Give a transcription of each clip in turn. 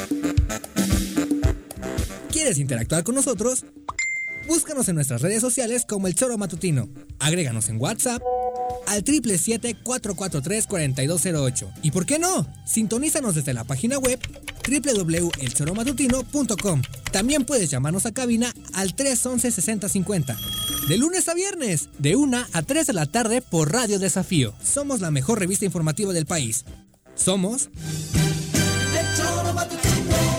¿Quieres interactuar con nosotros? Búscanos en nuestras redes sociales como El Choro Matutino. Agréganos en WhatsApp al 777-443-4208. ¿Y por qué no? Sintonízanos desde la página web www.elchoromatutino.com. También puedes llamarnos a cabina al 311-6050. De lunes a viernes, de 1 a 3 de la tarde por Radio Desafío. Somos la mejor revista informativa del país. Somos... El Choro Matutino.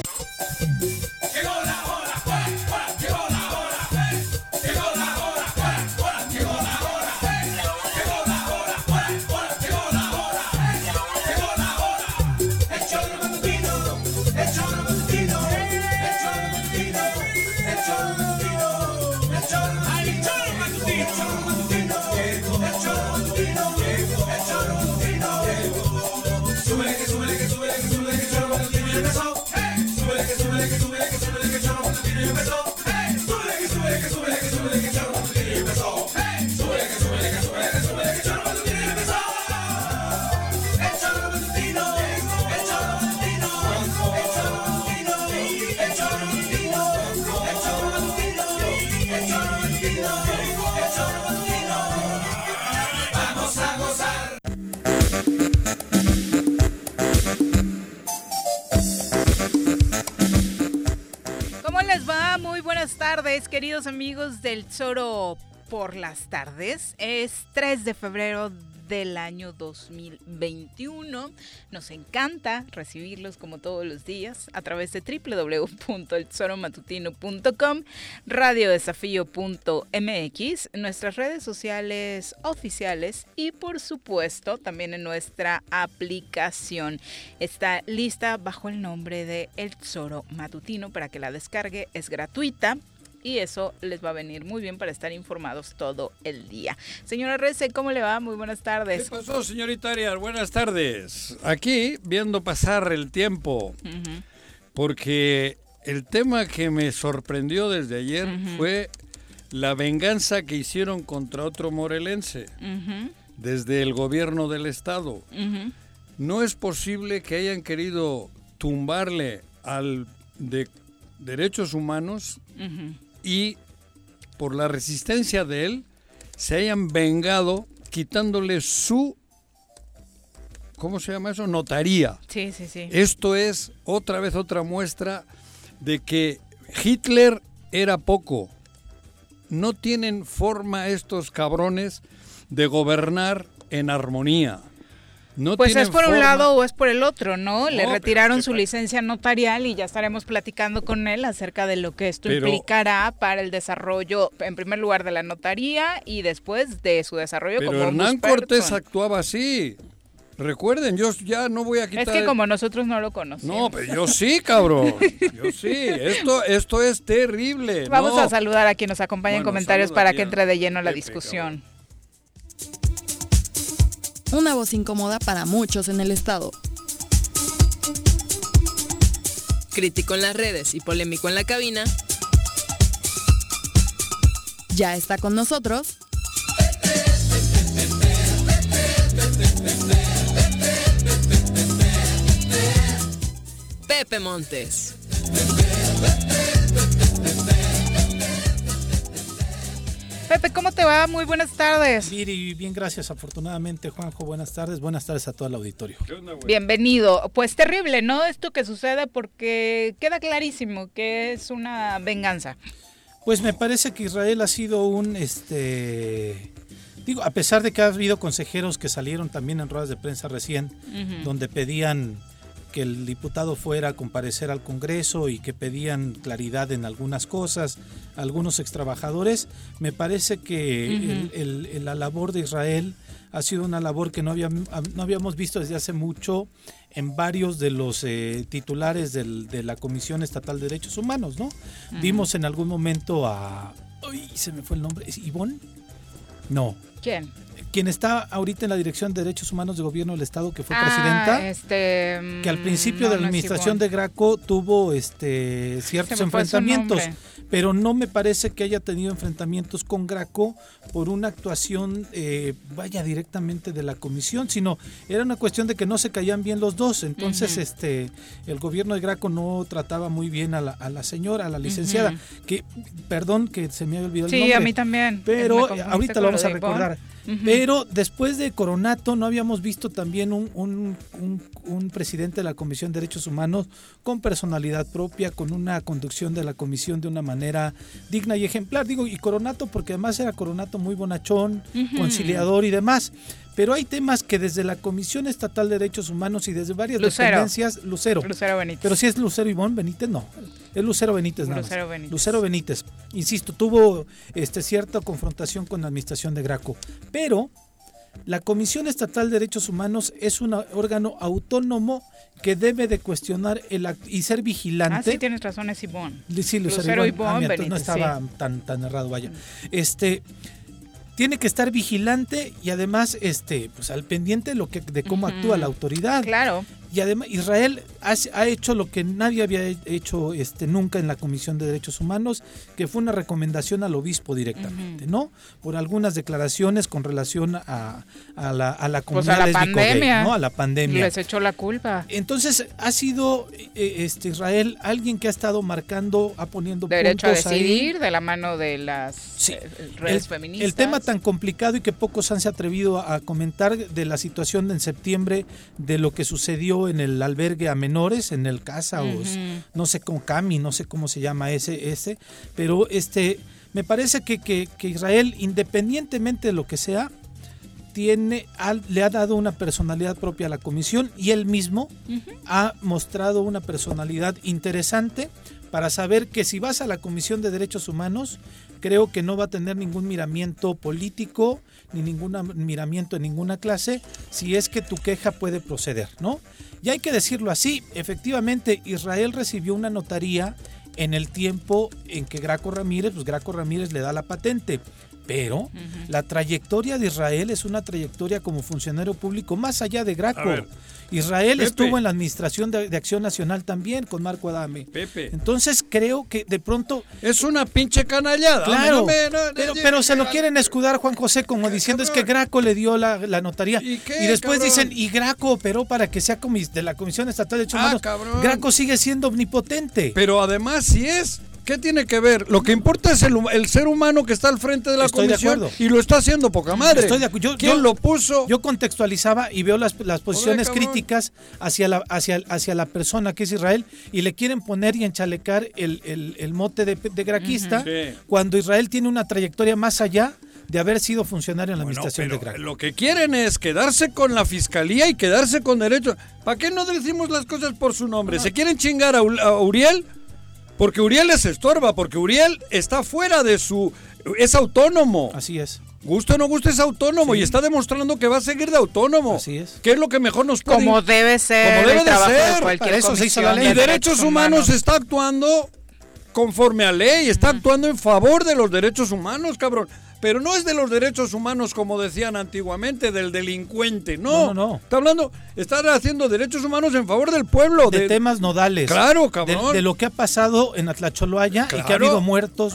Buenas tardes, queridos amigos del Choro por las tardes. Es 3 de febrero del año 2021. Nos encanta recibirlos como todos los días a través de www.elchoromatutino.com, radiodesafío.mx, nuestras redes sociales oficiales y por supuesto también en nuestra aplicación. Está lista bajo el nombre de El Choro Matutino para que la descargue, es gratuita. Y eso les va a venir muy bien para estar informados todo el día. Señora Rece, ¿cómo le va? Muy buenas tardes. ¿Qué pasó, señorita Arias? Buenas tardes. Aquí, viendo pasar el tiempo, porque el tema que me sorprendió desde ayer fue la venganza que hicieron contra otro morelense desde el gobierno del estado. No es posible que hayan querido tumbarle al de derechos humanos y por la resistencia de él se hayan vengado quitándole su, ¿cómo se llama eso? Notaría. Sí. Esto es otra vez otra muestra de que Hitler era poco. No tienen forma estos cabrones de gobernar en armonía. No pues es por forma. Un lado o es por el otro, ¿no? Le retiraron su que... licencia notarial y ya estaremos platicando con él acerca de lo que esto implicará para el desarrollo, en primer lugar, de la notaría y después de su desarrollo como Hernán Cortés actuaba así. Recuerden, yo ya no voy a quitar... Es que como nosotros no lo conocemos. No, pero yo sí, cabrón. Yo sí. Esto es terrible. Vamos a saludar a quien nos acompaña en comentarios para que entre de lleno la discusión. Cabrón. Una voz incómoda para muchos en el estado. Crítico en las redes y polémico en la cabina. Ya está con nosotros. Pepe Montes. Pepe, ¿cómo te va? Muy buenas tardes. Viri, bien, gracias. Afortunadamente, Juanjo, buenas tardes. Buenas tardes a todo el auditorio. Bienvenido. Pues terrible, ¿no? Esto que sucede porque queda clarísimo que es una venganza. Pues me parece que Israel ha sido a pesar de que ha habido consejeros que salieron también en ruedas de prensa recién, donde pedían que el diputado fuera a comparecer al Congreso y que pedían claridad en algunas cosas, algunos extrabajadores, me parece que la labor de Israel ha sido una labor que no habíamos visto desde hace mucho en varios de los titulares de la Comisión Estatal de Derechos Humanos, ¿no? Vimos en algún momento a... Uy, se me fue el nombre. ¿Es Ivonne? No. ¿Quién? quien está ahorita en la Dirección de Derechos Humanos de Gobierno del Estado, que fue presidenta, que al principio de la administración de Graco tuvo ciertos enfrentamientos, pero no me parece que haya tenido enfrentamientos con Graco por una actuación directamente de la comisión, sino era una cuestión de que no se caían bien los dos. Entonces el gobierno de Graco no trataba muy bien a la señora, a la licenciada, que perdón que se me había olvidado el nombre. Sí, a mí también. Pero ahorita lo vamos a recordar. Pero después de Coronato no habíamos visto también un presidente de la Comisión de Derechos Humanos con personalidad propia, con una conducción de la comisión de una manera digna y ejemplar. Digo, y Coronato porque además era Coronato muy bonachón, conciliador y demás. Pero hay temas que desde la Comisión Estatal de Derechos Humanos y desde varias dependencias, Lucero Benítez. Pero si es Lucero Ivonne Benítez, no. Es Lucero Benítez nada más. Lucero Benítez. Insisto, tuvo cierta confrontación con la administración de Graco. Pero la Comisión Estatal de Derechos Humanos es un órgano autónomo que debe de cuestionar y ser vigilante. Sí, tienes razón, es Ivonne. Sí, Lucero Ivonne Benítez. No estaba tan errado, vaya. Tiene que estar vigilante y además pues al pendiente de cómo actúa la autoridad. Claro. Y además Israel ha hecho lo que nadie había hecho nunca en la Comisión de Derechos Humanos, que fue una recomendación al obispo directamente, ¿no? Por algunas declaraciones con relación a la comunidad lésbico-gay, ¿no? A la pandemia. Les echó la culpa. Entonces ha sido Israel alguien que ha estado marcando, poniendo derecho puntos a decidir ahí. De la mano de las redes feministas. El tema tan complicado y que pocos se han atrevido a comentar de la situación en septiembre, de lo que sucedió en el albergue a menores, en el Casa, o no sé cómo, Cami, no sé cómo se llama ese, pero me parece que Israel, independientemente de lo que sea, le ha dado una personalidad propia a la comisión y él mismo ha mostrado una personalidad interesante para saber que si vas a la Comisión de Derechos Humanos, creo que no va a tener ningún miramiento político ni ningún miramiento de ninguna clase si es que tu queja puede proceder, ¿no? Y hay que decirlo así, efectivamente Israel recibió una notaría en el tiempo en que Graco Ramírez le da la patente. Pero la trayectoria de Israel es una trayectoria como funcionario público más allá de Graco. Israel estuvo en la Administración de Acción Nacional también con Marco Adame. Entonces creo que de pronto... Es una pinche canallada. Claro, pero se lo quieren escudar, Juan José, como diciendo es que Graco le dio la notaría. ¿Y después dicen, y Graco operó para que sea de la Comisión Estatal de Derechos Humanos. Graco sigue siendo omnipotente. Pero además sí es... ¿Qué tiene que ver? Lo que importa es el ser humano que está al frente de la comisión y lo está haciendo poca madre. Estoy de acuerdo. ¿Quién lo puso? Yo contextualizaba y veo las posiciones críticas hacia la persona que es Israel y le quieren poner y enchalecar el mote de graquista cuando Israel tiene una trayectoria más allá de haber sido funcionario en la administración de Graco. Lo que quieren es quedarse con la fiscalía y quedarse con derechos. ¿Para qué no decimos las cosas por su nombre? ¿Se quieren chingar a Uriel? Porque Uriel les estorba, porque Uriel está fuera de es autónomo. Así es. Guste o no guste, es autónomo y está demostrando que va a seguir de autónomo. Así es. ¿Qué es lo que mejor nos puede? Como debe ser. Como debe de ser. Para eso se hizo la ley. Y Derechos Humanos está actuando conforme a ley, está actuando en favor de los derechos humanos, cabrón. Pero no es de los derechos humanos como decían antiguamente, del delincuente, no. Están haciendo derechos humanos en favor del pueblo. De temas nodales. Claro, cabrón. De lo que ha pasado en Atlacholoaya y que ha habido muertos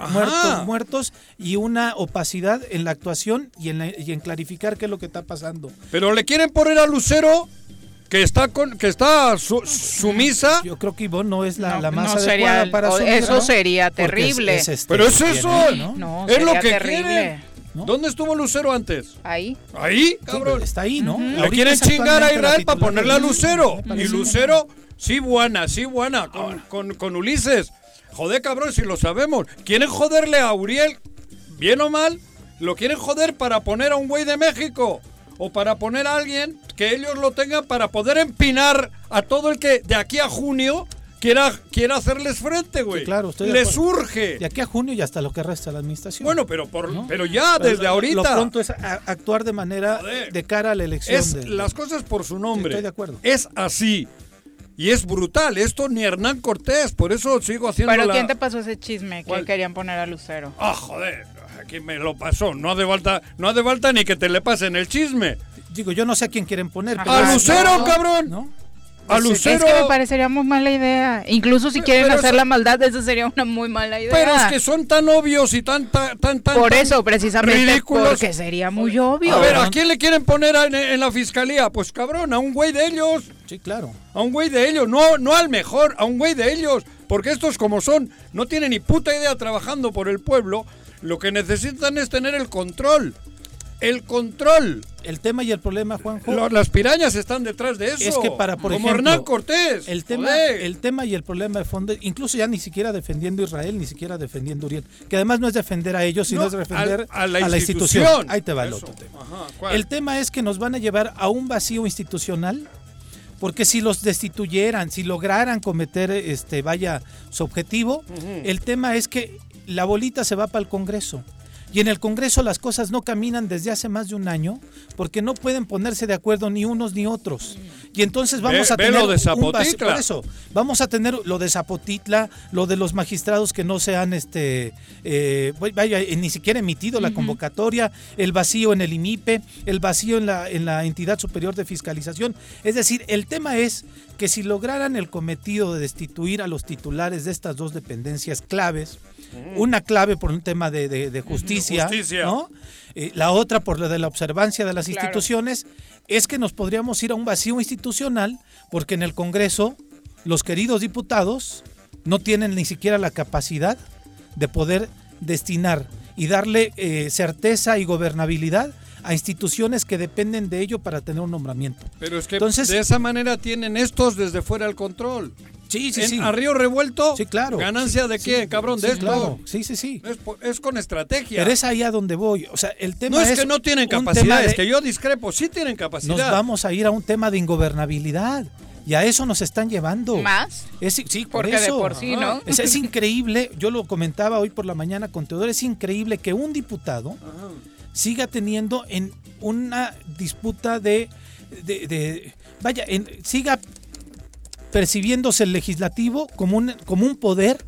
y una opacidad en la actuación y en clarificar qué es lo que está pasando. Pero le quieren poner a Lucero... que está sumisa. Yo creo que Ivonne no es la más adecuada para asumir. Eso sería terrible. Pero es eso, ¿no? Es lo que terrible. quieren. ¿No? ¿Dónde estuvo Lucero antes? Ahí, cabrón. Está ahí, ¿no? Le quieren chingar a Israel para ponerle a Lucero. Y Lucero, sí buena, con Ulises. Joder, cabrón, si lo sabemos. Quieren joderle a Uriel, bien o mal, lo quieren joder para poner a un güey de México. O para poner a alguien que ellos lo tengan para poder empinar a todo el que de aquí a junio quiera hacerles frente, güey. Sí, claro, les urge. De aquí a junio y hasta lo que resta la administración. Bueno, pero ya desde ahorita. Lo pronto es actuar de manera de cara a la elección. Las cosas por su nombre. Estoy de acuerdo. Es así. Y es brutal. Esto ni Hernán Cortés, por eso sigo haciendo ¿Pero quién te pasó ese chisme que querían poner a Lucero? Joder. aquí me lo pasó. No hace falta ni que te le pasen el chisme. Digo, yo no sé a quién quieren poner. Pero ¡A Lucero, cabrón! ¿No? ¡A Lucero! Es que me parecería muy mala idea. Incluso si quieren hacer la maldad, eso sería una muy mala idea. Pero es que son tan obvios y tan por eso, precisamente, ridículos. porque sería muy obvio. A ver, ¿a quién le quieren poner en la fiscalía? Pues cabrón, a un güey de ellos. Sí, claro. A un güey de ellos, no al mejor, a un güey de ellos. Porque estos como son, no tienen ni puta idea trabajando por el pueblo. Lo que necesitan es tener el control. El control. El tema y el problema, Juanjo, Las pirañas están detrás de eso. es que por como ejemplo, Hernán Cortés. el tema y el problema de fondo, incluso ya ni siquiera defendiendo a Israel, ni siquiera defendiendo a Uriel, que además no es defender a ellos, sino es defender a la la institución. Ahí te va el Eso. otro tema. Ajá, ¿cuál? El tema es que nos van a llevar a un vacío institucional, porque si los destituyeran, si lograran cometer su objetivo, el tema es que la bolita se va para el Congreso. Y en el Congreso las cosas no caminan desde hace más de un año porque no pueden ponerse de acuerdo ni unos ni otros. Y entonces vamos a tener lo de un Zapotitla. por eso, vamos a tener lo de Zapotitla, lo de los magistrados que no se han ni siquiera emitido la convocatoria, el vacío en el IMIPE, el vacío en la Entidad Superior de Fiscalización. Es decir, el tema es que si lograran el cometido de destituir a los titulares de estas dos dependencias claves, una clave por un tema de justicia, ¿no? La otra por lo de la observancia de las instituciones, es que nos podríamos ir a un vacío institucional, porque en el Congreso los queridos diputados no tienen ni siquiera la capacidad de poder destinar y darle certeza y gobernabilidad a instituciones que dependen de ello para tener un nombramiento. Pero es que entonces, de esa manera tienen estos desde fuera el control. Sí. A río revuelto, sí, claro. ¿Ganancia de quién, cabrón? De esto. Claro. Sí. Es con estrategia. Pero es ahí a donde voy. O sea, el tema no es que no tienen capacidad, es que yo discrepo, sí tienen capacidad. Nos vamos a ir a un tema de ingobernabilidad. Y a eso nos están llevando. ¿Más? Sí, por porque eso. de por sí, ¿no? Es increíble, yo lo comentaba hoy por la mañana con Teodoro, es increíble que un diputado siga teniendo en una disputa siga percibiéndose el legislativo como un poder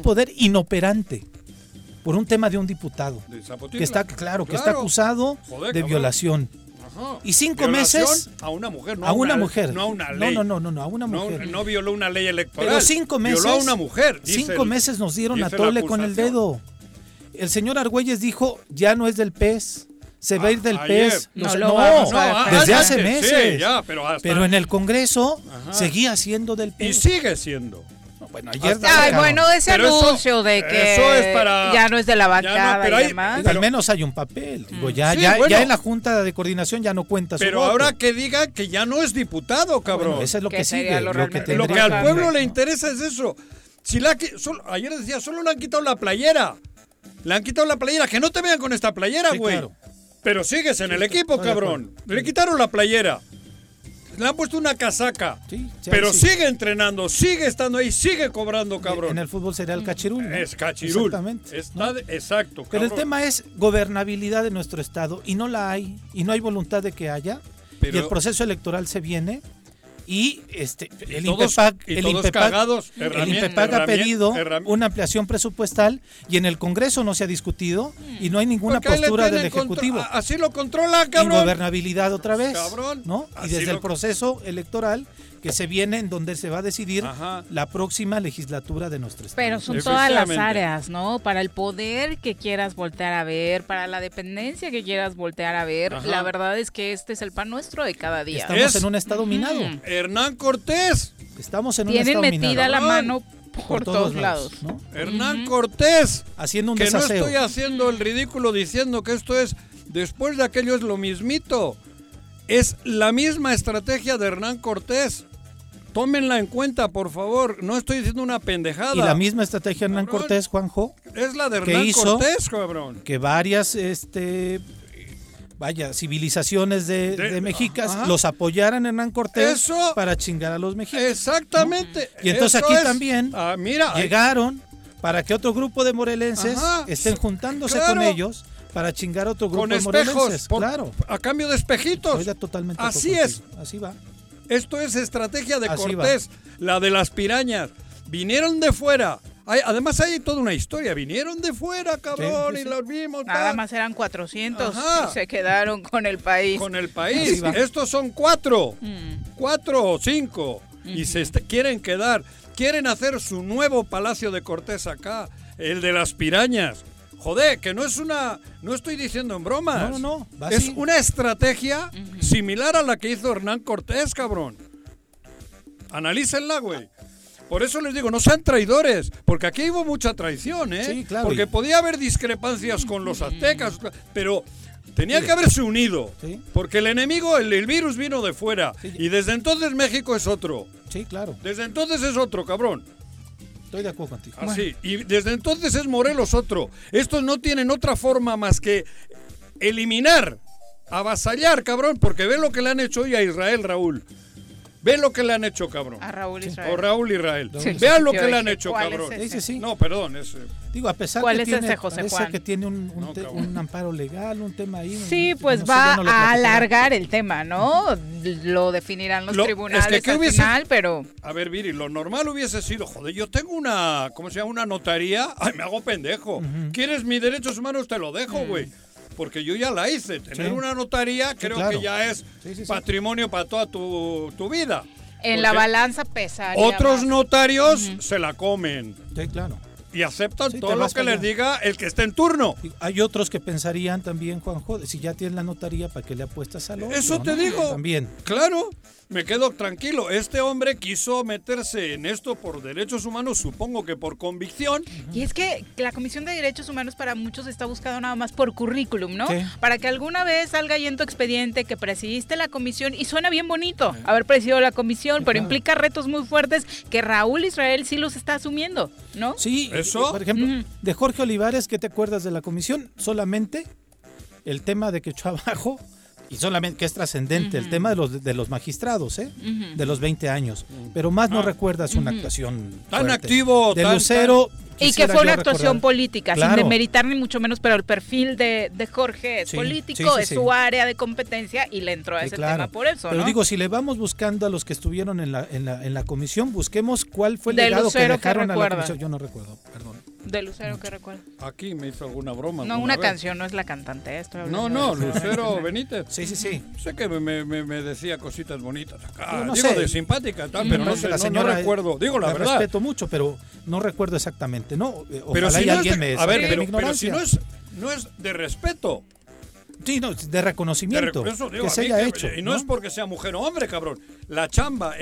inoperante por un tema de un diputado que está está acusado de violación. Ajá. Y 5 Violación meses a una mujer, no a una mujer. No a una ley. No, a una mujer. No violó una ley electoral. Pero 5 meses. Violó a una mujer. 5 meses nos dieron a dice tole la con el acusación. dedo. El señor Argüelles dijo, ya no es del PES. Se va a ir del ayer. PES. No, vamos a ver. Desde antes, hace meses. Sí, ya, pero en el Congreso seguía siendo del Y PES. sigue siendo. Bueno, ayer Ay, bueno, ese Pero eso- anuncio de que eso es para- ya no es de la bancada pero y hay- demás. al menos hay un papel. Digo, ya bueno. en la Junta de Coordinación ya no cuenta su Pero voto. ahora que diga que ya no es diputado, cabrón. Bueno, eso es lo Que que sería sigue. lo realmente Lo que tendría al pueblo que- le interesa es eso. Si ayer decía, solo le han quitado la playera. Le han quitado la playera. Que no te vean con esta playera, Sí, güey. claro. Pero sigues en el equipo, estoy de cabrón. acuerdo. Le quitaron la playera. Le han puesto una casaca. Sí, pero sí. sigue entrenando, sigue estando ahí, sigue cobrando, cabrón. En el fútbol sería el cachirul, ¿no? Es cachirul. Exactamente. Exacto, Pero el cabrón. tema es gobernabilidad de nuestro Estado y no la hay, y no hay voluntad de que haya. Pero- y el proceso electoral se viene y el todos- INPEPAC, y el todos INPEPAC, cagados, el INPEPAC ha pedido una ampliación presupuestal y en el Congreso no se ha discutido y no hay ninguna Porque ahí le postura del tienen Ejecutivo. así lo controla, cabrón. Ingobernabilidad otra vez, Cabrón. ¿no? Y Así desde el lo- proceso electoral que se viene en donde se va a decidir Ajá. la próxima legislatura de nuestro Estado. Pero son todas las Efectivamente. áreas, ¿no? Para el poder que quieras voltear a ver, para la dependencia que quieras voltear a ver. Ajá. La verdad es que este es el pan nuestro de cada día. Estamos en un Estado minado. Hernán Cortés. Estamos en un Tienen Estado metida minado. la mano Por por todos lados. ¿no? Hernán Cortés. Haciendo un Que no desaseo. estoy haciendo el ridículo diciendo que esto es, después de aquello es lo mismito. Es la misma estrategia de Hernán Cortés. Tómenla en cuenta, por favor. No estoy diciendo una pendejada. Y la misma estrategia Hernán Cabrón. Cortés, Juanjo, Es la de que Hernán hizo Cortés, cabrón. que varias civilizaciones de mexicas ajá. los apoyaran a Hernán Cortés Eso. para chingar a los mexicas. Exactamente. Y entonces Eso aquí es. también Mira, llegaron para que otro grupo de morelenses Ajá. estén juntándose Claro. con ellos para chingar a otro grupo con de espejos. morelenses. por- Claro. A cambio de espejitos. Estoy totalmente de Así acuerdo es. contigo. Así va. Esto es estrategia de Así Cortés, la de las pirañas. Vinieron de fuera Además hay toda una historia. Vinieron de fuera, cabrón, Sí. y los vimos. Nada más eran 400 Ajá. y se quedaron con el país. Con el país. Así va. Estos son 4. Mm. 4 o 5. Y se quieren quedar. Quieren hacer su nuevo Palacio de Cortés acá. El de las pirañas. Joder, que no estoy diciendo en bromas. No, va Es así. una estrategia similar a la que hizo Hernán Cortés, cabrón. Analícenla, güey. Por eso les digo, no sean traidores, porque aquí hubo mucha traición, ¿eh? Sí, claro. Porque podía haber discrepancias con los aztecas, pero tenía que haberse unido. Sí. Porque el enemigo, el virus vino de fuera. Sí. Y desde entonces México es otro. Sí, claro. Desde entonces es otro, cabrón. Estoy de acuerdo contigo. Así. Y desde entonces es Morelos otro. Estos no tienen otra forma más que eliminar, avasallar, cabrón, porque ve lo que le han hecho hoy a Israel, Raúl. Ve lo que le han hecho, cabrón. A Raúl Israel. O Raúl Israel. Sí. Vean lo Yo que le han dije, hecho, ¿cuál cabrón. es ese? Sí. No, perdón, es... Digo, a pesar ¿Cuál que es tiene, ese, José parece Juan? que tiene No, cabrón. un amparo legal, un tema ahí. Sí, no pues sé, va ya no lo a platicará. alargar el tema, ¿no? Lo definirán los Lo- tribunales es que, ¿qué al hubiese- final, pero... A ver, Viri, lo normal hubiese sido, joder, yo tengo una, ¿cómo se llama? Una notaría. Ay, me hago pendejo. ¿Quieres mis derechos humanos? Te lo dejo, güey. Porque yo ya la hice. Tener Sí. una notaría creo claro. que ya es Sí. patrimonio para toda tu vida. En la Porque balanza pesaría Otros más. notarios se la comen Sí, claro. y aceptan Sí, todo te lo vas que para les allá. diga el que esté en turno. Y hay otros que pensarían también, Juanjo, si ya tienes la notaría, ¿para qué le apuestas al otro? Eso te ¿no? digo. También. Claro, me quedo tranquilo. Este hombre quiso meterse en esto por derechos humanos, supongo que por convicción. Y es que la Comisión de Derechos Humanos para muchos está buscada nada más por currículum, ¿no? Sí. Para que alguna vez salga ahí en tu expediente que presidiste la comisión y suena bien bonito haber presidido la comisión, Sí, pero claro. implica retos muy fuertes que Raúl Israel sí los está asumiendo, ¿no? Sí, ¿Eso? por ejemplo, de Jorge Olivares, ¿qué te acuerdas de la comisión? Solamente el tema de que echó abajo, y solamente que es trascendente, el tema de los magistrados, de los 20 años. Pero más no recuerdas una actuación Tan fuerte. activo, De tan- Lucero. Y que quisiera fue una yo actuación recordar. política, sin Claro. demeritar ni mucho menos, pero el perfil de Jorge es Sí, político, sí, es sí. su área de competencia y le entró a Sí, ese claro. tema por eso, Pero ¿no? digo, si le vamos buscando a los que estuvieron en la comisión, busquemos cuál fue el De legado Lucero, que ¿qué dejaron a la recuerda? comisión. Yo no recuerdo, perdón. De Lucero, ¿qué recuerda? Aquí me hizo alguna broma. No, alguna una vez. canción, no es la cantante, estoy No, hablando no, de Lucero Benítez. Sí. Sé que me decía cositas bonitas acá. Yo no Digo, sé. de simpática, tal, pero no, sé, sé, la no señora, recuerdo. Digo la verdad. respeto mucho, pero no recuerdo exactamente, ¿no? Pero Ojalá si y no alguien es me de, a saque ver, de mi pero si ignorancia. no es de respeto. Sí, no, de reconocimiento Eso digo, que a se mí haya que- hecho. Y no es porque sea mujer o hombre, cabrón. La chamba,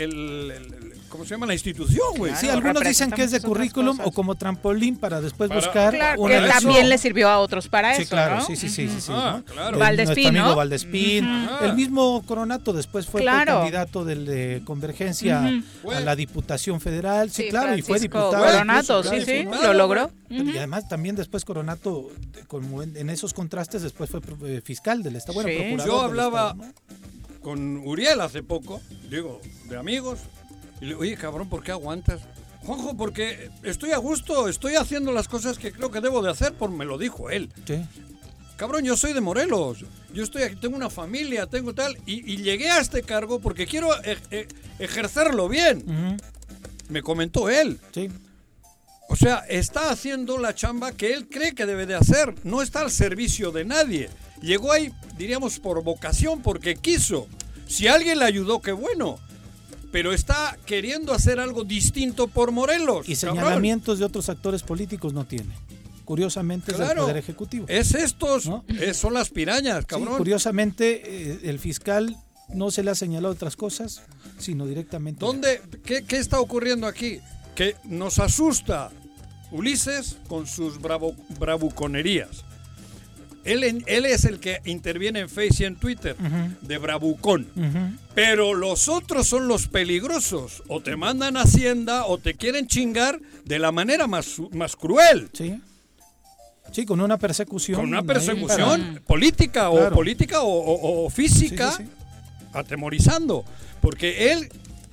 ¿cómo se llama? La institución, güey. Sí, Claro, algunos dicen que es de representa muchas currículum otras o como trampolín para después Para- buscar Claro, una que elección. también le sirvió a otros para Sí, eso, claro, ¿no? sí. Ah, ¿no? claro. De Valdespín, nuestro amigo ¿no? Valdespín. Ujú. El mismo Coronato después fue Claro. candidato de Convergencia Fue. a la Diputación Federal. Sí, Sí, claro, y fue Francisco diputado. Coronato, incluso, sí, claro, sí, fue lo logró. Y además también después Coronato, como en esos contrastes, después fue fiscal del Estado, bueno, Sí. procurador Yo del hablaba Estado, ¿no? con Uriel hace poco, digo, de amigos, y le digo, oye, cabrón, ¿por qué aguantas? Juanjo, porque estoy a gusto, estoy haciendo las cosas que creo que debo de hacer, me lo dijo él. Sí. Cabrón, yo soy de Morelos, yo estoy aquí, tengo una familia, tengo tal, y llegué a este cargo porque quiero ejercerlo bien, Ujú. me comentó él. Sí. O sea, está haciendo la chamba que él cree que debe de hacer, no está al servicio de nadie. Llegó ahí, diríamos, por vocación, porque quiso. Si alguien le ayudó, qué bueno. Pero está queriendo hacer algo distinto por Morelos. Y cabrón. señalamientos de otros actores políticos no tiene. Curiosamente es del Claro. Poder Ejecutivo. Es estos, ¿No? son las pirañas, Sí, cabrón. curiosamente, el fiscal no se le ha señalado otras cosas, sino directamente. ¿Qué está ocurriendo aquí? Que nos asusta Ulises con sus bravuconerías. Él es el que interviene en Face y en Twitter, de bravucón. Ujú. Pero los otros son los peligrosos. O te mandan a Hacienda o te quieren chingar de la manera más cruel. Sí. Sí, con una persecución. Con una ahí persecución política, Claro. o política o física, Sí, sí, sí. atemorizando. Porque él,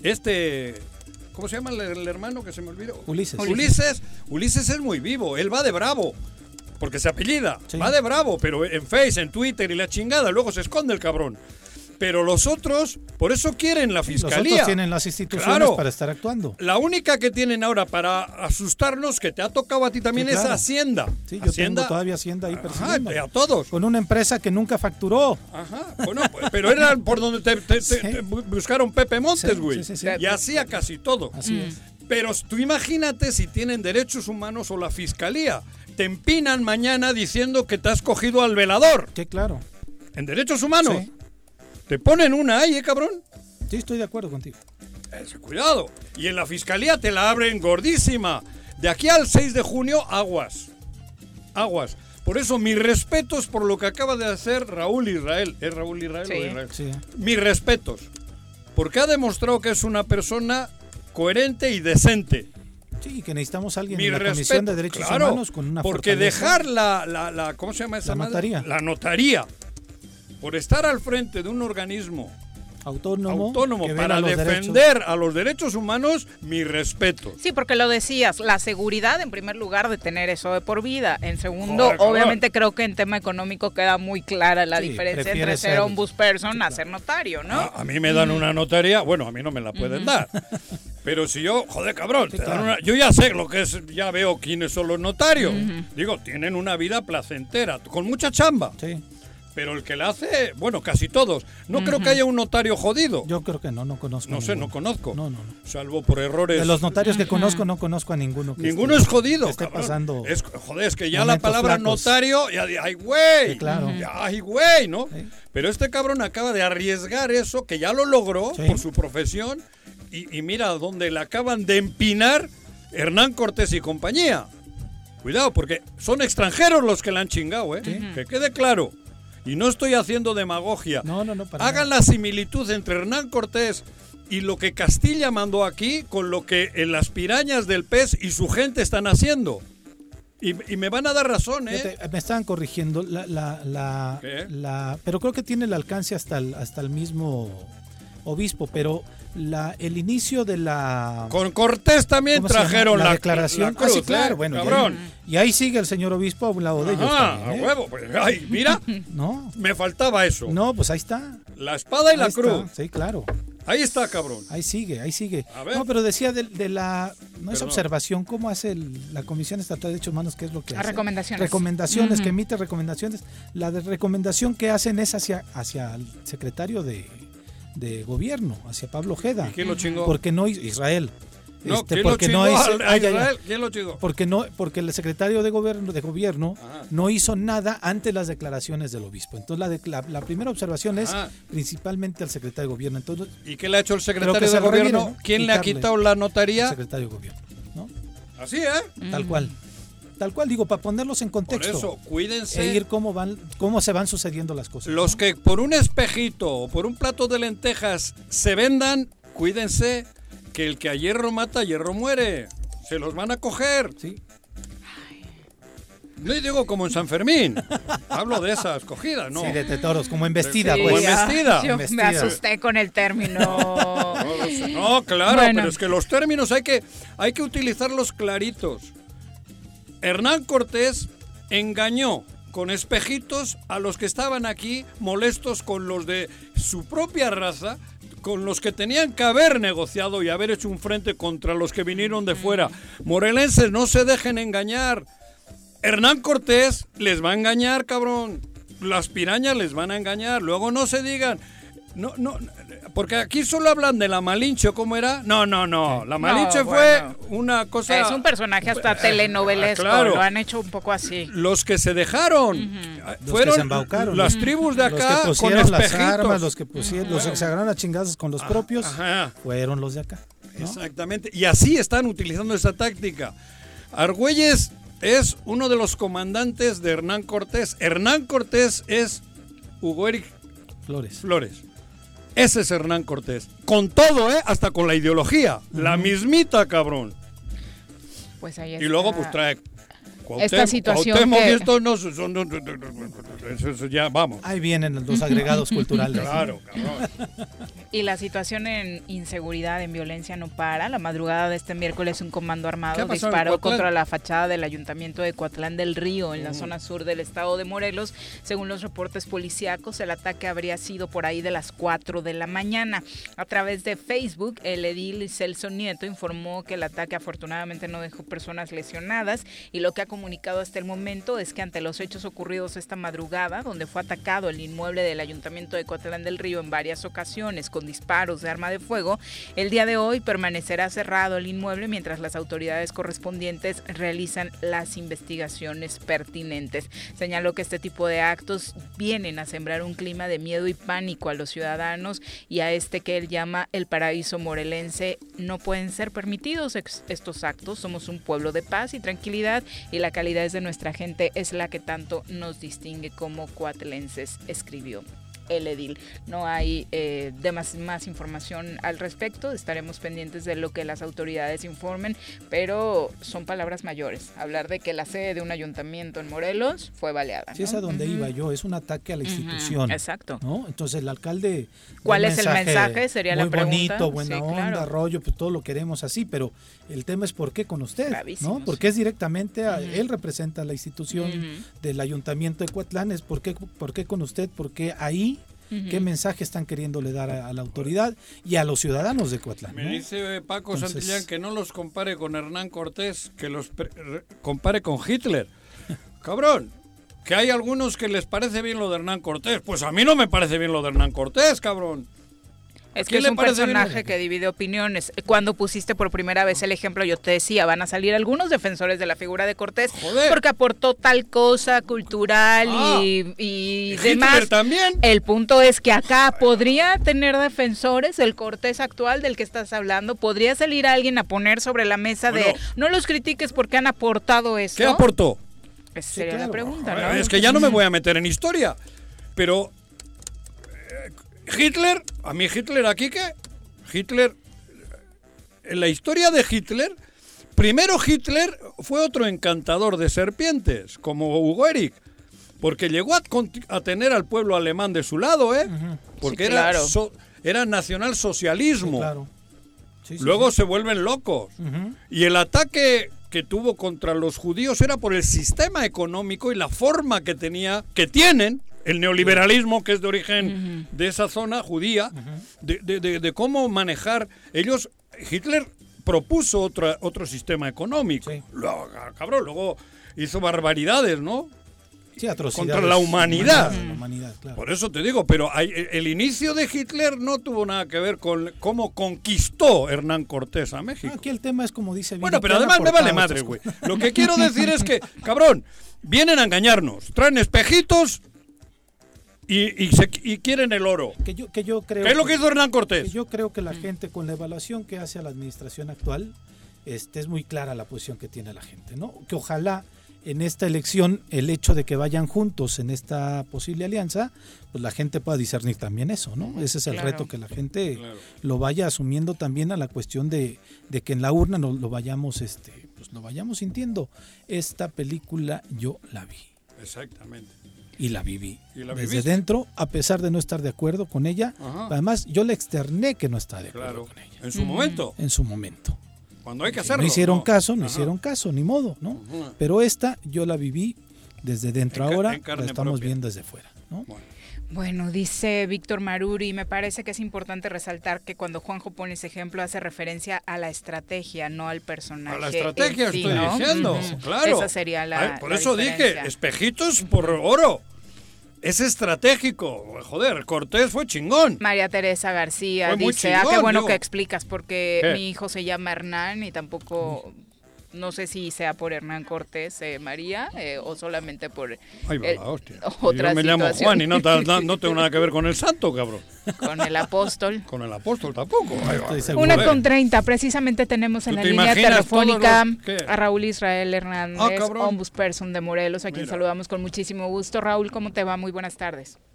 ¿cómo se llama el hermano que se me olvidó? Ulises. Ulises es muy vivo, él va de bravo. Porque se apellida, Sí. va de bravo, pero en Face, en Twitter y la chingada, luego se esconde el cabrón. Pero los otros, por eso quieren la fiscalía. Los otros tienen las instituciones para estar actuando. La única que tienen ahora para asustarnos, que te ha tocado a ti también, es Hacienda. Sí, yo tengo todavía Hacienda ahí persiguiendo. A todos. Con una empresa que nunca facturó. Ajá, bueno, pero era por donde te buscaron Pepe Montes, güey. Sí. Y hacía casi todo. Así es. Pero tú imagínate si tienen derechos humanos o la fiscalía. Te empinan mañana diciendo que te has cogido al velador. Sí, claro. En derechos humanos. Sí. Te ponen una ahí, cabrón. Sí, estoy de acuerdo contigo. Cuidado. Y en la fiscalía te la abren gordísima. De aquí al 6 de junio, aguas. Aguas. Por eso, mis respetos por lo que acaba de hacer Raúl Israel. ¿Es Raúl Israel o Israel? Sí. Mis respetos. Porque ha demostrado que es una persona coherente y decente. Sí, que necesitamos a alguien Mi en la respeto, Comisión de Derechos Humanos con una porque fortaleza. dejar la ¿cómo se llama esa La madre? notaría. La notaría. Por estar al frente de un organismo autónomo que para vela los defender a los derechos humanos, mi respeto. Sí, porque lo decías, la seguridad en primer lugar de tener eso de por vida. En segundo, Joder. obviamente creo que en tema económico queda muy clara la Sí, diferencia prefiere entre ser ser- ombudsperson a ser notario, ¿no? A mí me dan una notaría, bueno, a mí no me la pueden dar. Pero si yo, joder, cabrón, te dan una- yo ya sé lo que es, ya veo quiénes son los notarios. Digo, tienen una vida placentera, con mucha chamba. Sí, Pero el que la hace, bueno, casi todos. No creo que haya un notario jodido. yo creo que no conozco. No sé, ninguno. no conozco. No. Salvo por errores. De los notarios que conozco, no conozco a ninguno. Que Ninguno esté- es jodido. que esté cabrón. pasando. Joder, es que ya la momentos palabra flacos. notario, ya, ay, güey. Sí, claro. Ya, ay, güey, ¿no? Sí. Pero este cabrón acaba de arriesgar eso, que ya lo logró Sí. por su profesión. Y mira dónde le acaban de empinar Hernán Cortés y compañía. Cuidado, porque son extranjeros los que la han chingado, ¿eh? Que quede claro. Y no estoy haciendo demagogia. No, para Hagan nada. la similitud entre Hernán Cortés y lo que Castilla mandó aquí con lo que en las pirañas del pez y su gente están haciendo. Y me van a dar razón, ¿eh? Fíjate, me estaban corrigiendo ¿Qué? pero creo que tiene el alcance hasta el mismo obispo, pero el inicio de la Con Cortés también ¿cómo se llama? trajeron la declaración. la cruz, sí, claro, ¿eh? bueno, Cabrón. y ahí sigue el señor obispo a un lado de ellos Ajá, también, a ¿eh? huevo. Pues, ay, mira, No, me faltaba eso. no, pues ahí está. La espada y la Ahí está, cruz. sí, claro. Ahí está, cabrón. Ahí sigue. A ver. No, pero decía de la no es Perdón. observación, ¿cómo hace la Comisión Estatal de Derechos Humanos? ¿Qué es lo que hace? Recomendaciones. Recomendaciones, que emite recomendaciones. La de recomendación que hacen es hacia el secretario de gobierno, hacia Pablo Ojeda. ¿Y quién lo chingó? Porque no Israel. No, ¿quién porque lo chingó no hizo, a ya. Israel? ¿Quién lo chingó? Porque el secretario de gobierno Ajá. no hizo nada ante las declaraciones del obispo. Entonces la primera observación es Ajá. principalmente al secretario de gobierno. Entonces, ¿Y qué le ha hecho el Creo secretario que se de lo gobierno? reviene, ¿no? ¿Quién le ha Quitarle. quitado la el notaría? secretario de gobierno, ¿no? Así, ¿eh? Tal cual. Tal cual, digo, para ponerlos en Por contexto. eso, cuídense. E ir cómo se van sucediendo las cosas. Los ¿no? que por un espejito o por un plato de lentejas se vendan, cuídense que el que a hierro mata, a hierro muere. Se los van a coger. Sí. No digo como en San Fermín. Hablo de esas cogidas, ¿no? Sí, de toros, como embestida, Sí, pues. embestida. Yo Embestida. me asusté con el término. No, claro, Bueno. pero es que los términos hay que utilizarlos claritos. Hernán Cortés engañó con espejitos a los que estaban aquí molestos con los de su propia raza, con los que tenían que haber negociado y haber hecho un frente contra los que vinieron de fuera. Morelenses, no se dejen engañar. Hernán Cortés les va a engañar, cabrón. Las pirañas les van a engañar. Luego no se digan... No, porque aquí solo hablan de la Malinche, ¿cómo era? No. La Malinche fue bueno. una cosa... Es un personaje hasta telenovelesco, claro. lo han hecho un poco así. Los que se dejaron Los fueron que se embaucaron. las tribus de Los acá que con pusieron las espejitos. armas, los que se agarraron a chingazos con los propios, Ajá. fueron los de acá. ¿no? Exactamente. Y así están utilizando esa táctica. Argüelles es uno de los comandantes de Hernán Cortés. Hernán Cortés es Hugo Eric Flores. Ese es Hernán Cortés. Con todo, hasta con la ideología. La mismita, cabrón. Pues ahí Y está. luego pues trae esta situación Cuauhtémoc que... y esto no son... Eso ya, vamos. Ahí vienen los agregados culturales. Claro, cabrón. Y la situación en inseguridad, en violencia no para. La madrugada de este miércoles un comando ¿Qué armado ha pasado en disparó Coatlán? contra la fachada del ayuntamiento de Coatlán del Río, en la zona sur del estado de Morelos. Según los reportes policíacos, el ataque habría sido por ahí de las 4 de la mañana. A través de Facebook, el edil Celso Nieto informó que el ataque afortunadamente no dejó personas lesionadas y lo que ha comunicado hasta el momento es que ante los hechos ocurridos esta madrugada, donde fue atacado el inmueble del ayuntamiento de Coatlán del Río en varias ocasiones con disparos de arma de fuego, el día de hoy permanecerá cerrado el inmueble mientras las autoridades correspondientes realizan las investigaciones pertinentes. Señaló que este tipo de actos vienen a sembrar un clima de miedo y pánico a los ciudadanos y a este que él llama el paraíso morelense. No pueden ser permitidos estos actos. Somos un pueblo de paz y tranquilidad y la calidad de nuestra gente es la que tanto nos distingue como coatlenses, escribió el edil. No hay más información al respecto, estaremos pendientes de lo que las autoridades informen, pero son palabras mayores. Hablar de que la sede de un ayuntamiento en Morelos fue baleada, ¿no? Sí, es a donde iba yo, es un ataque a la institución. Exacto. ¿No? Entonces el alcalde... ¿Cuál es el mensaje? Sería la pregunta. Muy bonito, buena Sí, onda, claro. rollo, pues todo lo queremos así, pero el tema es por qué con usted, Gravísimo, ¿no? Porque es directamente, él representa la institución Ujú. del ayuntamiento de Coatlán, es por qué con usted, porque ahí... ¿Qué mensaje están queriéndole dar a la autoridad y a los ciudadanos de Coatlán? Me ¿no? dice Paco Entonces- Santillán que no los compare con Hernán Cortés, que los compare con Hitler. Cabrón, que hay algunos que les parece bien lo de Hernán Cortés. Pues a mí no me parece bien lo de Hernán Cortés, cabrón. Es quién que es le un parece bien? personaje que divide opiniones. Cuando pusiste por primera vez el ejemplo, yo te decía, van a salir algunos defensores de la figura de Cortés Joder. porque aportó tal cosa cultural Ah, y Hitler demás. también. El punto es que acá podría tener defensores, el Cortés actual del que estás hablando, podría salir alguien a poner sobre la mesa de Bueno. no los critiques porque han aportado esto. ¿Qué aportó? Esa sería claro. la pregunta, A ¿no? ver, es que ya no me voy a meter en historia, pero Hitler, a mí Hitler aquí que Hitler, en la historia de Hitler, primero Hitler fue otro encantador de serpientes, como Hugo Eric, porque llegó a tener al pueblo alemán de su lado, porque Sí, claro. era nacionalsocialismo. Claro. Sí, sí, Luego sí. se vuelven locos. Ujú. Y el ataque que tuvo contra los judíos era por el sistema económico y la forma que tienen el neoliberalismo, que es de origen de esa zona judía, de cómo manejar. Hitler propuso otro sistema económico. Sí. Luego hizo barbaridades, ¿no? Sí, atrocidades. Contra la humanidad. La humanidad, claro. Por eso te digo, pero el inicio de Hitler no tuvo nada que ver con cómo conquistó Hernán Cortés a México. Aquí el tema es como dice Viri, Bueno, pero ¿qué han además me vale aportado madre, estos güey. Lo que quiero decir es que, cabrón, vienen a engañarnos, traen espejitos y quieren el oro. que yo creo ¿Qué es lo que hizo Hernán que Cortés? yo creo que la gente con la evaluación que hace a la administración actual es muy clara la posición que tiene la gente, ¿no? Que ojalá en esta elección el hecho de que vayan juntos en esta posible alianza, pues la gente pueda discernir también eso, ¿no? Ese es el Claro. reto, que la gente Claro. lo vaya asumiendo también a la cuestión de que en la urna lo vayamos pues lo vayamos sintiendo. Esta película yo la vi Exactamente. y la viví. ¿Y la Desde viviste? dentro, a pesar de no estar de acuerdo con ella, Ajá. además yo le externé que no está de acuerdo Claro. con ella En su momento, en su momento. cuando hay que Si hacerlo. no hicieron caso, no Ajá. hicieron caso, ni modo, ¿no? Ujú. Pero esta yo la viví desde dentro, En ahora carne la estamos propia. viendo desde fuera, ¿no? Bueno. Bueno, dice Víctor Maruri, me parece que es importante resaltar que cuando Juanjo pone ese ejemplo hace referencia a la estrategia, no al personaje. A la estrategia en sí, estoy ¿no? diciendo, Ujú. claro. Esa sería la Por la eso diferencia. dije, espejitos por oro. Es estratégico. Joder, Cortés fue chingón. María Teresa García Fue muy dice, qué chingón, bueno digo. que explicas porque ¿Qué? mi hijo se llama Hernán y tampoco, no sé si sea por Hernán Cortés, María, o solamente por Ay, va la hostia. otra Yo me llamo situación. Juan y no tengo nada que ver con el santo, cabrón. con el apóstol. Con el apóstol tampoco. Ay, va. Estoy seguro. 1:30, precisamente tenemos en ¿Tú la te línea imaginas telefónica todos los- qué? a Raúl Israel Hernández, Ah, cabrón. ombudsperson de Morelos, a quien Mira. saludamos con muchísimo gusto. Raúl, ¿cómo te va? Muy buenas tardes.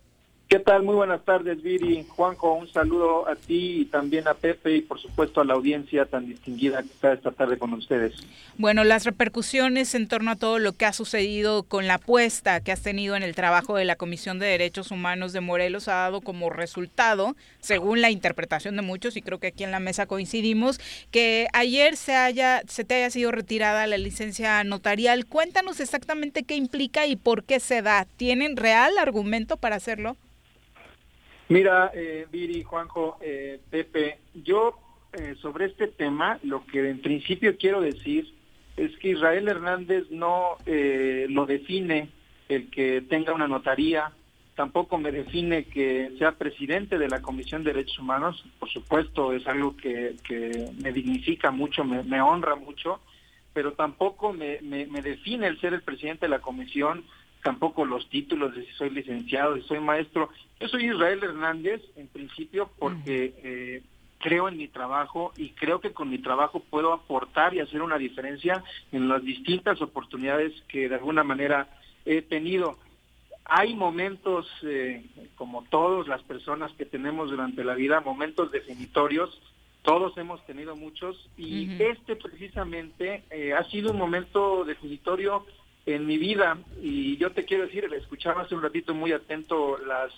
¿Qué tal? Muy buenas tardes, Viri. Juanjo, un saludo a ti y también a Pepe y por supuesto a la audiencia tan distinguida que está esta tarde con ustedes. Bueno, las repercusiones en torno a todo lo que ha sucedido con la apuesta que has tenido en el trabajo de la Comisión de Derechos Humanos de Morelos ha dado como resultado, según la interpretación de muchos, y creo que aquí en la mesa coincidimos, que ayer se te haya sido retirada la licencia notarial. Cuéntanos exactamente qué implica y por qué se da. ¿Tienen real argumento para hacerlo? Mira, Viri, Juanjo, Pepe, yo sobre este tema lo que en principio quiero decir es que Israel Hernández no lo define el que tenga una notaría, tampoco me define que sea presidente de la Comisión de Derechos Humanos, por supuesto es algo que me dignifica mucho, me honra mucho, pero tampoco me define el ser el presidente de la comisión, tampoco los títulos de si soy licenciado, si soy maestro. Yo soy Israel Hernández, en principio, porque creo en mi trabajo y creo que con mi trabajo puedo aportar y hacer una diferencia en las distintas oportunidades que de alguna manera he tenido. Hay momentos, como todas las personas que tenemos durante la vida, momentos definitorios, todos hemos tenido muchos, y este precisamente ha sido un momento definitorio en mi vida, y yo te quiero decir, escuchaba hace un ratito muy atento las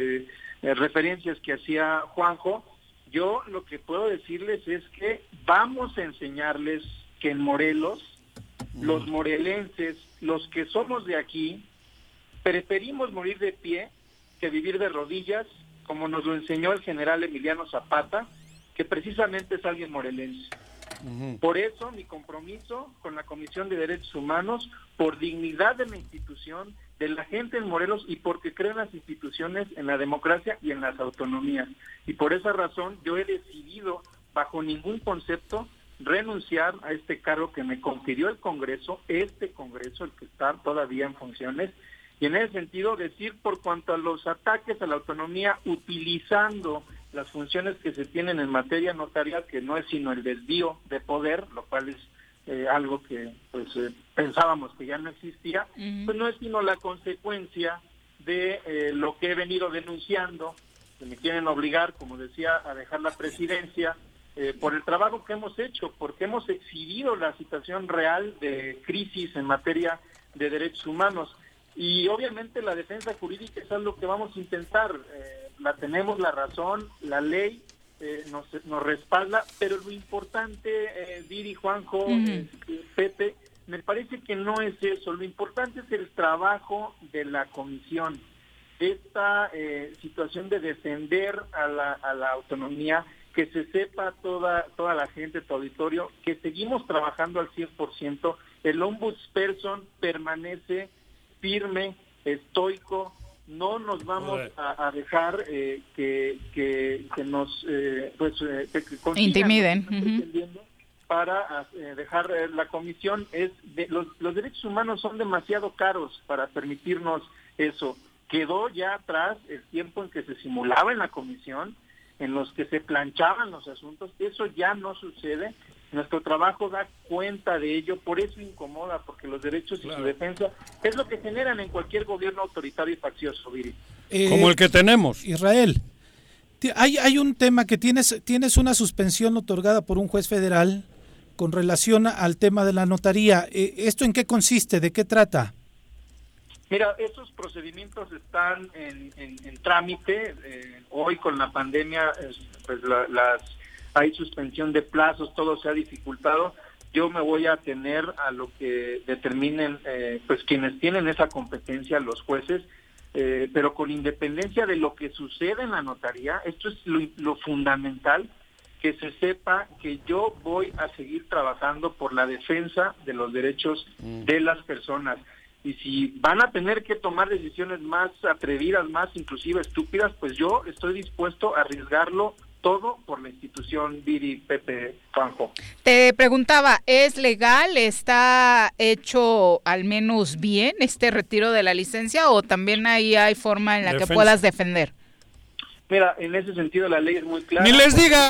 referencias que hacía Juanjo. Yo lo que puedo decirles es que vamos a enseñarles que en Morelos, los morelenses, los que somos de aquí, preferimos morir de pie que vivir de rodillas, como nos lo enseñó el general Emiliano Zapata, que precisamente es alguien morelense. Por eso mi compromiso con la Comisión de Derechos Humanos, por dignidad de la institución, de la gente en Morelos, y porque creo en las instituciones, en la democracia y en las autonomías. Y por esa razón yo he decidido, bajo ningún concepto, renunciar a este cargo que me confirió el Congreso, el que está todavía en funciones, y en ese sentido decir, por cuanto a los ataques a la autonomía utilizando las funciones que se tienen en materia notarial, que no es sino el desvío de poder, lo cual es algo que pensábamos que ya no existía, pues no es sino la consecuencia de lo que he venido denunciando, que me quieren obligar, como decía, a dejar la presidencia, por el trabajo que hemos hecho, porque hemos exhibido la situación real de crisis en materia de derechos humanos. Y obviamente la defensa jurídica es algo que vamos a intentar, la tenemos la razón, la ley nos respalda, pero lo importante, Viri, Juanjo, Pepe, me parece que no es eso, lo importante es el trabajo de la comisión, esta situación de defender a la autonomía, que se sepa toda la gente, tu auditorio, que seguimos trabajando al 100%, el ombudsperson permanece firme, estoico, no nos vamos a dejar que nos que intimiden para dejar la comisión. Los derechos humanos son demasiado caros para permitirnos eso. Quedó ya atrás el tiempo en que se simulaba en la comisión, en los que se planchaban los asuntos. Eso ya no sucede. Nuestro trabajo da cuenta de ello, por eso incomoda, porque los derechos y su defensa es lo que generan en cualquier gobierno autoritario y faccioso, Viri. Como el que tenemos. Israel, hay un tema que tienes una suspensión otorgada por un juez federal con relación al tema de la notaría. ¿Esto en qué consiste? ¿De qué trata? Mira, esos procedimientos están en trámite. Hoy con la pandemia, pues hay suspensión de plazos, todo se ha dificultado. Yo me voy a atener a lo que determinen pues quienes tienen esa competencia, los jueces, pero con independencia de lo que sucede en la notaría, esto es lo fundamental, que se sepa que yo voy a seguir trabajando por la defensa de los derechos de las personas. Y si van a tener que tomar decisiones más atrevidas, más inclusive estúpidas, pues yo estoy dispuesto a arriesgarlo todo por la institución, Viri, Pepe, Juanjo. Te preguntaba, ¿es legal? ¿Está hecho al menos bien este retiro de la licencia o también ahí hay forma en la que puedas defender? Mira, en ese sentido la ley es muy clara. ¡Ni les diga!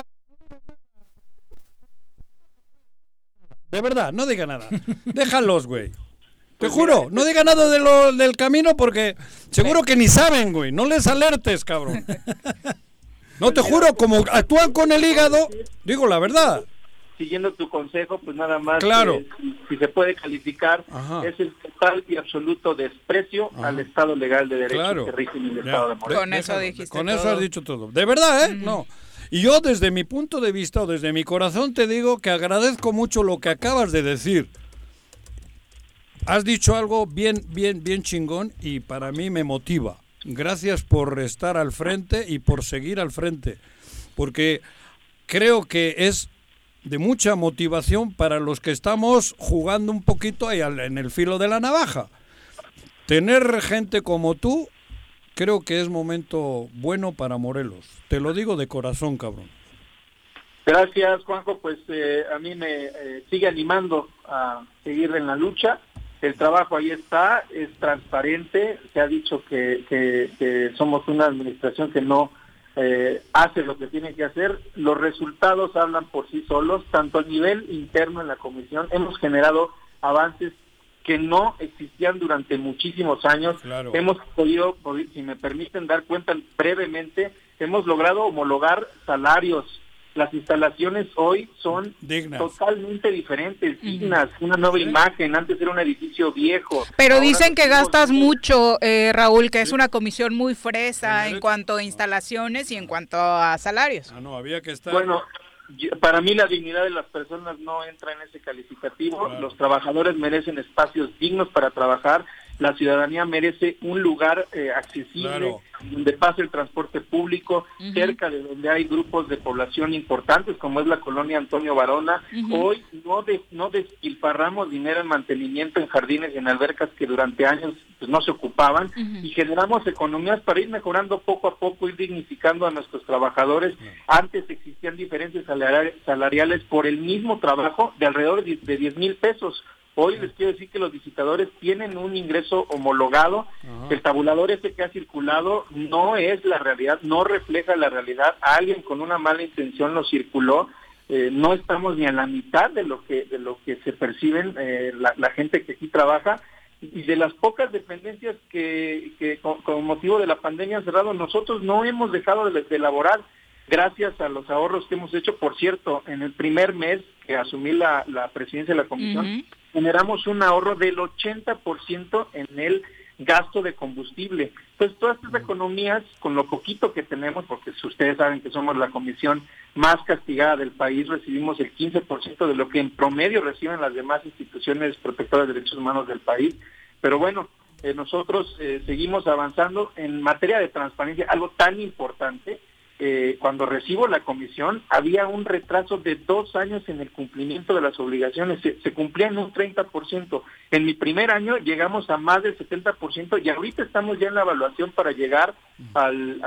De verdad, no diga nada. Déjalos, güey. Te juro, no diga nada del camino porque seguro que ni saben, güey. No les alertes, cabrón. No, te juro, como actúan con el hígado, digo la verdad. Siguiendo tu consejo, pues nada más, claro. Si se puede calificar, Ajá. es el total y absoluto desprecio al Estado legal de derecho claro. que rige en el Estado de Morelos. Con eso dijiste Con todo. eso has dicho todo. De verdad, No. Y yo desde mi punto de vista o desde mi corazón te digo que agradezco mucho lo que acabas de decir. Has dicho algo bien chingón y para mí me motiva. Gracias por estar al frente y por seguir al frente. Porque creo que es de mucha motivación para los que estamos jugando un poquito ahí en el filo de la navaja. Tener gente como tú, creo que es momento bueno para Morelos. Te lo digo de corazón, cabrón. Gracias, Juanjo. Pues a mí me sigue animando a seguir en la lucha. El trabajo ahí está, es transparente. Se ha dicho que somos una administración que no hace lo que tiene que hacer. Los resultados hablan por sí solos, tanto a nivel interno en la comisión. Hemos generado avances que no existían durante muchísimos años. Claro. Hemos podido, si me permiten dar cuenta brevemente, hemos logrado homologar salarios. Las instalaciones hoy son dignas, totalmente diferentes, dignas, una nueva imagen. Antes era un edificio viejo. Pero Ahora dicen que gastas bien. mucho, Raúl, que es una comisión muy fresa en cuanto a instalaciones y en cuanto a salarios. No, había que estar... Bueno, para mí la dignidad de las personas no entra en ese calificativo. Claro. Los trabajadores merecen espacios dignos para trabajar. La ciudadanía merece un lugar accesible, claro, donde pase el transporte público, cerca de donde hay grupos de población importantes, como es la colonia Antonio Varona. Hoy no despilfarramos dinero en mantenimiento en jardines y en albercas que durante años pues no se ocupaban, y generamos economías para ir mejorando poco a poco, ir dignificando a nuestros trabajadores. Antes existían diferencias salariales por el mismo trabajo de alrededor de 10,000 pesos. Hoy les quiero decir que los visitadores tienen un ingreso homologado. El tabulador ese que ha circulado no es la realidad, no refleja la realidad. Alguien con una mala intención lo circuló. No estamos ni a la mitad de lo que se perciben la gente que aquí trabaja. Y de las pocas dependencias que con motivo de la pandemia han cerrado, nosotros no hemos dejado de elaborar. Gracias a los ahorros que hemos hecho. Por cierto, en el primer mes que asumí la presidencia de la comisión, generamos un ahorro del 80% en el gasto de combustible. Entonces, todas estas economías, con lo poquito que tenemos, porque ustedes saben que somos la comisión más castigada del país, recibimos el 15% de lo que en promedio reciben las demás instituciones protectoras de derechos humanos del país. Pero bueno, nosotros seguimos avanzando en materia de transparencia, algo tan importante. Cuando recibo la comisión, había un retraso de 2 años en el cumplimiento de las obligaciones, se cumplía en un 30%. En mi primer año llegamos a más del 70% y ahorita estamos ya en la evaluación para llegar al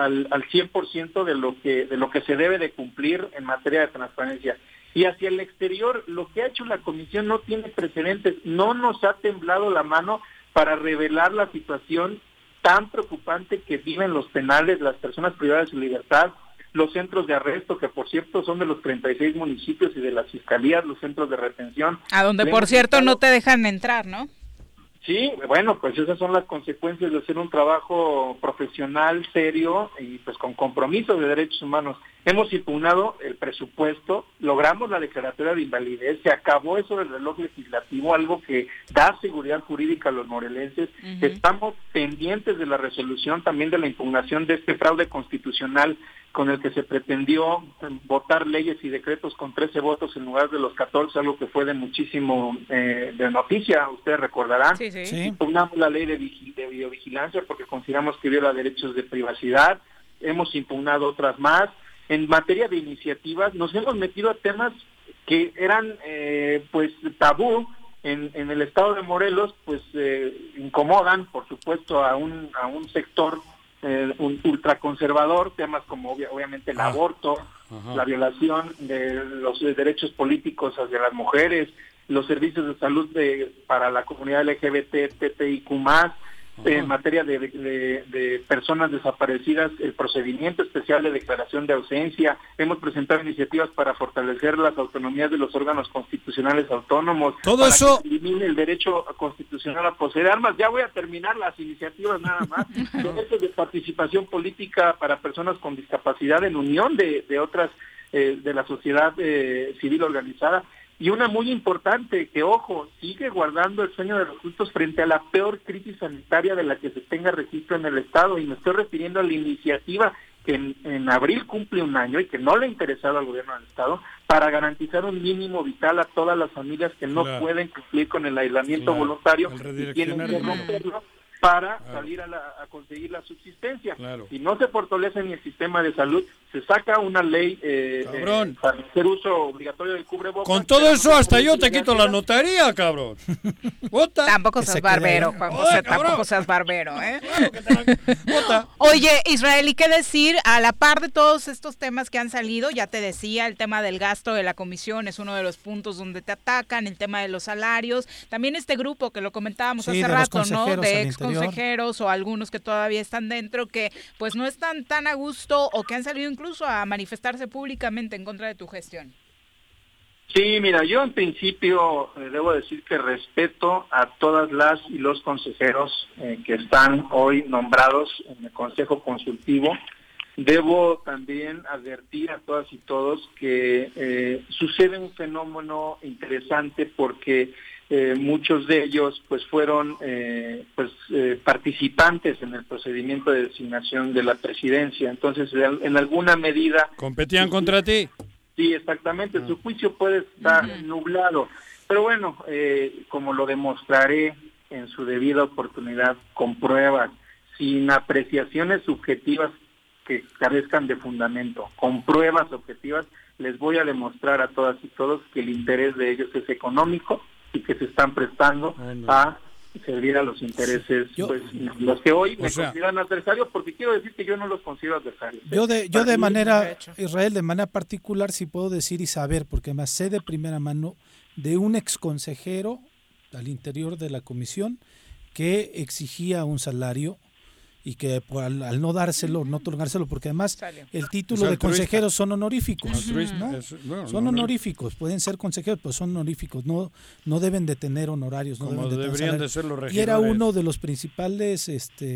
100% de lo que se debe de cumplir en materia de transparencia. Y hacia el exterior, lo que ha hecho la comisión no tiene precedentes, no nos ha temblado la mano para revelar la situación tan preocupante que viven los penales, las personas privadas de su libertad, los centros de arresto, que por cierto son de los 36 municipios y de las fiscalías, los centros de retención. A donde, por cierto, no te dejan entrar, ¿no? Sí, bueno, pues esas son las consecuencias de hacer un trabajo profesional, serio y pues con compromiso de derechos humanos. Hemos impugnado el presupuesto, logramos la declaratoria de invalidez, se acabó eso del reloj legislativo, algo que da seguridad jurídica a los morelenses. Estamos pendientes de la resolución también de la impugnación de este fraude constitucional con el que se pretendió votar leyes y decretos con 13 votos en lugar de los 14, algo que fue de muchísimo de noticia, ustedes recordarán. Sí. Impugnamos la ley de videovigilancia porque consideramos que viola derechos de privacidad, hemos impugnado otras más. En materia de iniciativas, nos hemos metido a temas que eran pues tabú en el estado de Morelos, pues incomodan, por supuesto, a un sector un ultraconservador, temas como obviamente el aborto, la violación de los derechos políticos hacia las mujeres, los servicios de salud para la comunidad LGBT, TTIQ+, en materia de personas desaparecidas, el procedimiento especial de declaración de ausencia. Hemos presentado iniciativas para fortalecer las autonomías de los órganos constitucionales autónomos. Todo para eso. que elimine el derecho constitucional a poseer armas. Ya voy a terminar las iniciativas nada más. Derechos de participación política para personas con discapacidad en unión de otras de la sociedad civil organizada. Y una muy importante, que ojo, sigue guardando el sueño de los justos frente a la peor crisis sanitaria de la que se tenga registro en el Estado, y me estoy refiriendo a la iniciativa que en abril cumple un año y que no le ha interesado al gobierno del Estado, para garantizar un mínimo vital a todas las familias que no pueden cumplir con el aislamiento voluntario y tienen que romperlo para salir a conseguir la subsistencia. Si no se fortalece ni el sistema de salud, se saca una ley para hacer uso obligatorio del cubrebocas. Con todo eso hasta yo te quito la notaría, cabrón. Bota. Tampoco seas barbero, Juan José, tampoco seas barbero, ¿eh? Bota. Oye, Israel, ¿y qué decir? A la par de todos estos temas que han salido, ya te decía, el tema del gasto de la comisión es uno de los puntos donde te atacan, el tema de los salarios, también este grupo que lo comentábamos hace rato, ¿no? De ex consejeros o algunos que todavía están dentro, que pues no están tan a gusto o que han salido incluso a manifestarse públicamente en contra de tu gestión. Sí, mira, yo en principio debo decir que respeto a todas las y los consejeros que están hoy nombrados en el Consejo Consultivo. Debo también advertir a todas y todos que sucede un fenómeno interesante porque muchos de ellos pues fueron participantes en el procedimiento de designación de la presidencia. Entonces, en alguna medida... ¿Competían contra ti? Sí, exactamente. Su juicio puede estar nublado. Pero bueno, como lo demostraré en su debida oportunidad, con pruebas, sin apreciaciones subjetivas que carezcan de fundamento, con pruebas objetivas, les voy a demostrar a todas y todos que el interés de ellos es económico y que se están prestando a servir a los intereses, pues los que hoy me consideran adversarios, porque quiero decir que yo no los considero adversarios. Yo de manera, Israel, de manera particular sí puedo decir y saber, porque me sé de primera mano de un exconsejero al interior de la comisión que exigía un salario y que al no dárselo, no otorgárselo, porque además el título de consejeros son honoríficos, ¿no? Son honoríficos, pueden ser consejeros, pero son honoríficos, no deben de tener honorarios, como deberían de ser los regidores. Y era uno de los principales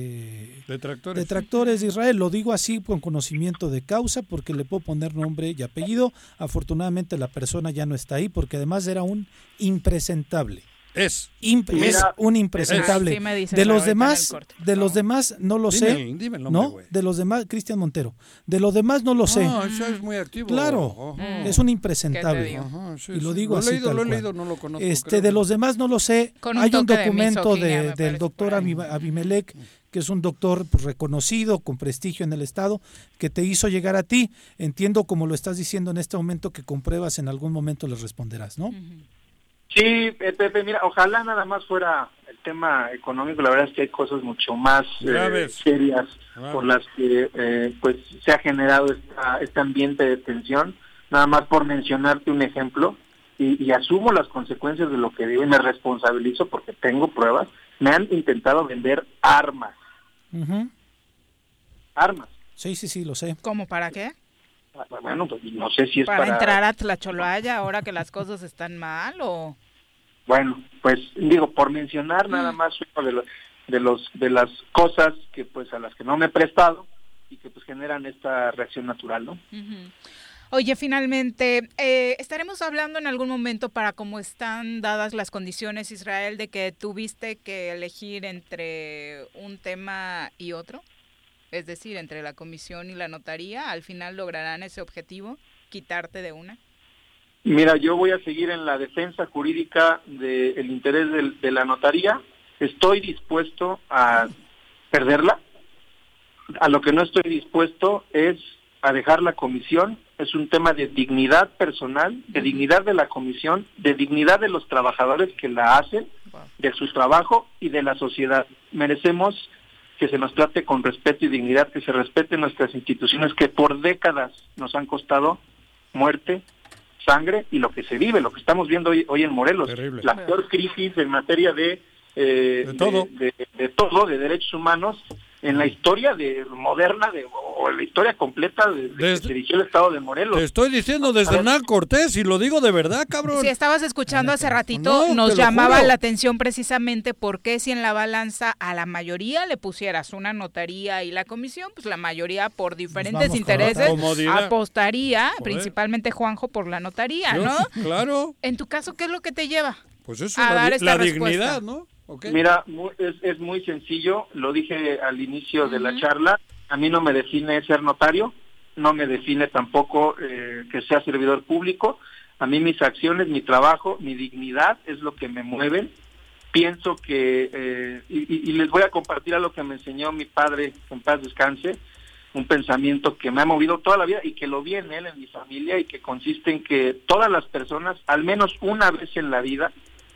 detractores de Israel, lo digo así con conocimiento de causa, porque le puedo poner nombre y apellido. Afortunadamente la persona ya no está ahí, porque además era un impresentable. Es un impresentable. Sí, de los demás no lo sé. Dime el nombre, ¿no? De los demás, Cristian Montero. De los demás no lo sé. Eso es muy activo. Claro, es un impresentable. Y lo digo así. Lo he leído, no lo conozco. De los demás no lo sé. Hay un documento del doctor Abimelec, que es un doctor reconocido, con prestigio en el Estado, que te hizo llegar a ti. Entiendo, como lo estás diciendo en este momento, que con pruebas en algún momento les responderás, ¿no? Sí, Pepe, mira, ojalá nada más fuera el tema económico. La verdad es que hay cosas mucho más serias por las que pues se ha generado este ambiente de tensión. Nada más por mencionarte un ejemplo, y asumo las consecuencias de lo que digo y me responsabilizo porque tengo pruebas. Me han intentado vender armas. Armas. Sí, lo sé. ¿Cómo para qué? Bueno, pues no sé si es para entrar a Tlacholaya ahora que las cosas están mal o... Bueno, pues digo, por mencionar nada más uno de las cosas que pues a las que no me he prestado y que pues generan esta reacción natural, ¿no? Oye, finalmente, estaremos hablando en algún momento para cómo están dadas las condiciones, Israel, de que tuviste que elegir entre un tema y otro, es decir, entre la comisión y la notaría. ¿Al final lograrán ese objetivo, quitarte de una? Mira, yo voy a seguir en la defensa jurídica del interés de la notaría. Estoy dispuesto a perderla. A lo que no estoy dispuesto es a dejar la comisión. Es un tema de dignidad personal, de dignidad de la comisión, de dignidad de los trabajadores que la hacen, de su trabajo y de la sociedad. Merecemos que se nos trate con respeto y dignidad, que se respeten nuestras instituciones que por décadas nos han costado muerte, sangre y lo que se vive, lo que estamos viendo hoy en Morelos. Terrible. La peor crisis en materia de de todo, de derechos humanos en la historia moderna o en la historia completa que se dirigió el estado de Morelos. Te estoy diciendo desde Hernán Cortés y lo digo de verdad, cabrón. Si estabas escuchando hace ratito, nos llamaba la atención precisamente porque si en la balanza a la mayoría le pusieras una notaría y la comisión, pues la mayoría por diferentes intereses apostaría, principalmente Juanjo, por la notaría, ¿no? Claro. En tu caso, ¿qué es lo que te lleva? Pues eso, a dar esta la respuesta? Dignidad, ¿no? Okay. Mira, es muy sencillo, lo dije al inicio de la charla, a mí no me define ser notario, no me define tampoco que sea servidor público, a mí mis acciones, mi trabajo, mi dignidad es lo que me mueven. Pienso que, y les voy a compartir algo que me enseñó mi padre, en paz descanse, un pensamiento que me ha movido toda la vida y que lo vi en él, en mi familia, y que consiste en que todas las personas, al menos una vez en la vida,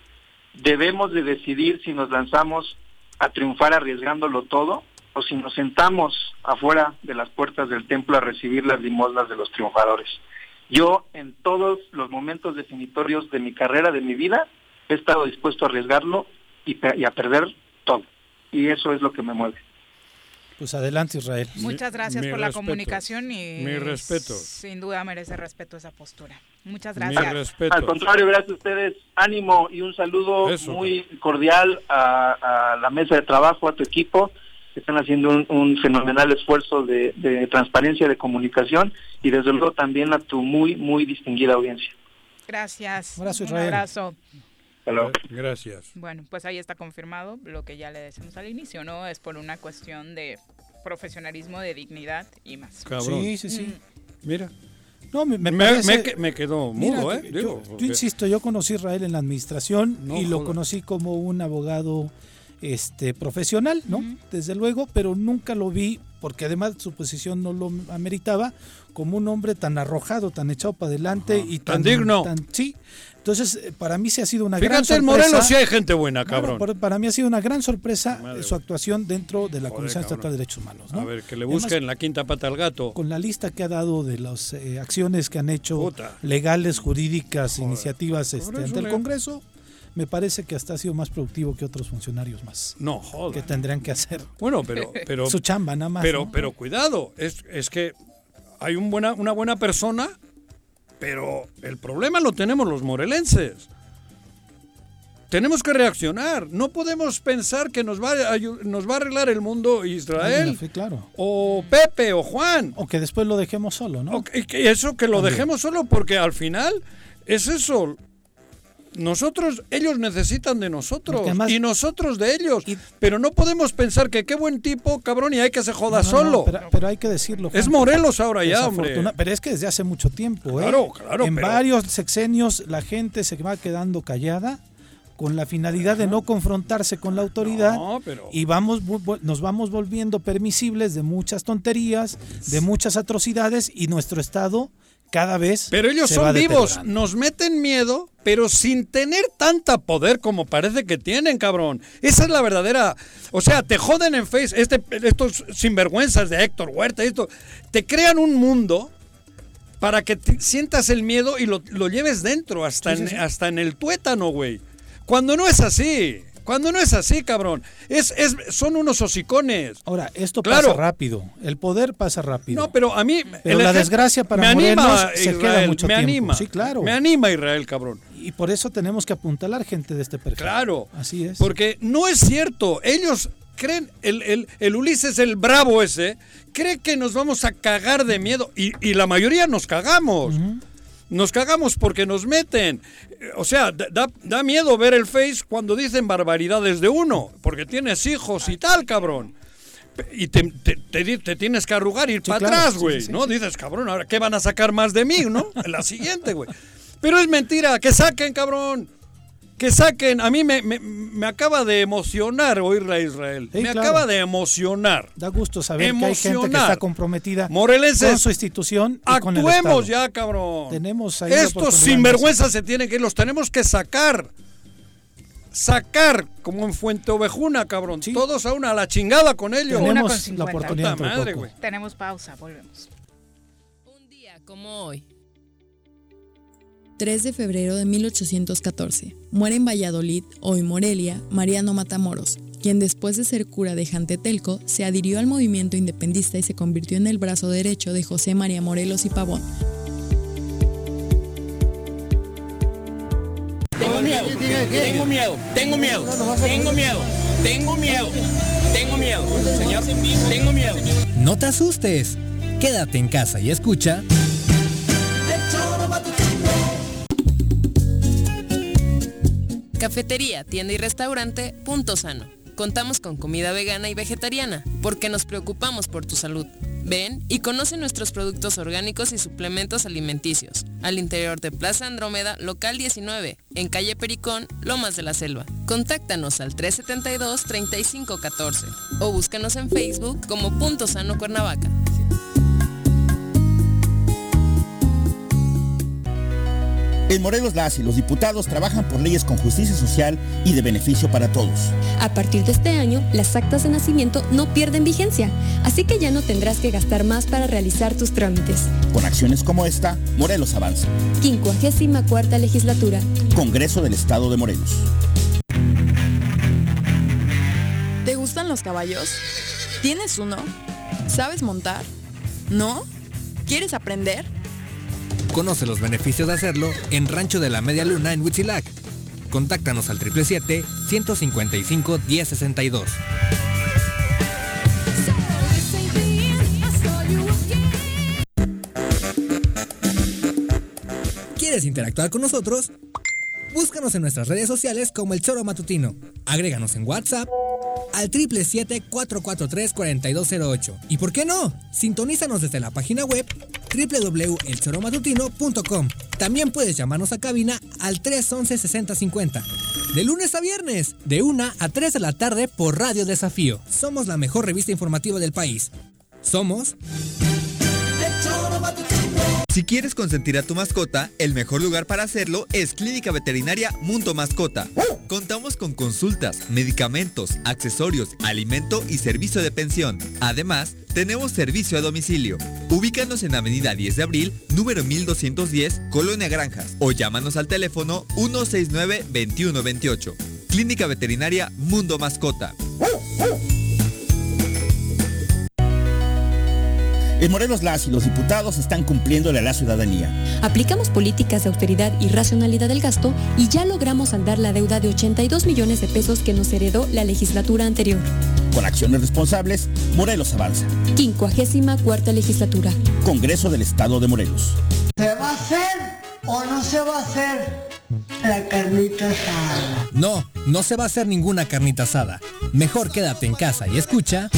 debemos de decidir si nos lanzamos a triunfar arriesgándolo todo o si nos sentamos afuera de las puertas del templo a recibir las limosnas de los triunfadores. Yo en todos los momentos definitorios de mi carrera, de mi vida, he estado dispuesto a arriesgarlo y a perder todo. Y eso es lo que me mueve. Pues adelante, Israel. Muchas gracias por la comunicación y mi respeto. Sin duda merece respeto esa postura. Muchas gracias. Mi respeto. Al contrario, gracias a ustedes. Ánimo y un saludo muy cordial a la mesa de trabajo, a tu equipo. Están haciendo un fenomenal esfuerzo de transparencia, de comunicación y desde luego también a tu muy, muy distinguida audiencia. Gracias. Un Un abrazo. Hello. Gracias. Bueno, pues ahí está confirmado lo que ya le decimos al inicio, ¿no? Es por una cuestión de profesionalismo, de dignidad y más. Cabrón. Sí. Mira. No, me parece... me quedó mudo, Mira, yo insisto, yo conocí a Israel en la administración lo conocí como un abogado profesional, ¿no? Desde luego, pero nunca lo vi, porque además su posición no lo ameritaba, como un hombre tan arrojado, tan echado para adelante y tan digno. Sí. Entonces, para mí sí ha sido una gran sorpresa. Fíjate, en Morelos sí hay gente buena, cabrón. Bueno, para mí ha sido una gran sorpresa su actuación dentro de la Comisión Estatal de Derechos Humanos, ¿no? A ver, que le busquen la quinta pata al gato. Con la lista que ha dado de las acciones que han hecho legales, jurídicas, iniciativas ante el Congreso, me parece que hasta ha sido más productivo que otros funcionarios más. No, joder. Que tendrían que hacer. Bueno, pero su chamba nada más. Pero cuidado, es que hay una buena persona, pero el problema lo tenemos los morelenses. Tenemos que reaccionar. No podemos pensar que nos va a arreglar el mundo Israel, claro. o Pepe o Juan. O que después lo dejemos solo, ¿no? Que lo dejemos solo, porque al final es eso. Ellos necesitan de nosotros además, y nosotros de ellos, pero no podemos pensar que qué buen tipo, cabrón, y hay que se joda solo. Pero hay que decirlo. Es Morelos ahora ya, hombre. Pero es que desde hace mucho tiempo, Claro, en varios sexenios la gente se va quedando callada con la finalidad de no confrontarse con la autoridad y nos vamos volviendo permisibles de muchas tonterías, de muchas atrocidades y nuestro Estado cada vez. Pero ellos son vivos, nos meten miedo, pero sin tener tanta poder como parece que tienen, cabrón. Esa es la verdadera. O sea, te joden en Face, estos sinvergüenzas de Héctor Huerta, te crean un mundo para que sientas el miedo y lo lleves dentro, hasta en el tuétano, güey. Cuando no es así. Cabrón. Son unos hocicones. Ahora, esto pasa rápido. El poder pasa rápido. No, pero a mí... Pero la desgracia para Morelos se queda mucho tiempo. Anima. Sí, claro. Me anima Israel, cabrón. Y por eso tenemos que apuntalar gente de este perfil. Claro. Así es. Porque no es cierto. Ellos creen, el Ulises, el bravo ese, cree que nos vamos a cagar de miedo. Y la mayoría nos cagamos. Nos cagamos porque nos meten. O sea, da miedo ver el Face cuando dicen barbaridades de uno, porque tienes hijos y tal, cabrón. Y te tienes que arrugar, ir para atrás, güey, ¿no? Dices, cabrón, ¿ahora qué van a sacar más de mí, no? En la siguiente, güey. Pero es mentira, que saquen, cabrón. Que saquen. A mí me acaba de emocionar oírle a Israel. Sí, acaba de emocionar. Da gusto saber que hay gente que está comprometida morelenses, con su institución y con el Estado. Actuemos ya, cabrón. Tenemos ahí estos sinvergüenzas los tenemos que sacar. Sacar, como en Fuente Ovejuna, cabrón. Sí. Todos a la chingada con ellos. Tenemos la oportunidad. Madre, güey. Tenemos pausa, volvemos. Un día como hoy. 3 de febrero de 1814. Muere en Valladolid, hoy Morelia, Mariano Matamoros, quien después de ser cura de Jantetelco se adhirió al movimiento independentista y se convirtió en el brazo derecho de José María Morelos y Pavón. Tengo miedo, tengo miedo, tengo miedo, tengo miedo, tengo miedo, tengo miedo, señor, tengo miedo. No te asustes, quédate en casa y escucha. Cafetería, tienda y restaurante Punto Sano. Contamos con comida vegana y vegetariana, porque nos preocupamos por tu salud. Ven y conoce nuestros productos orgánicos y suplementos alimenticios. Al interior de Plaza Andrómeda, local 19, en calle Pericón, Lomas de la Selva. Contáctanos al 372-3514 o búscanos en Facebook como Punto Sano Cuernavaca. En Morelos, las y los diputados trabajan por leyes con justicia social y de beneficio para todos. A partir de este año, las actas de nacimiento no pierden vigencia, así que ya no tendrás que gastar más para realizar tus trámites. Con acciones como esta, Morelos avanza. 54ª Legislatura. Congreso del Estado de Morelos. ¿Te gustan los caballos? ¿Tienes uno? ¿Sabes montar? ¿No? ¿Quieres aprender? Conoce los beneficios de hacerlo en Rancho de la Media Luna en Huitzilac. Contáctanos al 777-155-1062. ¿Quieres interactuar con nosotros? Búscanos en nuestras redes sociales como El Choro Matutino. Agréganos en WhatsApp al 777-443-4208. ¿Y por qué no? Sintonízanos desde la página web www.elchoromatutino.com. También puedes llamarnos a cabina al 311-6050. De lunes a viernes, de 1 a 3 de la tarde por Radio Desafío. Somos la mejor revista informativa del país. Somos... Si quieres consentir a tu mascota, el mejor lugar para hacerlo es Clínica Veterinaria Mundo Mascota. Contamos con consultas, medicamentos, accesorios, alimento y servicio de pensión. Además, tenemos servicio a domicilio. Ubícanos en Avenida 10 de Abril, número 1210, Colonia Granjas, o llámanos al teléfono 169-2128. Clínica Veterinaria Mundo Mascota. En Morelos, las y los diputados están cumpliéndole a la ciudadanía. Aplicamos políticas de austeridad y racionalidad del gasto y ya logramos saldar la deuda de 82 millones de pesos que nos heredó la legislatura anterior. Con acciones responsables, Morelos avanza. 54ª Legislatura. Congreso del Estado de Morelos. ¿Se va a hacer o no se va a hacer la carnita asada? No, no se va a hacer ninguna carnita asada. Mejor quédate en casa y escucha...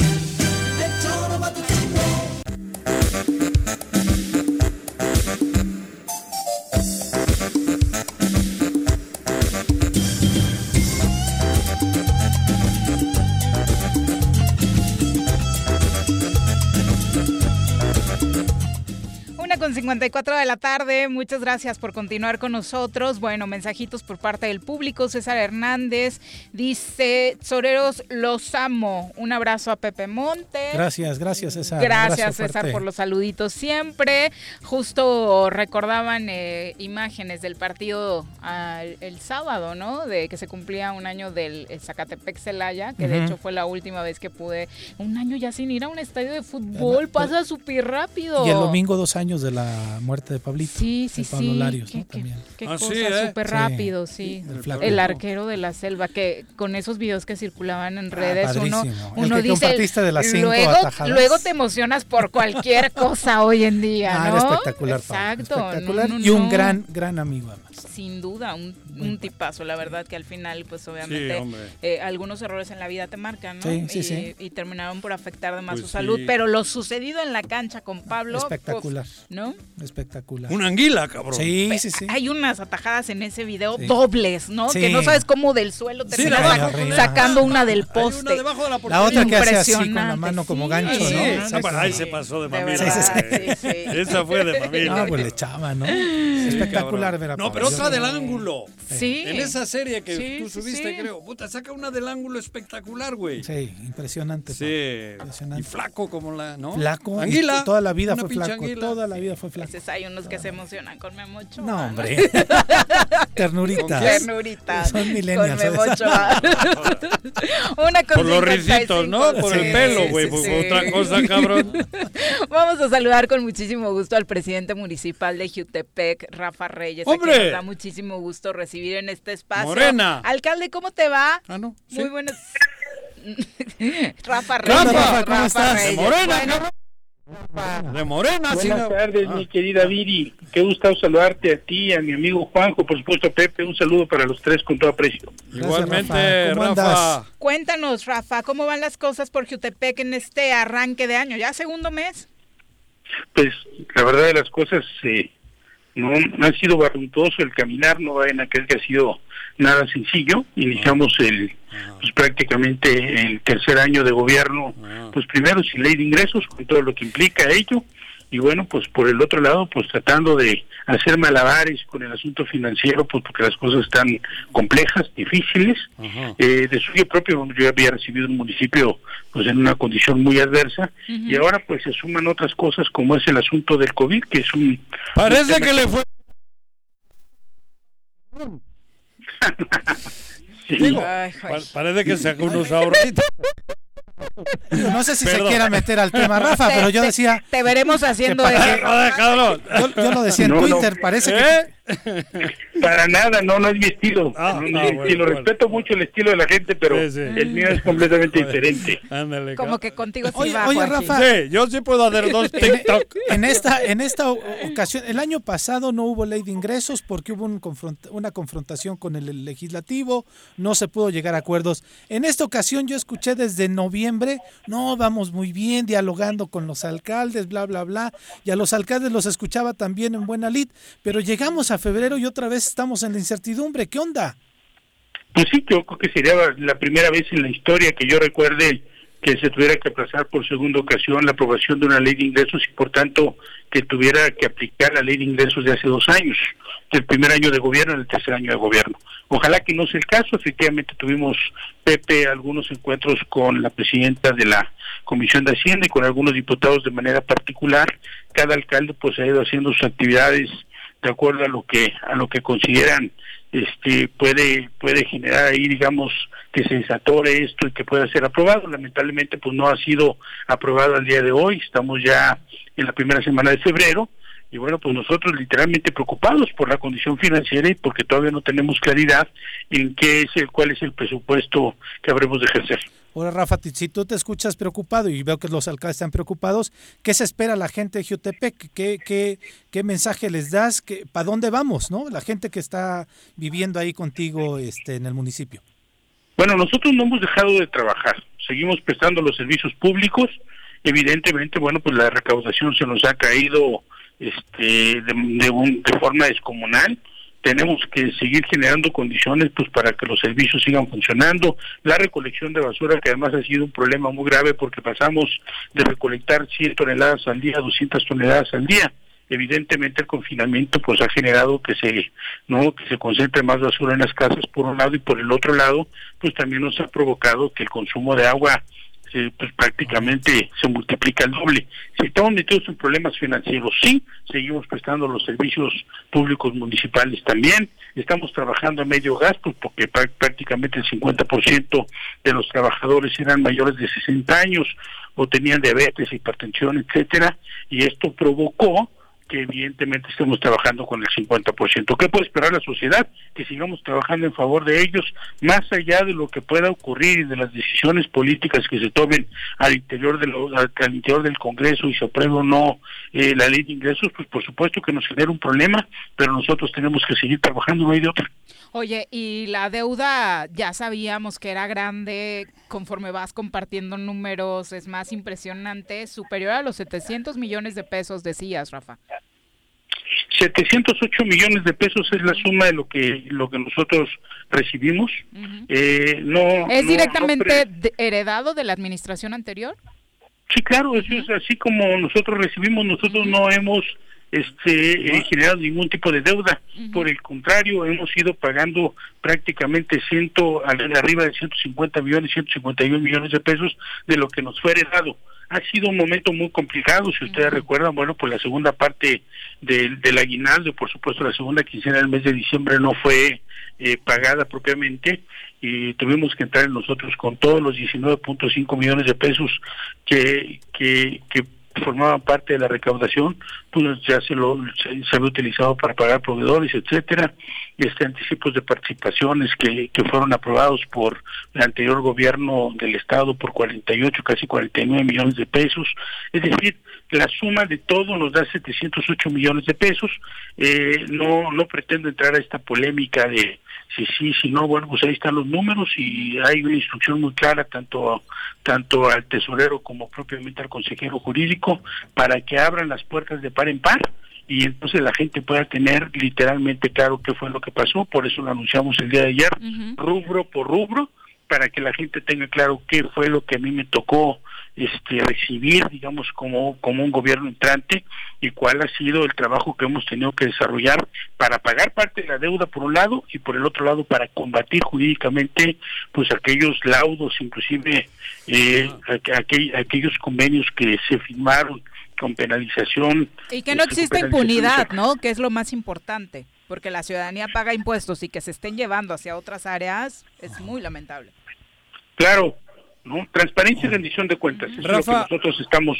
Con 54 de la tarde, muchas gracias por continuar con nosotros. Bueno, mensajitos por parte del público. César Hernández dice: Soreros, los amo. Un abrazo a Pepe Montes. Gracias César. Gracias César por los saluditos siempre. Justo recordaban imágenes del partido el sábado, ¿no? De que se cumplía un año del Zacatepec Celaya, que de hecho fue la última vez que pude. Un año ya sin ir a un estadio de fútbol, pasa súper rápido. Y el domingo 2 años de la muerte de Pablito. Sí, Pablo Larios, ¿no? También. Qué cosa, súper rápido, sí. El arquero de la selva, que con esos videos que circulaban en redes, uno dice, de las 5 luego te emocionas por cualquier cosa hoy en día, ¿no? Era espectacular, exacto. Pablo, espectacular. Y un gran amigo además. Sin duda, un tipazo, la verdad que al final, pues obviamente, algunos errores en la vida te marcan, ¿no? Y terminaron por afectar además su salud, pero lo sucedido en la cancha con Pablo, espectacular. ¿no? Espectacular. Una anguila, cabrón. Sí. Hay unas atajadas en ese video dobles, ¿no? Sí. Que no sabes cómo del suelo terminas sacando una del poste. Hay una debajo de la portería. La otra que hace así con la mano como gancho, ¿no? Ahí se pasó de mamila. Esa fue de mamila. No, pues le echaba, ¿no? Espectacular ver a Pablo. No, pero otra del ángulo. Sí. En esa serie que tú subiste, creo. Puta, saca una del ángulo espectacular, güey. Sí, impresionante. Sí. Impresionante. Y flaco como la, ¿no? Flaco. Anguila. Toda la vida fue flaco. Anguila. Toda la vida fue flaco. Veces hay unos que se emocionan con Memo Ochoa. No, hombre. Ternuritas. Ternuritas. Son millennials. Con Memo Ochoa. Una con por los ricitos, ¿no? Por el pelo, güey. Otra cosa, cabrón. Vamos a saludar con muchísimo gusto al presidente municipal de Jiutepec, Rafa Reyes. ¡Hombre! A quien nos da muchísimo gusto recibir en este espacio. Morena. Alcalde, ¿cómo te va? No. ¿Sí? Muy buenas. Rafa Reyes. ¿cómo estás? Reyes. De Morena, Bueno, De Morena, sí. Buenas tardes, mi querida Viri. Qué gusto saludarte a ti, a mi amigo Juanjo, por supuesto a Pepe. Un saludo para los tres con todo aprecio. Igualmente, ¿Cómo Rafa. andas? cuéntanos, Rafa, ¿cómo van las cosas por Jiutepec en este arranque de año? ¿Ya segundo mes? Pues la verdad de las cosas, no ha sido barruntoso el caminar, no vayan a creer que ha sido nada sencillo. Iniciamos pues prácticamente el tercer año de gobierno, pues primero sin ley de ingresos, con todo lo que implica ello, y bueno, pues por el otro lado, pues tratando de hacer malabares con el asunto financiero, pues porque las cosas están complejas, difíciles. De suyo propio, yo había recibido un municipio pues en una condición muy adversa, y ahora pues se suman otras cosas como es el asunto del COVID, que es Parece que le fue... Sí. Digo, parece que sacó unos ahorritos. No sé si se quiera meter al tema, Rafa, pero yo decía... Te veremos haciendo que eso. Yo lo decía en Twitter, parece que... Para nada, no es mi estilo. Bueno. Respeto mucho el estilo de la gente, pero Sí. el mío es completamente diferente. Ándale, Como que contigo sí Oye, va, oye, Juanji. Rafa. Sí, yo sí puedo hacer 2 TikTok. En esta ocasión, el año pasado no hubo ley de ingresos porque hubo una confrontación con el legislativo, no se pudo llegar a acuerdos. En esta ocasión yo escuché desde noviembre, no, vamos muy bien, dialogando con los alcaldes, bla, bla, bla, y a los alcaldes los escuchaba también en buena lid, pero llegamos a febrero y otra vez estamos en la incertidumbre. ¿Qué onda? Pues sí, yo creo que sería la primera vez en la historia que yo recuerde que se tuviera que aplazar por segunda ocasión la aprobación de una ley de ingresos y por tanto que tuviera que aplicar la ley de ingresos de hace 2 años, del primer año de gobierno al tercer año de gobierno. Ojalá que no sea el caso. Efectivamente tuvimos, Pepe, algunos encuentros con la presidenta de la Comisión de Hacienda y con algunos diputados de manera particular. Cada alcalde pues ha ido haciendo sus actividades de acuerdo a lo que consideran puede generar ahí, digamos, que se desatore esto y que pueda ser aprobado. Lamentablemente pues no ha sido aprobado al día de hoy. Estamos ya en la primera semana de febrero y bueno, pues nosotros literalmente preocupados por la condición financiera y porque todavía no tenemos claridad en cuál es el presupuesto que habremos de ejercer. Ahora, Rafa, si tú te escuchas preocupado y veo que los alcaldes están preocupados, ¿qué se espera la gente de Jiutepec? ¿Qué mensaje les das? ¿Para dónde vamos, no? La gente que está viviendo ahí contigo en el municipio. Bueno, nosotros no hemos dejado de trabajar, seguimos prestando los servicios públicos. Evidentemente, bueno, pues la recaudación se nos ha caído de forma descomunal. Tenemos que seguir generando condiciones pues para que los servicios sigan funcionando. La recolección de basura, que además ha sido un problema muy grave porque pasamos de recolectar 100 toneladas al día a 200 toneladas al día. Evidentemente el confinamiento pues ha generado que se concentre más basura en las casas por un lado, y por el otro lado pues también nos ha provocado que el consumo de agua pues prácticamente se multiplica el doble. Si estamos metidos en problemas financieros, sí, seguimos prestando los servicios públicos municipales también, estamos trabajando a medio gasto porque prácticamente el 50% de los trabajadores eran mayores de 60 años o tenían diabetes, hipertensión, etcétera, y esto provocó que evidentemente estemos trabajando con el 50%. ¿Qué puede esperar la sociedad? Que sigamos trabajando en favor de ellos, más allá de lo que pueda ocurrir y de las decisiones políticas que se tomen al interior del Congreso y se apruebe o no la ley de ingresos, pues por supuesto que nos genera un problema, pero nosotros tenemos que seguir trabajando, no hay de otra. Oye, y la deuda ya sabíamos que era grande, conforme vas compartiendo números es más impresionante, superior a los 700 millones de pesos, decías, Rafa. 708 millones de pesos es la suma de lo que nosotros recibimos. ¿Es directamente heredado de la administración anterior? Sí, claro, eso es así como nosotros recibimos. Nosotros no hemos generado ningún tipo de deuda. Por el contrario, hemos ido pagando prácticamente arriba de 150 millones, 151 millones de pesos de lo que nos fue heredado. ha sido un momento muy complicado. Si ustedes recuerdan, bueno, pues la segunda parte del aguinaldo, por supuesto la segunda quincena del mes de diciembre no fue pagada propiamente, y tuvimos que entrar nosotros con todos los 19.5 millones de pesos que formaban parte de la recaudación, pues ya se había utilizado para pagar proveedores, etcétera, y anticipos de participaciones que fueron aprobados por el anterior gobierno del estado por 48, casi 49 millones de pesos. Es decir, la suma de todo nos da 708 millones de pesos. No pretendo entrar a esta polémica de si sí, si no. Bueno, pues ahí están los números y hay una instrucción muy clara tanto al tesorero como propiamente al consejero jurídico para que abran las puertas de par en par y entonces la gente pueda tener literalmente claro qué fue lo que pasó. Por eso lo anunciamos el día de ayer, rubro por rubro, para que la gente tenga claro qué fue lo que a mí me tocó recibir, digamos, como un gobierno entrante, y cuál ha sido el trabajo que hemos tenido que desarrollar para pagar parte de la deuda por un lado, y por el otro lado para combatir jurídicamente pues aquellos laudos, inclusive aquellos convenios que se firmaron con penalización. Y que no existe impunidad, ¿no? Que es lo más importante, porque la ciudadanía paga impuestos y que se estén llevando hacia otras áreas es muy lamentable. Claro, ¿no? Transparencia y rendición de cuentas, es lo que nosotros estamos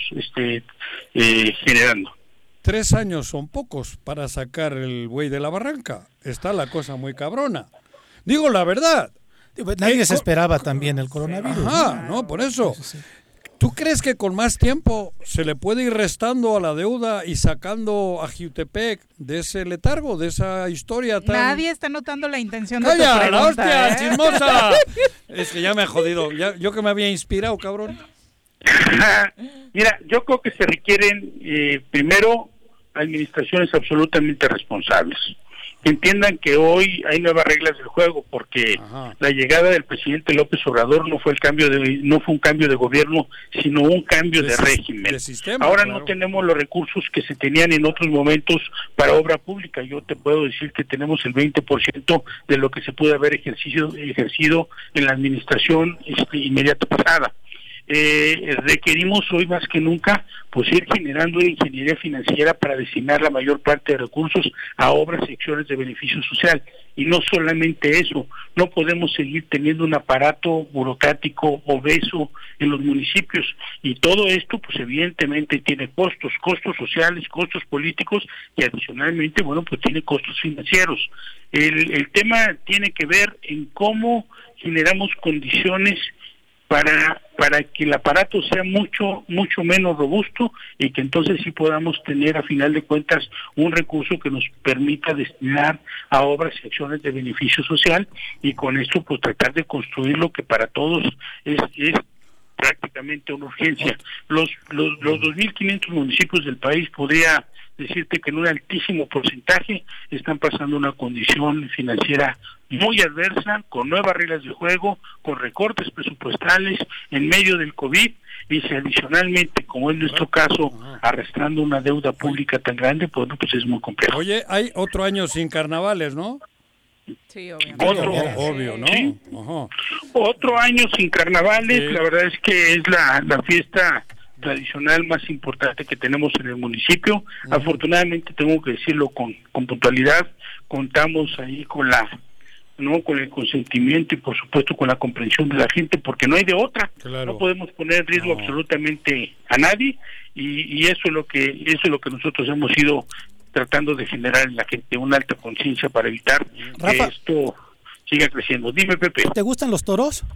generando. 3 años son pocos para sacar el buey de la barranca. Está la cosa muy cabrona. Digo la verdad. Nadie se esperaba también el coronavirus. Ajá, no, por eso. ¿Tú crees que con más tiempo se le puede ir restando a la deuda y sacando a Jiutepec de ese letargo, de esa historia tan... Nadie está notando la intención de ¡Calla, tu pregunta, la hostia, chismosa! Es que ya me ha jodido. Yo que me había inspirado, cabrón. Mira, yo creo que se requieren, primero, administraciones absolutamente responsables. Entiendan que hoy hay nuevas reglas del juego, porque la llegada del presidente López Obrador no fue un cambio de gobierno, sino un cambio de régimen. De sistema, ahora claro. No tenemos los recursos que se tenían en otros momentos para obra pública. Yo te puedo decir que tenemos el 20% de lo que se puede haber ejercido en la administración inmediata pasada. Requerimos hoy más que nunca pues ir generando una ingeniería financiera para destinar la mayor parte de recursos a obras y acciones de beneficio social, y no solamente eso, no podemos seguir teniendo un aparato burocrático obeso en los municipios, y todo esto pues evidentemente tiene costos sociales, costos políticos, y adicionalmente bueno pues tiene costos financieros. El tema tiene que ver en cómo generamos condiciones para que el aparato sea mucho menos robusto, y que entonces sí podamos tener a final de cuentas un recurso que nos permita destinar a obras y acciones de beneficio social, y con esto pues tratar de construir lo que para todos es prácticamente una urgencia. Los 2.500 municipios del país, podría decirte que en un altísimo porcentaje están pasando una condición financiera muy adversa, con nuevas reglas de juego, con recortes presupuestales en medio del COVID, y si adicionalmente, como es nuestro caso, arrastrando una deuda pública tan grande, pues es muy complejo. Oye, hay otro año sin carnavales, ¿no? Sí, obviamente. Obvio, ¿no? ¿Sí? Ajá. Otro año sin carnavales, Sí. La verdad es que es la fiesta tradicional más importante que tenemos en el municipio. Afortunadamente, tengo que decirlo con puntualidad, contamos ahí con el consentimiento y por supuesto con la comprensión de la gente, porque no hay de otra. Claro. No podemos poner en riesgo absolutamente a nadie, y eso es lo que nosotros hemos ido tratando de generar en la gente, una alta conciencia para evitar Rafa, que esto siga creciendo. Dime, Pepe. ¿Te gustan los toros?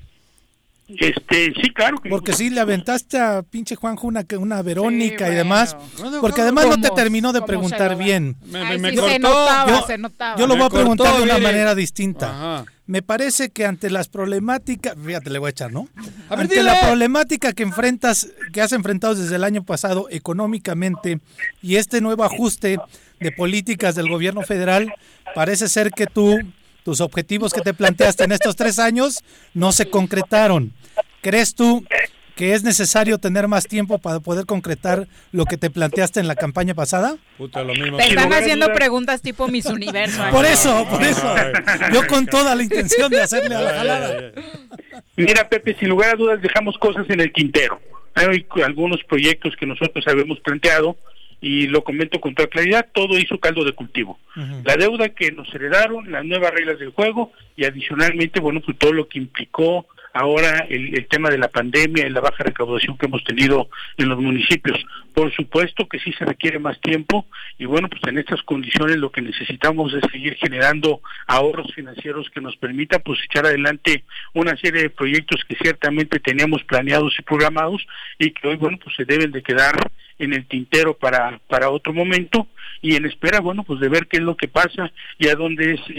Sí, claro que Porque sí le aventaste a pinche Juanjo una Verónica Sí, y demás, bueno. porque además no te ¿Cómo? terminó de ¿Cómo preguntar se lo da? bien. Me Sí, cortó. se notaba. Yo lo voy a preguntar de una Viri. manera distinta. Ajá. Me parece que ante las problemáticas, fíjate, le voy a echar, ¿no? A ver, Ante dile. la problemática que has enfrentado desde el año pasado económicamente, y este nuevo ajuste de políticas del gobierno federal, parece ser que tus objetivos que te planteaste en estos 3 años no se concretaron. ¿Crees tú que es necesario tener más tiempo para poder concretar lo que te planteaste en la campaña pasada? Puta, lo mismo. Te Sin están lugar a haciendo dudas. preguntas tipo Miss Universo. Por aquí. eso. Yo con toda la intención de hacerle a la jalada. Mira, Pepe, sin lugar a dudas dejamos cosas en el tintero. hay algunos proyectos que nosotros habíamos planteado, y lo comento con toda claridad, todo hizo caldo de cultivo. La deuda que nos heredaron, las nuevas reglas del juego, y adicionalmente, bueno, pues todo lo que implicó ahora el tema de la pandemia y la baja recaudación que hemos tenido en los municipios. Por supuesto que sí se requiere más tiempo, y bueno, pues en estas condiciones lo que necesitamos es seguir generando ahorros financieros que nos permitan pues echar adelante una serie de proyectos que ciertamente teníamos planeados y programados, y que hoy, bueno, pues se deben de quedar en el tintero para otro momento, y en espera, bueno, pues de ver qué es lo que pasa y a dónde es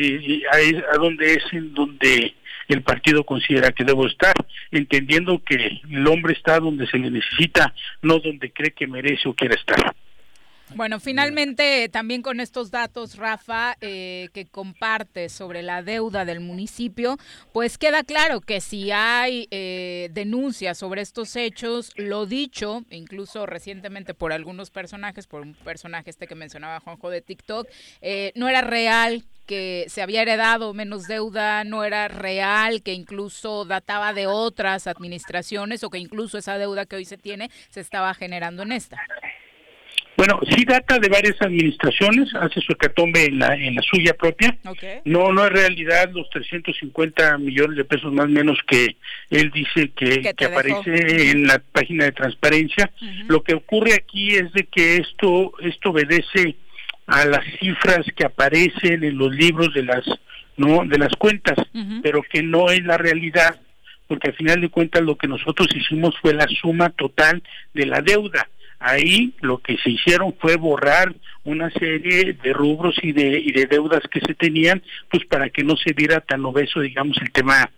en donde el partido considera que debo estar, entendiendo que el hombre está donde se le necesita, no donde cree que merece o quiere estar. Bueno, finalmente también con estos datos, Rafa, que compartes sobre la deuda del municipio, pues queda claro que si hay denuncias sobre estos hechos, lo dicho, incluso recientemente por algunos personajes, por un personaje que mencionaba Juanjo de TikTok, no era real que se había heredado menos deuda, no era real, que incluso databa de otras administraciones, o que incluso esa deuda que hoy se tiene se estaba generando en esta. Bueno, sí data de varias administraciones, hace su hecatombe en la suya propia. Okay. No es realidad los 350 millones de pesos más o menos que él dice que aparece en la página de transparencia. Lo que ocurre aquí es de que esto obedece a las cifras que aparecen en los libros de las cuentas, pero que no es la realidad, porque al final de cuentas lo que nosotros hicimos fue la suma total de la deuda. Ahí lo que se hicieron fue borrar una serie de rubros y de deudas que se tenían, pues para que no se viera tan obeso, digamos, el tema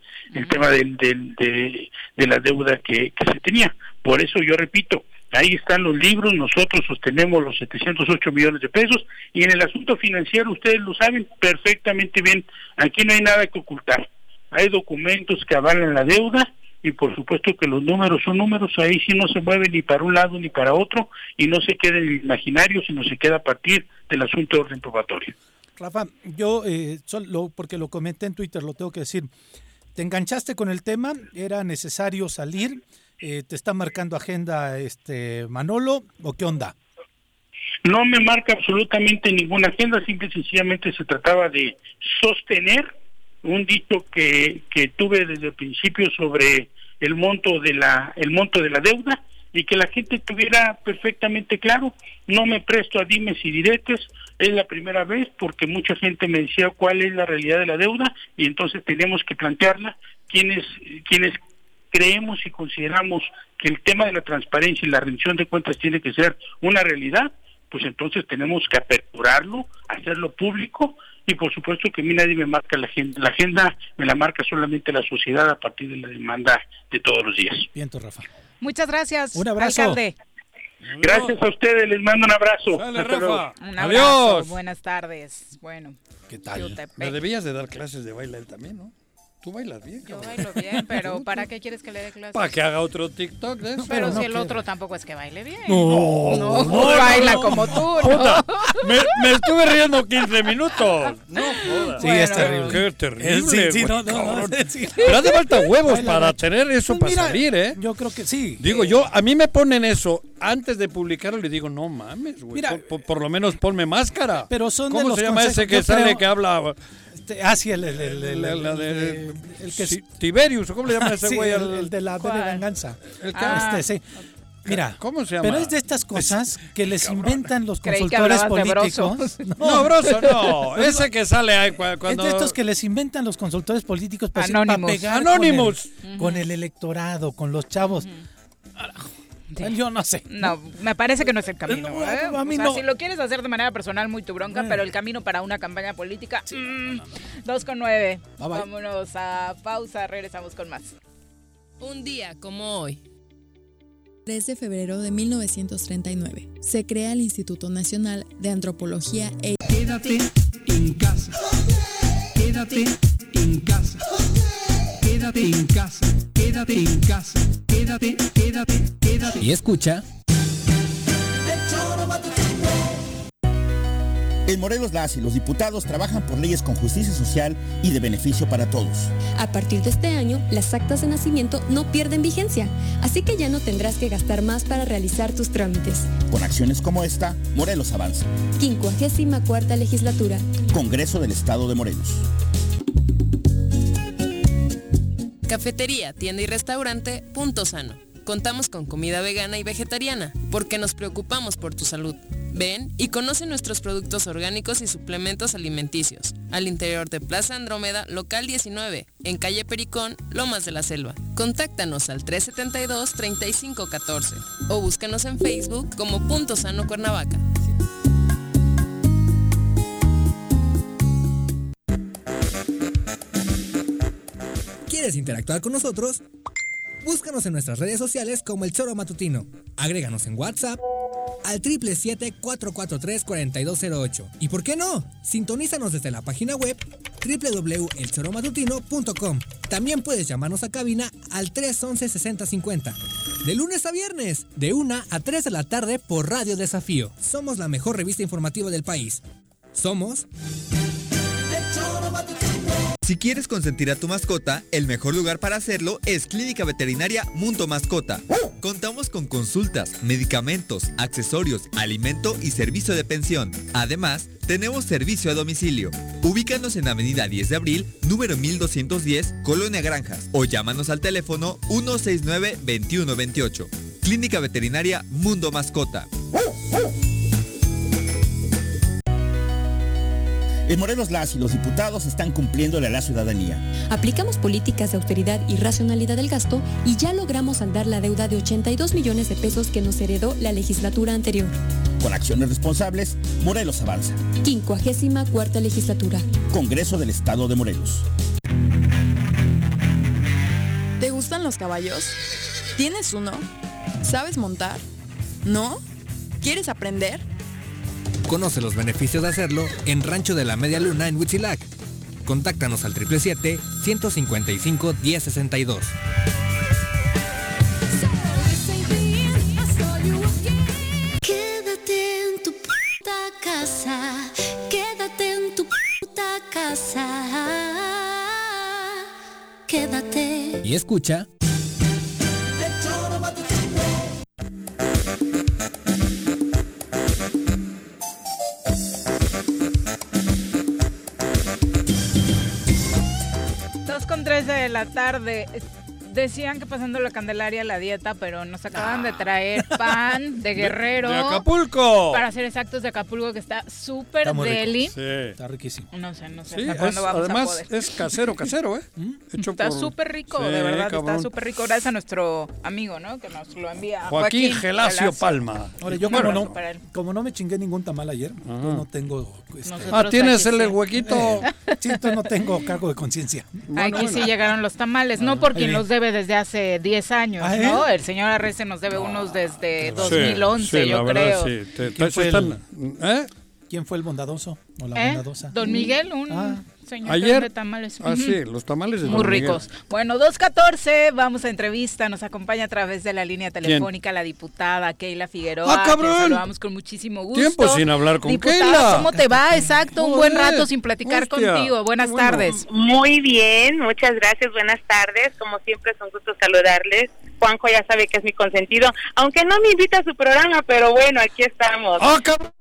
de la deuda que se tenía. Por eso yo repito, ahí están los libros, nosotros sostenemos los 708 millones de pesos, y en el asunto financiero ustedes lo saben perfectamente bien, aquí no hay nada que ocultar. Hay documentos que avalan la deuda, y por supuesto que los números son números, ahí sí no se mueve ni para un lado ni para otro, y no se queda en el imaginario, sino se queda a partir del asunto de orden probatorio. Rafa, yo solo porque lo comenté en Twitter, lo tengo que decir, te enganchaste con el tema, era necesario salir, te está marcando agenda Manolo, ¿o qué onda? No me marca absolutamente ninguna agenda, simple y sencillamente se trataba de sostener un dicho que tuve desde el principio sobre el monto de la deuda, y que la gente tuviera perfectamente claro. No me presto a dimes y diretes, es la primera vez, porque mucha gente me decía cuál es la realidad de la deuda, y entonces tenemos que plantearla. Quienes creemos y consideramos que el tema de la transparencia y la rendición de cuentas tiene que ser una realidad, pues entonces tenemos que aperturarlo, hacerlo público, y por supuesto que a mí nadie me marca la agenda me la marca solamente la sociedad a partir de la demanda de todos los días. Bien, Rafa. Muchas gracias, un abrazo. Alcalde. Gracias a ustedes, les mando un abrazo. Dale, Rafa. Un abrazo. Adiós. Buenas tardes. Bueno, ¿qué tal? Me debías de dar clases de baile él también, ¿no? Tú bailas bien, cabrón. Yo bailo bien, pero ¿para qué quieres que le dé clases? Para que haga otro TikTok de eso. Pero si el otro tampoco es que baile bien. No baila como tú, ¿no? Me estuve riendo 15 minutos. No jodas. Sí, bueno, es terrible. Qué terrible. Sí, no. Sí. Pero hace falta huevos para tener eso, pues para salir, ¿eh? Yo creo que sí. Digo, a mí me ponen eso antes de publicarlo y le digo, no mames, güey. Por lo menos ponme máscara. Pero son ¿Cómo se llama ese que sale que habla? Sí, el que es Tiberius, ¿cómo le llaman a ese güey? El de la B de venganza. Sí. Mira, ¿cómo se llama? Pero es de estas cosas que les inventan los consultores políticos. No, Broso, no. Ese que sale ahí cuando... Es de estos que les inventan los consultores políticos para pegar Anonymous. Con el electorado, con los chavos. Sí. Yo no sé. No, me parece que no es el camino. A mí no. Si lo quieres hacer de manera personal, muy tu bronca, pero el camino para una campaña política, 2:09. Bye. Vámonos a pausa, regresamos con más. Un día como hoy. 3 de febrero de 1939, se crea el Instituto Nacional de Antropología e... Quédate en casa. Quédate en casa. Quédate en casa. Quédate en casa. Quédate. Y escucha. En Morelos las y los diputados trabajan por leyes con justicia social y de beneficio para todos. A partir de este año, las actas de nacimiento no pierden vigencia, así que ya no tendrás que gastar más para realizar tus trámites. Con acciones como esta, Morelos avanza. 54ª Legislatura. Congreso del Estado de Morelos. Cafetería, tienda y restaurante Punto Sano. Contamos con comida vegana y vegetariana, porque nos preocupamos por tu salud. Ven y conoce nuestros productos orgánicos y suplementos alimenticios, al interior de Plaza Andrómeda, local 19, en calle Pericón, Lomas de la Selva. Contáctanos al 372-3514 o búscanos en Facebook como Punto Sano Cuernavaca. ¿Quieres interactuar con nosotros? Búscanos en nuestras redes sociales como El Choro Matutino. Agréganos en WhatsApp al 777-443-4208. ¿Y por qué no? Sintonízanos desde la página web www.elchoromatutino.com. También puedes llamarnos a cabina al 311-6050. De lunes a viernes, de 1 a 3 de la tarde por Radio Desafío. Somos la mejor revista informativa del país. Somos... El Choro Matutino. Si quieres consentir a tu mascota, el mejor lugar para hacerlo es Clínica Veterinaria Mundo Mascota. Contamos con consultas, medicamentos, accesorios, alimento y servicio de pensión. Además, tenemos servicio a domicilio. Ubícanos en Avenida 10 de Abril, número 1210, Colonia Granjas, o llámanos al teléfono 169-2128. Clínica Veterinaria Mundo Mascota. En Morelos las y los diputados están cumpliéndole a la ciudadanía. Aplicamos políticas de austeridad y racionalidad del gasto y ya logramos saldar la deuda de 82 millones de pesos que nos heredó la legislatura anterior. Con acciones responsables, Morelos avanza. 54ª Legislatura. Congreso del Estado de Morelos. ¿Te gustan los caballos? ¿Tienes uno? ¿Sabes montar? ¿No? ¿Quieres aprender? Conoce los beneficios de hacerlo en Rancho de la Media Luna en Huitzilac. Contáctanos al 777-155-1062. Quédate en tu puta casa, quédate en tu puta casa, quédate. Y escucha... Con 13 de la tarde. Decían que pasando la Candelaria la dieta, pero nos acaban de traer pan de Guerrero. ¡De Acapulco! Para ser exactos, de Acapulco, que está súper deli. Sí. Está riquísimo. No sé. Sí, ¿hasta cuándo vamos además a poder? es casero, ¿eh? Hecho está súper rico, sí, de verdad, cabrón. está súper rico. Gracias a nuestro amigo, ¿no? Que nos lo envía. Joaquín Gelacio Palma. Ahora, yo como no me chingué ningún tamal ayer, yo no tengo... ¿tienes el huequito? Sí, entonces no tengo cargo de conciencia. Aquí sí llegaron los tamales, no por quien los debe desde hace 10 años, ¿no? El señor Arrece nos debe unos desde 2011, yo creo. Sí. ¿Quién fue el bondadoso o la bondadosa? Don Miguel, señor ayer de tamales. sí, los tamales de muy Don ricos. Miguel. Bueno, 2:14, vamos a entrevista, nos acompaña a través de la línea telefónica la diputada Keila Figueroa. ¡Cabrón! Que saludamos con muchísimo gusto. Tiempo sin hablar con diputada, Keila. ¿cómo te va? Exacto, un buen rato sin platicar contigo. Buenas tardes. Muy bien, muchas gracias, buenas tardes. Como siempre es un gusto saludarles. Juanjo ya sabe que es mi consentido, aunque no me invita a su programa, pero bueno, aquí estamos. ¡Cabrón!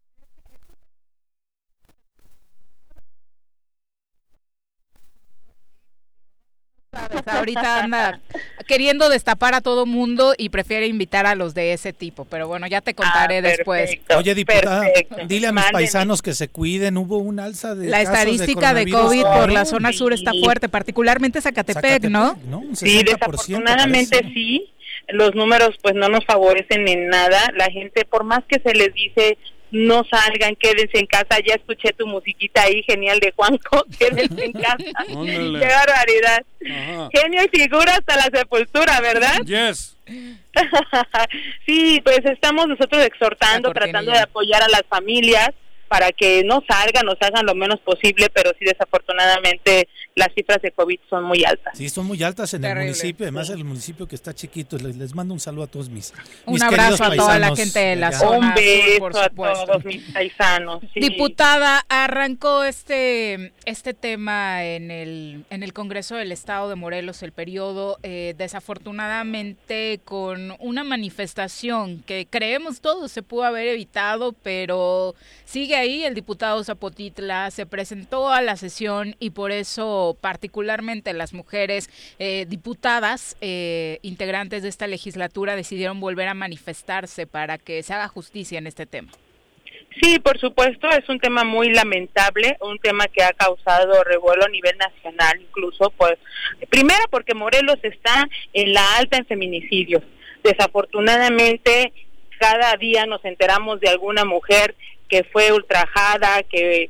Ahorita anda queriendo destapar a todo mundo y prefiere invitar a los de ese tipo, pero bueno, ya te contaré después. Oye, diputada, dile a mis paisanos que se cuiden, hubo un alza de la estadística de COVID por la zona sur está fuerte, particularmente Zacatepec, ¿no? Sí, desafortunadamente sí, los números pues no nos favorecen en nada, la gente por más que se les dice no salgan, quédense en casa, ya escuché tu musiquita ahí, genial de Juanjo, quédense en casa, qué barbaridad. Ajá. Genio y figura hasta la sepultura, ¿verdad? Yes. Sí, pues estamos nosotros exhortando, tratando de apoyar a las familias, para que no salgan lo menos posible, pero sí desafortunadamente las cifras de COVID son muy altas. Sí, son muy altas en Terrible. el municipio, además el municipio que está chiquito. Les mando un saludo a todos mis abrazo a toda la gente de la zona. Un beso por a supuesto. todos mis paisanos. Sí. Diputada, arrancó este tema en el Congreso del Estado de Morelos, el periodo, desafortunadamente con una manifestación que creemos todos se pudo haber evitado, pero sigue ahí. El diputado Zapotitla se presentó a la sesión y por eso particularmente las mujeres diputadas integrantes de esta legislatura decidieron volver a manifestarse para que se haga justicia en este tema. Sí, por supuesto, es un tema muy lamentable, un tema que ha causado revuelo a nivel nacional, incluso, pues, primero porque Morelos está en la alta en feminicidios. Desafortunadamente, cada día nos enteramos de alguna mujer que fue ultrajada, que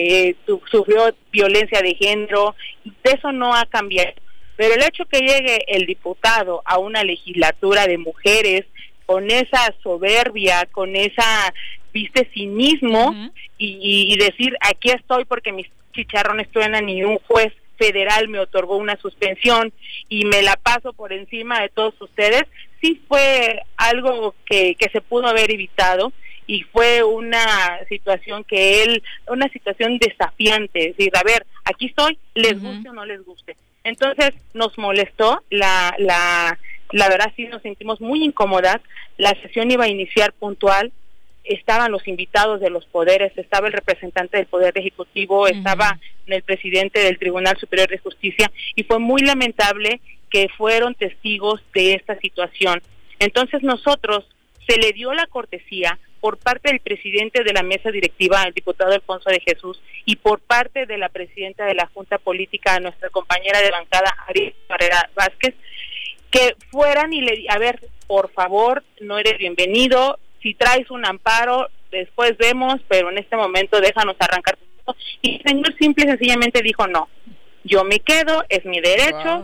sufrió violencia de género, y de eso no ha cambiado. Pero el hecho que llegue el diputado a una legislatura de mujeres con esa soberbia, con esa cinismo, y decir aquí estoy porque mis chicharrones truenan y un juez federal me otorgó una suspensión y me la paso por encima de todos ustedes, sí fue algo que se pudo haber evitado y fue una situación una situación desafiante, es decir, a ver, aquí estoy, les guste o no les guste. Entonces nos molestó, la verdad sí nos sentimos muy incómodas, la sesión iba a iniciar puntual, estaban los invitados de los poderes, estaba el representante del Poder Ejecutivo, estaba el presidente del Tribunal Superior de Justicia, y fue muy lamentable que fueron testigos de esta situación. Entonces nosotros, se le dio la cortesía por parte del presidente de la mesa directiva, el diputado Alfonso de Jesús, y por parte de la presidenta de la Junta Política, nuestra compañera de bancada, Ari Barrera Vázquez, que fueran y a ver, por favor, no eres bienvenido, si traes un amparo, después vemos, pero en este momento déjanos arrancar. Y el señor simple y sencillamente dijo, no, yo me quedo, es mi derecho,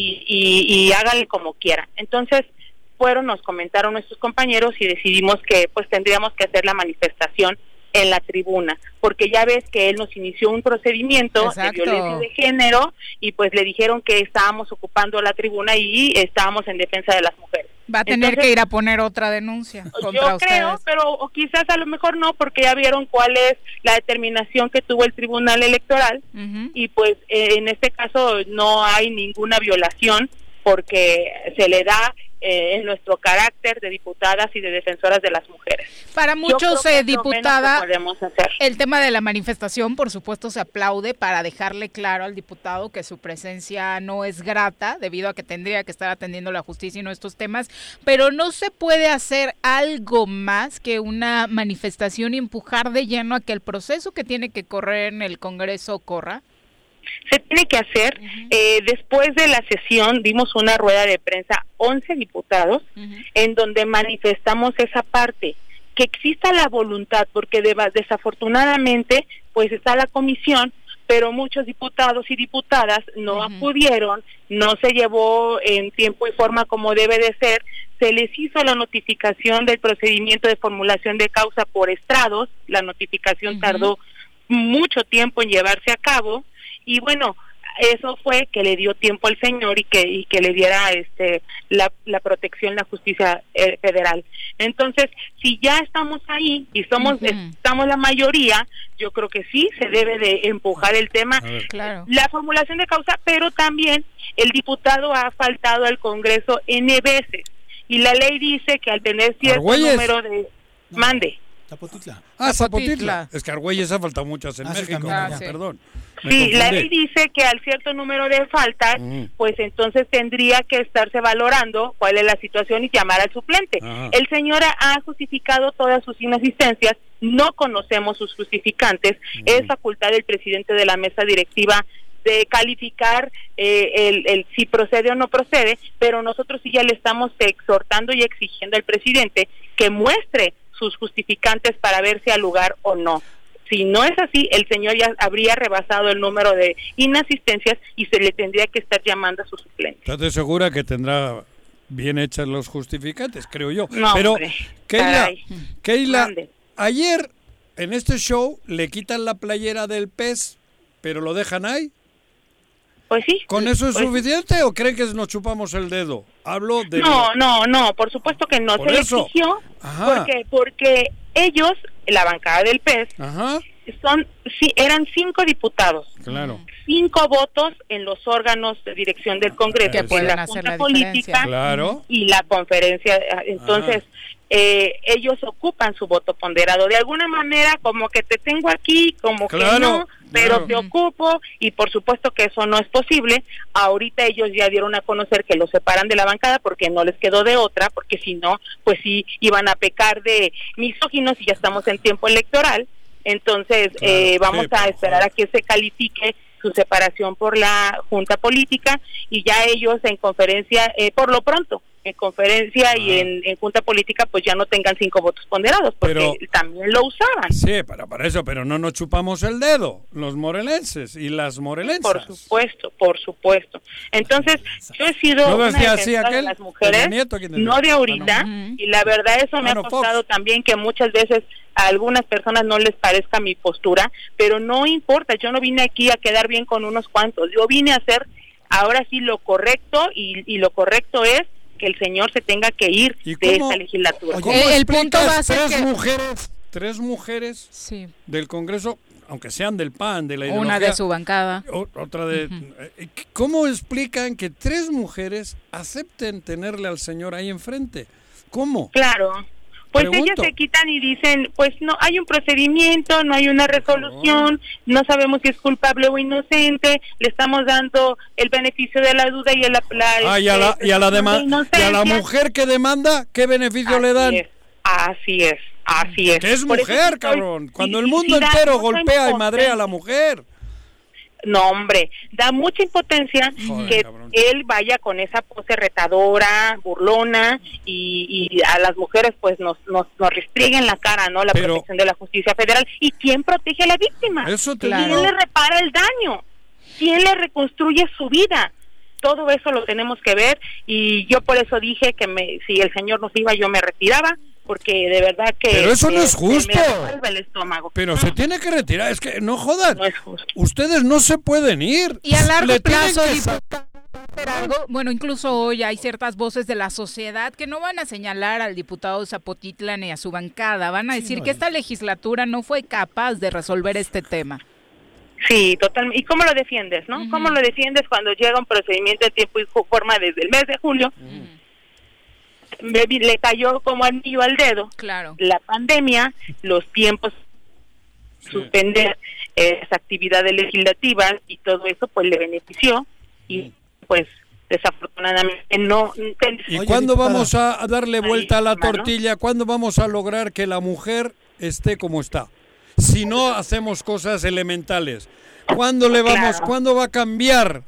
y háganle como quieran. Entonces, nos comentaron nuestros compañeros y decidimos que pues tendríamos que hacer la manifestación en la tribuna, porque ya ves que él nos inició un procedimiento de violencia de género y pues le dijeron que estábamos ocupando la tribuna y estábamos en defensa de las mujeres. Va a tener que ir a poner otra denuncia contra ustedes. Yo creo, pero o quizás a lo mejor no, porque ya vieron cuál es la determinación que tuvo el Tribunal Electoral y pues en este caso no hay ninguna violación porque se le da en nuestro carácter de diputadas y de defensoras de las mujeres. Para muchos, diputada, el tema de la manifestación, por supuesto, se aplaude para dejarle claro al diputado que su presencia no es grata, debido a que tendría que estar atendiendo la justicia y no estos temas, pero no se puede hacer algo más que una manifestación y empujar de lleno a que el proceso que tiene que correr en el Congreso corra. Se tiene que hacer. Después de la sesión dimos una rueda de prensa, 11 diputados, en donde manifestamos esa parte, que exista la voluntad, porque desafortunadamente pues está la comisión, pero muchos diputados y diputadas no acudieron, no se llevó en tiempo y forma como debe de ser, se les hizo la notificación del procedimiento de formulación de causa por estrados, la notificación tardó mucho tiempo en llevarse a cabo, y bueno, eso fue que le dio tiempo al señor y que le diera la protección, la justicia federal. Entonces, si ya estamos ahí y estamos la mayoría, yo creo que sí se debe de empujar el tema, la formulación de causa, pero también el diputado ha faltado al Congreso N veces y la ley dice que al tener cierto número de mande. Zapotitla. Zapotitla. Es que Argüelles ha faltado muchas en México, perdón. Sí, la ley dice que al cierto número de faltas, pues entonces tendría que estarse valorando cuál es la situación y llamar al suplente. El señor ha justificado todas sus inasistencias, no conocemos sus justificantes, es facultad del presidente de la mesa directiva de calificar el si procede o no procede, pero nosotros sí ya le estamos exhortando y exigiendo al presidente que muestre sus justificantes para ver si al lugar o no. Si no es así, el señor ya habría rebasado el número de inasistencias y se le tendría que estar llamando a su suplente. ¿Estás segura que tendrá bien hechas los justificantes? Creo yo. No, pero hombre, Keila, ayer en este show le quitan la playera del PES, pero lo dejan ahí. Pues sí. ¿Con eso es pues suficiente o creen que nos chupamos el dedo? Hablo de... No, por supuesto que no. Por se le eso. exigió Ajá. porque ellos, la bancada del PES, Ajá. eran 5 diputados. Claro. 5 votos en los órganos de dirección del Congreso, Que pueden la hacer Junta la Política diferencia. Claro. y la conferencia. Entonces, ellos ocupan su voto ponderado. De alguna manera, como que te tengo aquí, como Claro, que no, pero claro. te ocupo, y por supuesto que eso no es posible. Ahorita ellos ya dieron a conocer que los separan de la bancada porque no les quedó de otra, porque si no, pues sí iban a pecar de misóginos y ya estamos en tiempo electoral. Entonces, Claro, vamos sí, a pero, esperar a que se califique su separación por la Junta Política, y ya ellos en conferencia, por lo pronto, en conferencia y en Junta Política, pues ya no tengan 5 votos ponderados, porque Pero- también lo usaban. Sí, para eso, pero no nos chupamos el dedo, los morelenses y las morelensas. Por supuesto. Entonces, yo he sido ¿No una decía así defensora de aquel? las mujeres, Peña Nieto, ¿quién decía? no de ahorita, y la verdad eso me ha no, costado también que muchas veces a algunas personas no les parezca mi postura, pero no importa, yo no vine aquí a quedar bien con unos cuantos, yo vine a hacer ahora sí lo correcto, y lo correcto es que el señor se tenga que ir de esta legislatura. ¿Cómo El punto explicas va a ser tres mujeres Sí. del Congreso, aunque sean del PAN, de la Una ideología, de su bancada. otra de... ¿Cómo explican que 3 mujeres acepten tenerle al señor ahí enfrente? ¿Cómo? Claro. Pues Pregunto. ellas se quitan y dicen, pues no hay un procedimiento, no hay una resolución, no sabemos si es culpable o inocente, le estamos dando el beneficio de la duda y a la y a la inocencia. y a la mujer que demanda, ¿qué beneficio le dan? Así es. Que es Por eso mujer, estoy- cabrón. Cuando el sí, mundo da entero mucha golpea y madrea a la impotencia. mujer. No, hombre, da mucha impotencia Joder, que cabrón. él vaya con esa pose retadora, burlona, y a las mujeres pues nos restrieguen en la cara, ¿no? La protección de la justicia federal. ¿Y quién protege a la víctima? Eso te ¿Quién digo. le repara el daño? ¿Quién le reconstruye su vida? Todo eso lo tenemos que ver, y yo por eso dije que si el señor nos iba, yo me retiraba, porque de verdad que... Pero eso no es justo. Me revuelve el estómago. Pero se tiene que retirar, es que no jodan. Ustedes no se pueden ir. Y a largo Le tienen plazo, que diputado, hacer algo. Bueno, incluso hoy hay ciertas voces de la sociedad que no van a señalar al diputado Zapotitlán ni a su bancada, van a decir que esta legislatura no fue capaz de resolver este tema. Sí, totalmente. ¿Y cómo lo defiendes, no? ¿Cómo lo defiendes cuando llega un procedimiento en tiempo y forma desde el mes de julio? Le cayó como anillo al dedo. Claro. La pandemia, los tiempos, suspender las actividades legislativas y todo eso, pues le benefició, y pues desafortunadamente no. ¿Y cuándo vamos a darle vuelta a la tortilla? ¿Cuándo vamos a lograr que la mujer esté como está? Si no hacemos cosas elementales, ¿cuándo va a cambiar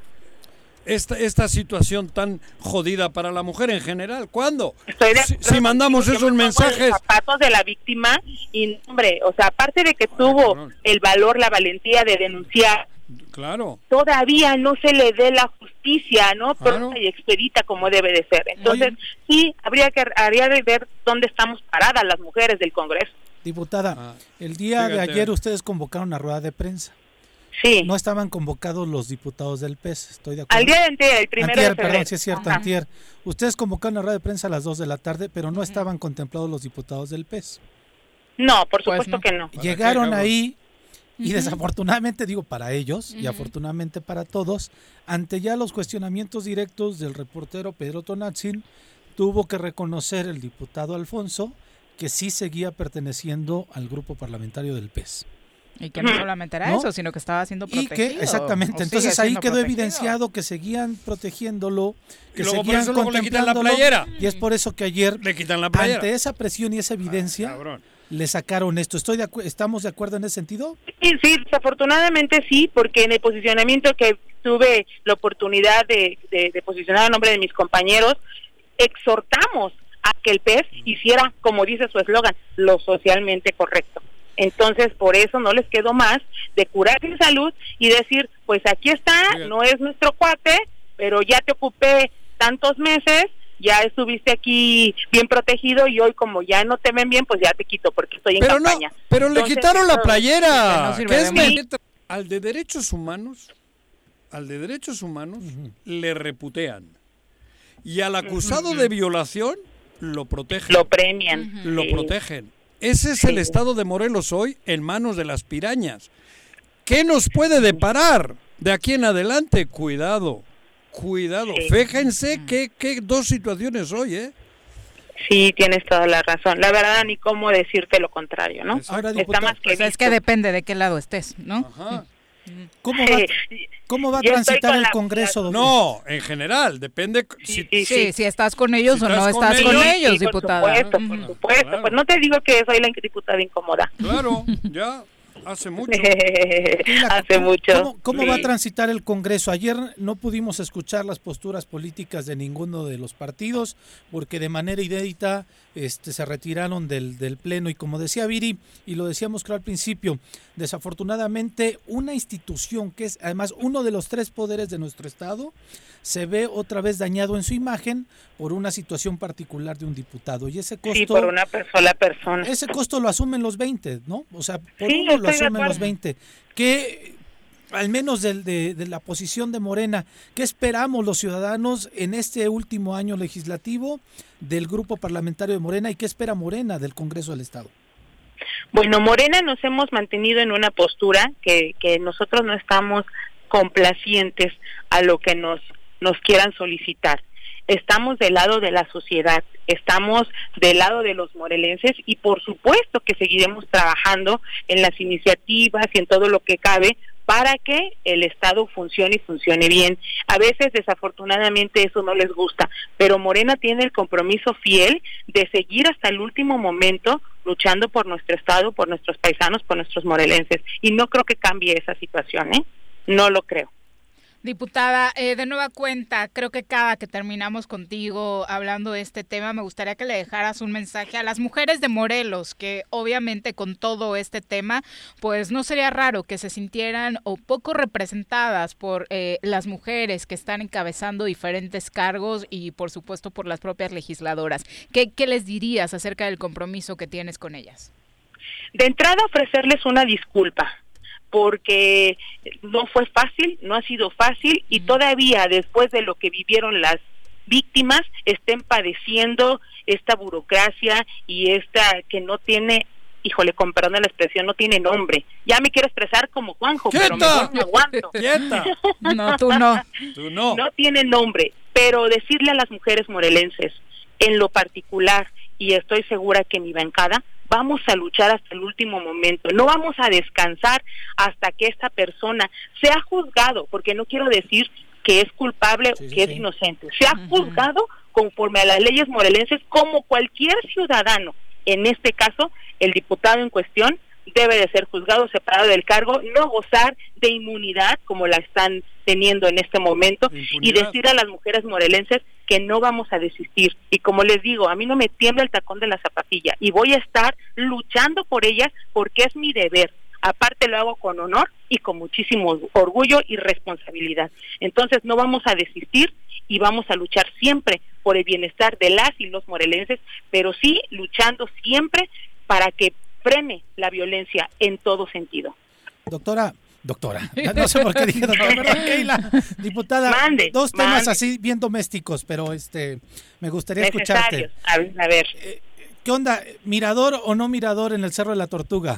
esta situación tan jodida para la mujer en general? ¿Cuándo? Si mandamos esos mensajes... Los zapatos de la víctima, y hombre, o sea, aparte de que tuvo el valor, la valentía de denunciar, claro, todavía no se le dé la justicia, ¿no? Pronta y expedita como debe de ser. Entonces, sí, habría de ver dónde estamos paradas las mujeres del Congreso. Diputada, el día de ayer ustedes convocaron una rueda de prensa. Sí. No estaban convocados los diputados del PES, estoy de acuerdo. Al día de antier, el 1 de febrero. Perdón, sí es cierto, Ajá. antier. Ustedes convocaron una rueda de prensa a las 2 de la tarde, pero no estaban contemplados los diputados del PES. No, por supuesto que no. Llegaron ahí y desafortunadamente, digo para ellos y afortunadamente para todos, ante ya los cuestionamientos directos del reportero Pedro Tonatzin, tuvo que reconocer el diputado Alfonso que sí seguía perteneciendo al grupo parlamentario del PES. Y que no solamente era eso, sino que estaba siendo Y protegido. que, exactamente, entonces ahí quedó evidenciado que seguían protegiendo, que Y luego por seguían eso luego le quitan la contemplándolo, playera. y es por eso que ayer, Le quitan la playera. ante esa presión y esa evidencia, le sacaron esto. ¿Estamos de acuerdo en ese sentido? Sí, desafortunadamente sí, porque en el posicionamiento que tuve la oportunidad de posicionar a nombre de mis compañeros, exhortamos a que el PES hiciera, como dice su eslogan, lo socialmente correcto. Entonces, por eso no les quedó más de curar sin salud y decir, pues aquí está, no es nuestro cuate, pero ya te ocupé tantos meses, ya estuviste aquí bien protegido y hoy como ya no te ven bien, pues ya te quito porque estoy en campaña. Pero entonces, le quitaron la playera. no ¿Qué es mí? Al de derechos humanos le reputean. Y al acusado de violación lo protegen. Lo premian. Lo protegen. Ese es el estado de Morelos hoy en manos de las pirañas. ¿Qué nos puede deparar de aquí en adelante? Cuidado. Fíjense qué dos situaciones hoy, ¿eh? Sí, tienes toda la razón. La verdad, ni cómo decirte lo contrario, ¿no? Ahora, Está más que es que depende de qué lado estés, ¿no? Ajá. ¿Cómo va a transitar el Congreso? No, en general, depende si estás con ellos o no estás con ellos, diputada. Por supuesto. Claro. Pues no te digo que soy la diputada incómoda. Claro, ya. Hace mucho. Hace mucho. ¿Cómo va a transitar el Congreso? Ayer no pudimos escuchar las posturas políticas de ninguno de los partidos porque de manera inédita se retiraron del Pleno. Y como decía Viri, y lo decíamos creo al principio, desafortunadamente una institución que es además uno de los 3 poderes de nuestro Estado se ve otra vez dañado en su imagen por una situación particular de un diputado. Y ese costo... Sí, por una sola persona. Ese costo lo asumen los 20, ¿no? O sea, por uno lo asumen los 20. Que, al menos de la posición de Morena, ¿qué esperamos los ciudadanos en este último año legislativo del grupo parlamentario de Morena y qué espera Morena del Congreso del Estado? Bueno, Morena nos hemos mantenido en una postura que nosotros no estamos complacientes a lo que nos quieran solicitar. Estamos del lado de la sociedad, estamos del lado de los morelenses y por supuesto que seguiremos trabajando en las iniciativas y en todo lo que cabe para que el Estado funcione y funcione bien. A veces, desafortunadamente, eso no les gusta, pero Morena tiene el compromiso fiel de seguir hasta el último momento luchando por nuestro Estado, por nuestros paisanos, por nuestros morelenses. Y no creo que cambie esa situación, ¿eh? No lo creo. Diputada, de nueva cuenta, creo que cada que terminamos contigo hablando de este tema, me gustaría que le dejaras un mensaje a las mujeres de Morelos, que obviamente con todo este tema, pues no sería raro que se sintieran o poco representadas por las mujeres que están encabezando diferentes cargos y por supuesto por las propias legisladoras. ¿Qué les dirías acerca del compromiso que tienes con ellas? De entrada, ofrecerles una disculpa, porque no fue fácil, no ha sido fácil y todavía después de lo que vivieron las víctimas estén padeciendo esta burocracia y esta que no tiene, híjole, con perdón de la expresión, no tiene nombre. Ya me quiero expresar como Juanjo, pero mejor me aguanto. No, tú no. Tú no. No tiene nombre, pero decirle a las mujeres morelenses, en lo particular, y estoy segura que mi bancada, vamos a luchar hasta el último momento, no vamos a descansar hasta que esta persona sea juzgado, porque no quiero decir que es culpable o que es inocente, sea juzgado conforme a las leyes morelenses como cualquier ciudadano. En este caso, el diputado en cuestión debe de ser juzgado separado del cargo, no gozar de inmunidad como la están teniendo en este momento y decir a las mujeres morelenses que no vamos a desistir. Y como les digo, a mí no me tiembla el tacón de la zapatilla y voy a estar luchando por ellas porque es mi deber. Aparte lo hago con honor y con muchísimo orgullo y responsabilidad. Entonces no vamos a desistir y vamos a luchar siempre por el bienestar de las y los morelenses, pero sí luchando siempre para que frene la violencia en todo sentido. Doctora, no sé por qué dije doctora, perdón, Keila, diputada, dos temas así bien domésticos, pero me gustaría escucharte. A ver. ¿Qué onda? ¿Mirador o no mirador en el Cerro de la Tortuga?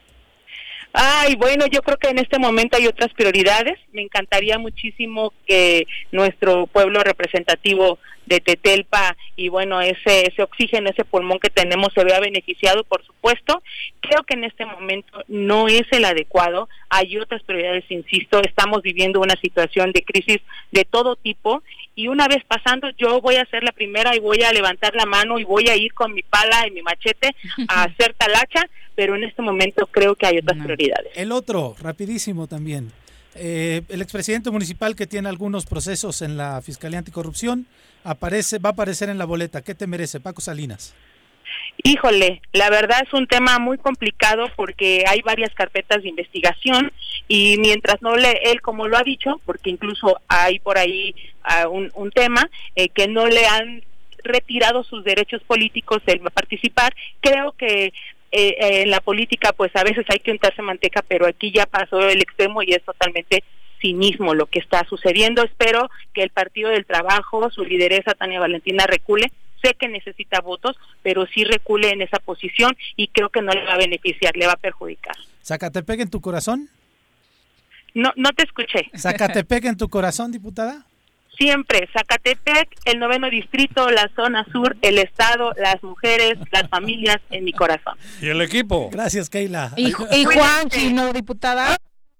Ay, bueno, yo creo que en este momento hay otras prioridades. Me encantaría muchísimo que nuestro pueblo representativo de Tetelpa y bueno, ese oxígeno, ese pulmón que tenemos se vea beneficiado, por supuesto. Creo que en este momento no es el adecuado. Hay otras prioridades, insisto, estamos viviendo una situación de crisis de todo tipo y una vez pasando yo voy a ser la primera y voy a levantar la mano y voy a ir con mi pala y mi machete a hacer talacha, pero en este momento creo que hay otras prioridades. El otro, rapidísimo también. El expresidente municipal que tiene algunos procesos en la Fiscalía Anticorrupción va a aparecer en la boleta. ¿Qué te merece, Paco Salinas? Híjole, la verdad es un tema muy complicado porque hay varias carpetas de investigación y mientras no él como lo ha dicho, porque incluso hay por ahí un tema que no le han retirado sus derechos políticos, él va a participar. Creo que en la política pues a veces hay que untarse manteca, pero aquí ya pasó el extremo y es totalmente cinismo lo que está sucediendo. Espero que el Partido del Trabajo, su lideresa Tania Valentina, recule. Sé que necesita votos, pero sí recule en esa posición y creo que no le va a beneficiar, le va a perjudicar. ¿Zacatepec en tu corazón? No te escuché. ¿Zacatepec en tu corazón, diputada? Siempre, Zacatepec, el 9º distrito, la zona sur, el estado, las mujeres, las familias en mi corazón. ¿Y el equipo? Gracias, Keila. Y Juanchi, ¿no, diputada?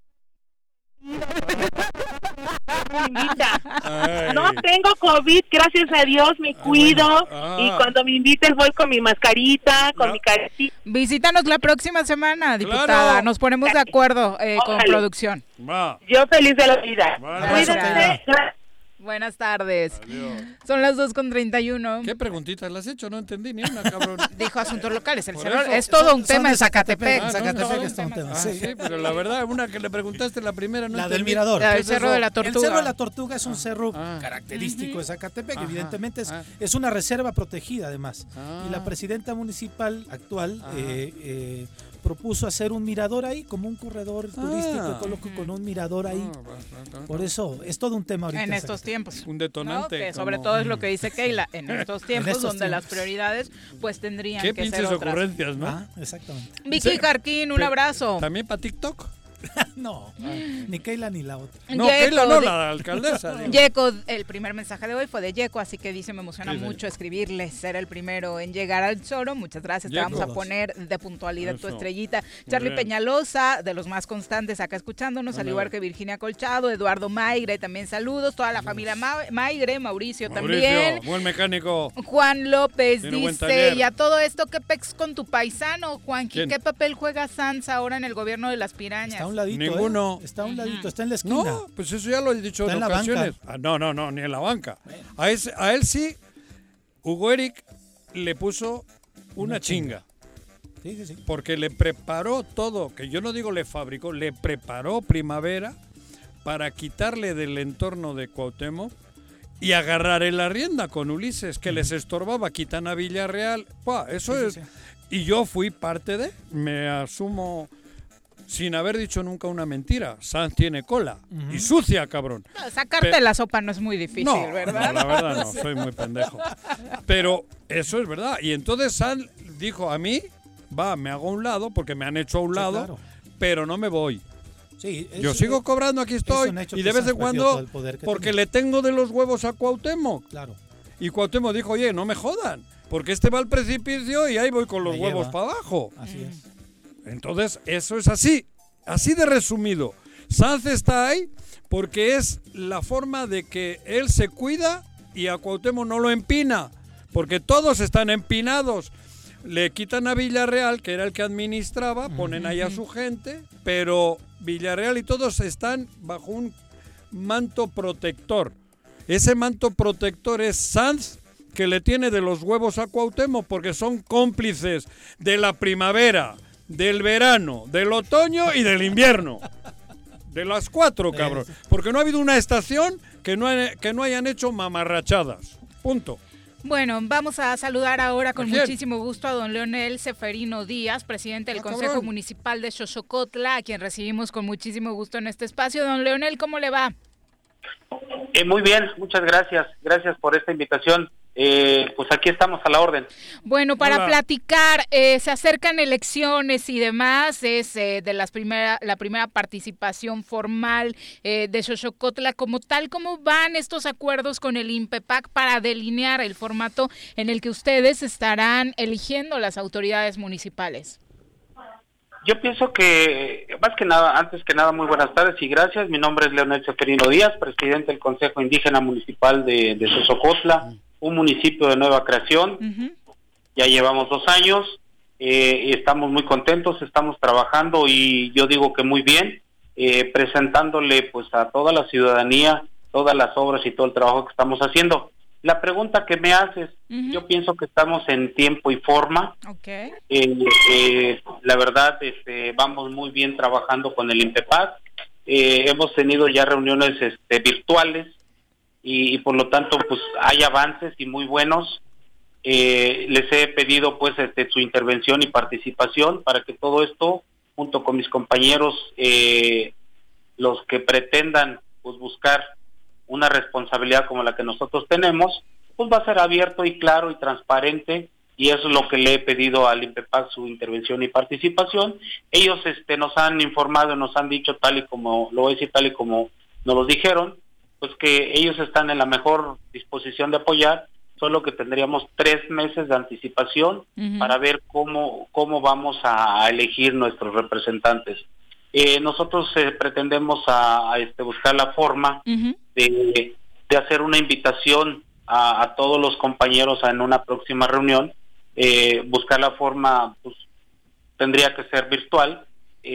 No tengo COVID, gracias a Dios, me cuido y cuando me invites voy con mi mascarita, con mi caretita. Visítanos la próxima semana, diputada. Claro. Nos ponemos de acuerdo con producción. Va. Yo feliz de la vida. Cuídense. Buenas tardes. Adiós. Son las 2:31. ¿Qué preguntitas le has hecho? No entendí ni una, cabrón. Dijo asuntos locales. Por Cerro, eso. es todo un tema de Zacatepec. Zacatepec es todo un tema. Sí, pero la verdad, una que le preguntaste la primera no La entendí. del Mirador. El Cerro de la Tortuga. El Cerro de la Tortuga es un cerro característico de Zacatepec, evidentemente es una reserva protegida además. Y la presidenta municipal actual propuso hacer un mirador ahí, como un corredor turístico ecológico con un mirador ahí. Por eso, es todo un tema ahorita. En estos tiempos. Un detonante. ¿No? Que sobre todo es lo que dice Keila, en estos tiempos donde las prioridades pues tendrían que ser otras. Qué pinches ocurrencias, ¿no? Exactamente. Vicky Jarquín, un abrazo. ¿También para TikTok? No, ni Keila ni la otra. No, Keila no, la alcaldesa. Yeco, el primer mensaje de hoy fue de Yeco, así que dice, me emociona Sí, mucho escribirle, ser el primero en llegar al Zoro. Muchas gracias, te Yeco. vamos a poner de puntualidad tu Eso. estrellita. Muy Charlie bien. Peñalosa, de los más constantes acá escuchándonos, al igual que Virginia Colchado, Eduardo Maigre, también saludos, toda la familia Maigre, Mauricio también. Buen mecánico. Juan López Tiene buen dice, taller. y a todo esto, ¿qué pex con tu paisano, Juanqui? ¿Quién? ¿Qué papel juega Sanz ahora en el gobierno de las pirañas? Está a un ladito. Ninguno. Está a un ladito, está en la esquina. No, pues eso ya lo he dicho Está en en la ocasiones. No, ni en la banca. A él sí, Hugo Eric le puso una chinga. Sí. Porque le preparó todo, que yo no digo le fabricó, le preparó Primavera para quitarle del entorno de Cuauhtémoc y agarrar en la rienda con Ulises, que les estorbaba, quitan a Villarreal. Buah, eso es. Y yo fui parte de, me asumo sin haber dicho nunca una mentira. Sanz tiene cola y sucia, cabrón. No, sacarte la sopa no es muy difícil, No, ¿verdad? no, la verdad no, soy muy pendejo. Pero eso es verdad. Y entonces Sanz dijo a mí, me hago a un lado, porque me han hecho a un lado, claro. Pero no me voy. Sí, Yo sigo cobrando, aquí estoy, y de vez en cuando, porque le tengo de los huevos a Cuauhtémoc. Claro. Y Cuauhtémoc dijo, oye, no me jodan, porque este va al precipicio y ahí voy con los Me huevos lleva. para abajo. Así es. Entonces, eso es así de resumido. Sanz está ahí porque es la forma de que él se cuida y a Cuauhtémoc no lo empina, porque todos están empinados. Le quitan a Villarreal, que era el que administraba, ponen ahí a su gente, pero Villarreal y todos están bajo un manto protector. Ese manto protector es Sanz, que le tiene de los huevos a Cuauhtémoc, porque son cómplices de la primavera, del verano, del otoño y del invierno. De las 4, cabrón. Porque no ha habido una estación que no hayan hecho mamarrachadas. Punto. Bueno, vamos a saludar ahora con ¿A quién? muchísimo gusto a don Leonel Seferino Díaz, presidente del Consejo cabrón. Municipal de Xochocotla, a quien recibimos con muchísimo gusto en este espacio. Don Leonel, ¿cómo le va? Muy bien, muchas gracias. Gracias por esta invitación. Pues aquí estamos a la orden. Bueno, para Hola. platicar, se acercan elecciones y demás, es de la primera participación formal de Xochocotla como tal. ¿Cómo van estos acuerdos con el INPEPAC para delinear el formato en el que ustedes estarán eligiendo las autoridades municipales? Yo pienso que, antes que nada, muy buenas tardes y gracias. Mi nombre es Leonel Seferino Díaz, presidente del Consejo Indígena Municipal de Xochocotla, un municipio de nueva creación. Ya llevamos 2 años, estamos muy contentos, estamos trabajando y yo digo que muy bien, presentándole pues a toda la ciudadanía todas las obras y todo el trabajo que estamos haciendo. La pregunta que me haces, yo pienso que estamos en tiempo y forma. Okay. La verdad, vamos muy bien trabajando con el INPEPAC. Hemos tenido ya reuniones virtuales y por lo tanto pues hay avances y muy buenos. Les he pedido pues su intervención y participación para que todo esto, junto con mis compañeros, los que pretendan pues buscar una responsabilidad como la que nosotros tenemos, pues va a ser abierto y claro y transparente, y eso es lo que le he pedido al INPEPAC, su intervención y participación. Ellos nos han informado, nos han dicho tal y como nos lo dijeron, pues que ellos están en la mejor disposición de apoyar, solo que tendríamos 3 meses de anticipación para ver cómo vamos a elegir nuestros representantes. Nosotros pretendemos buscar la forma de hacer una invitación a todos los compañeros en una próxima reunión, buscar la forma, pues tendría que ser virtual,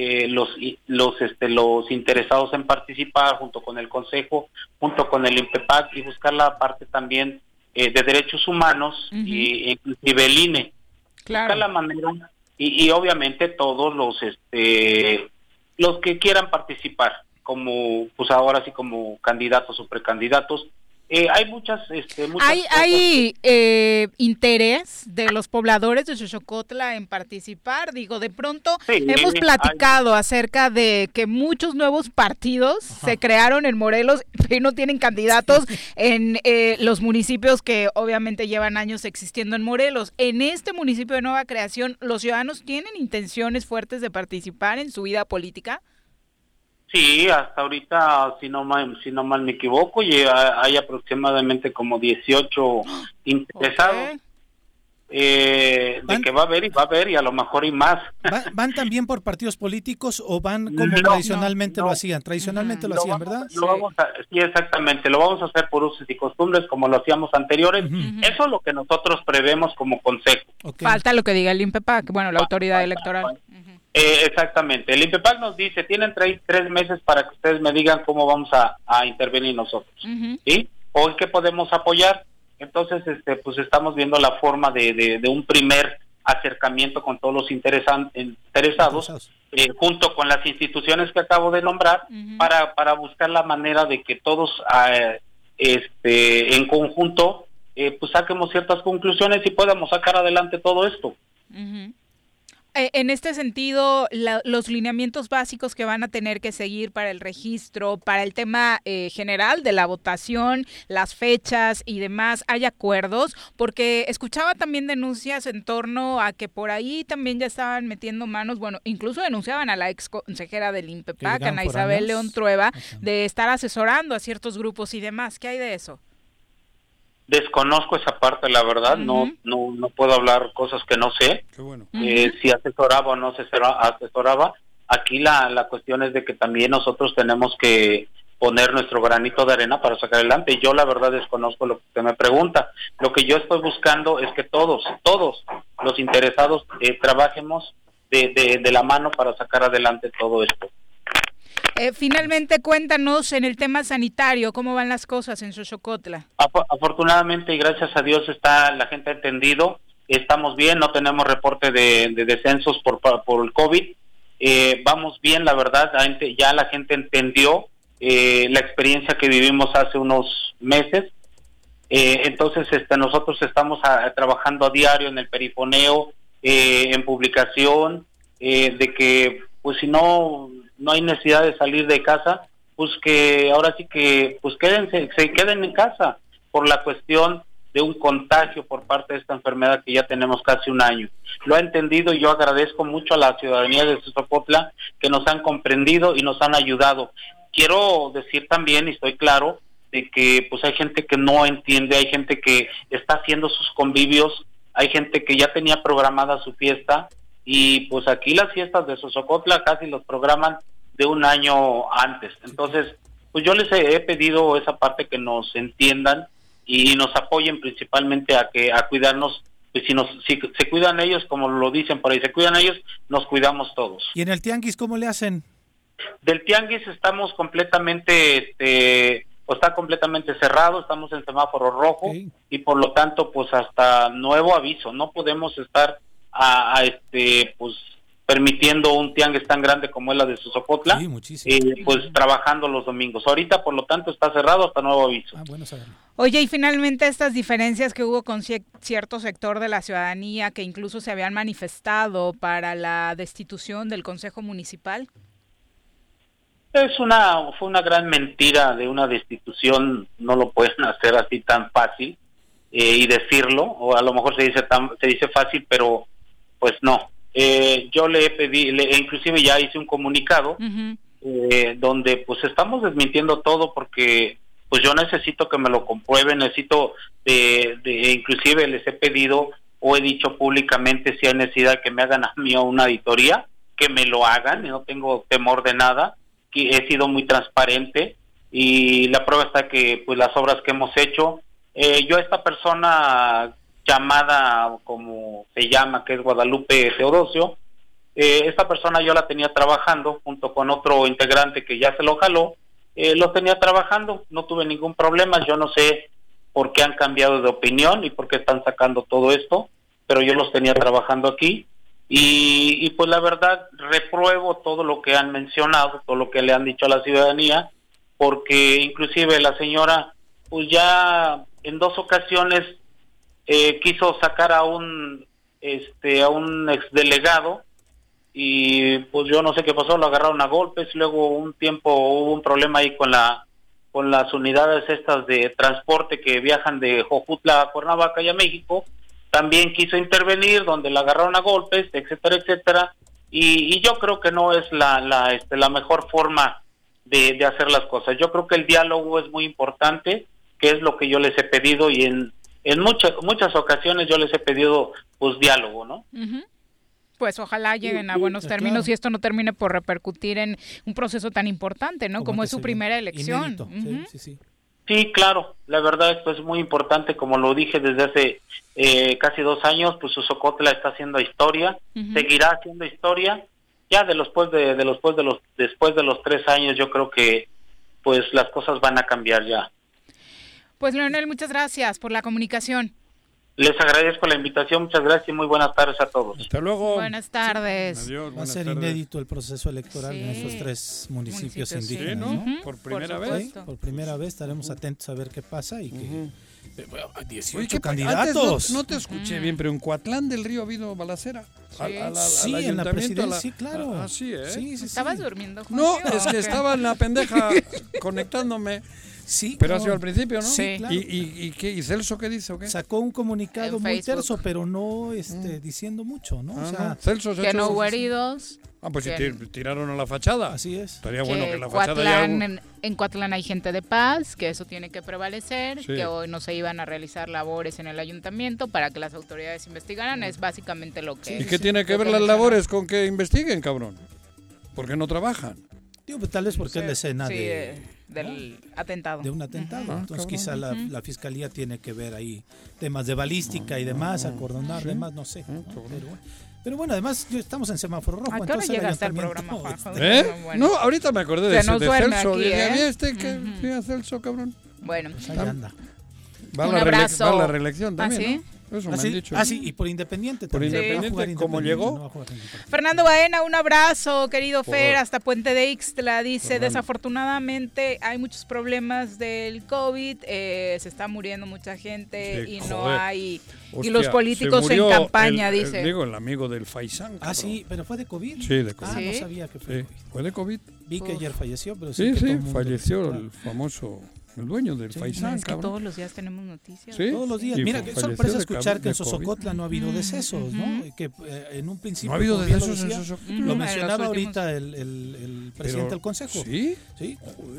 los interesados en participar junto con el Consejo, junto con el INPEPAC, y buscar la parte también de derechos humanos y inclusive el INE. Claro. Buscar la manera y obviamente todos los que quieran participar, como pues ahora sí como candidatos o precandidatos. Hay muchas hay interés de los pobladores de Xochocotla en participar. Digo, de pronto hemos platicado acerca de que muchos nuevos partidos se crearon en Morelos y no tienen candidatos en los municipios que obviamente llevan años existiendo en Morelos. En este municipio de nueva creación, ¿los ciudadanos tienen intenciones fuertes de participar en su vida política? Sí, hasta ahorita, si no mal me equivoco, hay aproximadamente como 18 interesados. De que va a haber y a lo mejor y más. ¿Van también por partidos políticos o van como tradicionalmente lo hacían? Tradicionalmente lo hacían, ¿verdad? Sí, exactamente. Lo vamos a hacer por usos y costumbres como lo hacíamos anteriores. Eso es lo que nosotros prevemos como consejo. Falta lo que diga el INPEPAC, bueno, la autoridad electoral. Exactamente. El INPEPAC nos dice, tienen 3 meses para que ustedes me digan cómo vamos a intervenir nosotros. ¿Sí? O en qué podemos apoyar. Entonces, pues estamos viendo la forma de un primer acercamiento con todos los interesados, junto con las instituciones que acabo de nombrar, para buscar la manera de que todos en conjunto pues saquemos ciertas conclusiones y podamos sacar adelante todo esto. En este sentido, los lineamientos básicos que van a tener que seguir para el registro, para el tema general de la votación, las fechas y demás, ¿hay acuerdos? Porque escuchaba también denuncias en torno a que por ahí también ya estaban metiendo manos, bueno, incluso denunciaban a la ex consejera del INPEPAC, Ana Isabel León Trueba, de estar asesorando a ciertos grupos y demás. ¿Qué hay de eso? Desconozco esa parte, la verdad, no puedo hablar cosas que no sé. Qué bueno. Si asesoraba o no asesoraba. Aquí la cuestión es de que también nosotros tenemos que poner nuestro granito de arena para sacar adelante. Yo la verdad desconozco lo que usted me pregunta. Lo que yo estoy buscando es que todos los interesados trabajemos de la mano para sacar adelante todo esto. Finalmente, cuéntanos en el tema sanitario, ¿cómo van las cosas en Xochocotla? Afortunadamente y gracias a Dios la gente ha entendido, estamos bien, no tenemos reporte de descensos por el COVID, vamos bien, la verdad, ya la gente entendió la experiencia que vivimos hace unos meses, entonces nosotros estamos trabajando a diario en el perifoneo, en publicación, de que pues si no hay necesidad de salir de casa, pues que ahora sí que pues se queden en casa por la cuestión de un contagio por parte de esta enfermedad que ya tenemos casi un año. Lo ha entendido y yo agradezco mucho a la ciudadanía de Xochocotla que nos han comprendido y nos han ayudado. Quiero decir también, y estoy claro, de que pues hay gente que no entiende, hay gente que está haciendo sus convivios, hay gente que ya tenía programada su fiesta, y pues aquí las fiestas de Xochocotla casi los programan de un año antes. Entonces, pues yo les he pedido esa parte que nos entiendan y nos apoyen principalmente a cuidarnos. Pues si se cuidan ellos, como lo dicen por ahí, se cuidan ellos, nos cuidamos todos. ¿Y en el tianguis cómo le hacen? Del tianguis estamos completamente está completamente cerrado, estamos en semáforo rojo, y por lo tanto pues hasta nuevo aviso no podemos estar pues permitiendo un tianguis tan grande como es la de Sosocotla, sí, muchísimo. Pues trabajando los domingos. Ahorita, por lo tanto, está cerrado hasta nuevo aviso. Bueno saberlo. Oye, y finalmente estas diferencias que hubo con cierto sector de la ciudadanía que incluso se habían manifestado para la destitución del Consejo Municipal. Fue una gran mentira de una destitución, no lo pueden hacer así tan fácil y decirlo, o a lo mejor se dice fácil, pero pues no. Yo le pedí, inclusive ya hice un comunicado donde pues estamos desmintiendo todo porque pues yo necesito que me lo comprueben, necesito inclusive les he pedido o he dicho públicamente si hay necesidad de que me hagan a mí una auditoría, que me lo hagan, y no tengo temor de nada, que he sido muy transparente y la prueba está que pues las obras que hemos hecho, yo a esta persona llamada como se llama, que es Guadalupe Teodosio, esta persona yo la tenía trabajando junto con otro integrante que ya se lo jaló, los tenía trabajando, no tuve ningún problema, yo no sé por qué han cambiado de opinión y por qué están sacando todo esto, pero yo los tenía trabajando aquí y pues la verdad repruebo todo lo que han mencionado, todo lo que le han dicho a la ciudadanía, porque inclusive la señora pues ya en 2 ocasiones quiso sacar a un exdelegado y pues yo no sé qué pasó, lo agarraron a golpes, luego un tiempo hubo un problema ahí con las unidades estas de transporte que viajan de Jojutla a Cuernavaca y a México, también quiso intervenir donde la agarraron a golpes, etcétera, etcétera, y yo creo que no es la mejor forma de hacer las cosas. Yo creo que el diálogo es muy importante, que es lo que yo les he pedido y en muchas ocasiones yo les he pedido pues diálogo, ¿no? Uh-huh. Pues ojalá lleguen a buenos términos y esto no termine por repercutir en un proceso tan importante, ¿no? Como es su primera elección. Uh-huh. Sí, claro, la verdad esto es muy importante, como lo dije desde hace casi 2 años, pues Sosocotla está haciendo historia, seguirá haciendo historia, ya después de los 3 años yo creo que pues las cosas van a cambiar ya. Pues Leonel, muchas gracias por la comunicación. Les agradezco la invitación, muchas gracias y muy buenas tardes a todos. Hasta luego. Buenas tardes. Sí. Adiós, va a ser inédito el proceso electoral en estos 3 municipios indígenas, ¿no? ¿no? Por primera vez. Sí, por primera vez estaremos atentos a ver qué pasa y que 18 Oye, candidatos. No te escuché bien, pero en Coatlán del Río ha habido balacera. Sí, en la presidencia, sí, claro. Sí, ¿eh? Sí. ¿Estabas durmiendo, Juan? No, es que estaba en la pendeja conectándome. Sí, pero ha sido al principio, ¿no? Sí, claro. ¿Y Celso qué dice o qué? Sacó un comunicado muy terso, pero no diciendo mucho, ¿no? Ah, o sea, no. Celso que no hubo heridos. Pues si tiraron a la fachada. Así es. Estaría bueno que la fachada ya... En Coatlán hay gente de paz, que eso tiene que prevalecer, Sí. que hoy no se iban a realizar labores en el ayuntamiento para que las autoridades investigaran, es básicamente lo que... ¿Y qué tiene que ver las labores con que investiguen, cabrón? ¿Por qué no trabajan? Digo, pues, tal vez porque es la escena del atentado. De un atentado. Entonces quizá la fiscalía tiene que ver ahí temas de balística y demás, acordonar, demás, no sé. Pero bueno, además estamos en semáforo rojo. ¿A qué hora llega hasta el programa, Juanjo? Bueno. No, ahorita me acordé de Celso. Aquí, que Celso, cabrón. Bueno. Pues ahí anda. Va a la reelección también, ¿sí? ¿no? Eso me han dicho. Y por Independiente también. Por Independiente, ¿cómo llegó? No Fernando Baena, un abrazo, querido Fer, hasta Puente de Ixtla. Dice, desafortunadamente hay muchos problemas del COVID, se está muriendo mucha gente y no hay... Hostia, y los políticos en campaña, dice. El amigo del Faisán. Sí, pero fue de COVID. Sí, de COVID. No sabía que fue de COVID. Fue de COVID. Vi que ayer falleció, pero sí, falleció el famoso... El dueño del Faisán, es que todos los días tenemos noticias. ¿Sí? Todos los días. Mira, qué sorpresa escuchar que en Sosocotla no ha habido decesos, ¿no? Que en un principio... ¿No ha habido decesos en Sosocotla? Lo mencionaba ahorita el presidente del Consejo. ¿Sí? Sí.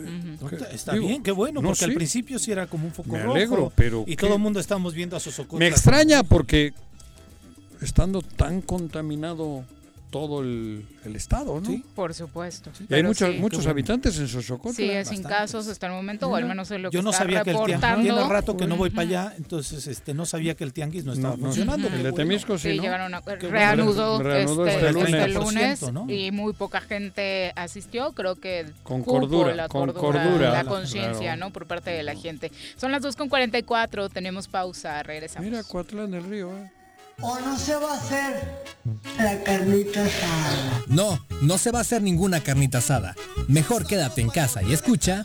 Está bien, qué bueno, porque al principio sí era como un foco rojo. Me alegro, pero... Y todo el mundo estamos viendo a Sosocotla. Me extraña porque estando tan contaminado todo el estado, ¿no? Sí, por supuesto. Y hay muchos habitantes en Sosocotla. Sí, sin casos hasta el momento, o al menos es lo que está sabía reportando. Que el tianguis, tiene rato que no voy para allá, entonces no sabía que el tianguis no estaba funcionando. El de Temisco sí, ¿no? Llegaron reanudó este lunes, ¿no? Y muy poca gente asistió, creo que con cordura, la conciencia, ¿no? Por parte de la gente. Son las 2:44, tenemos pausa, regresamos. Mira, Coatlán del Río, o no se va a hacer la carnita asada? No, no se va a hacer ninguna carnita asada. Mejor quédate en casa y escucha.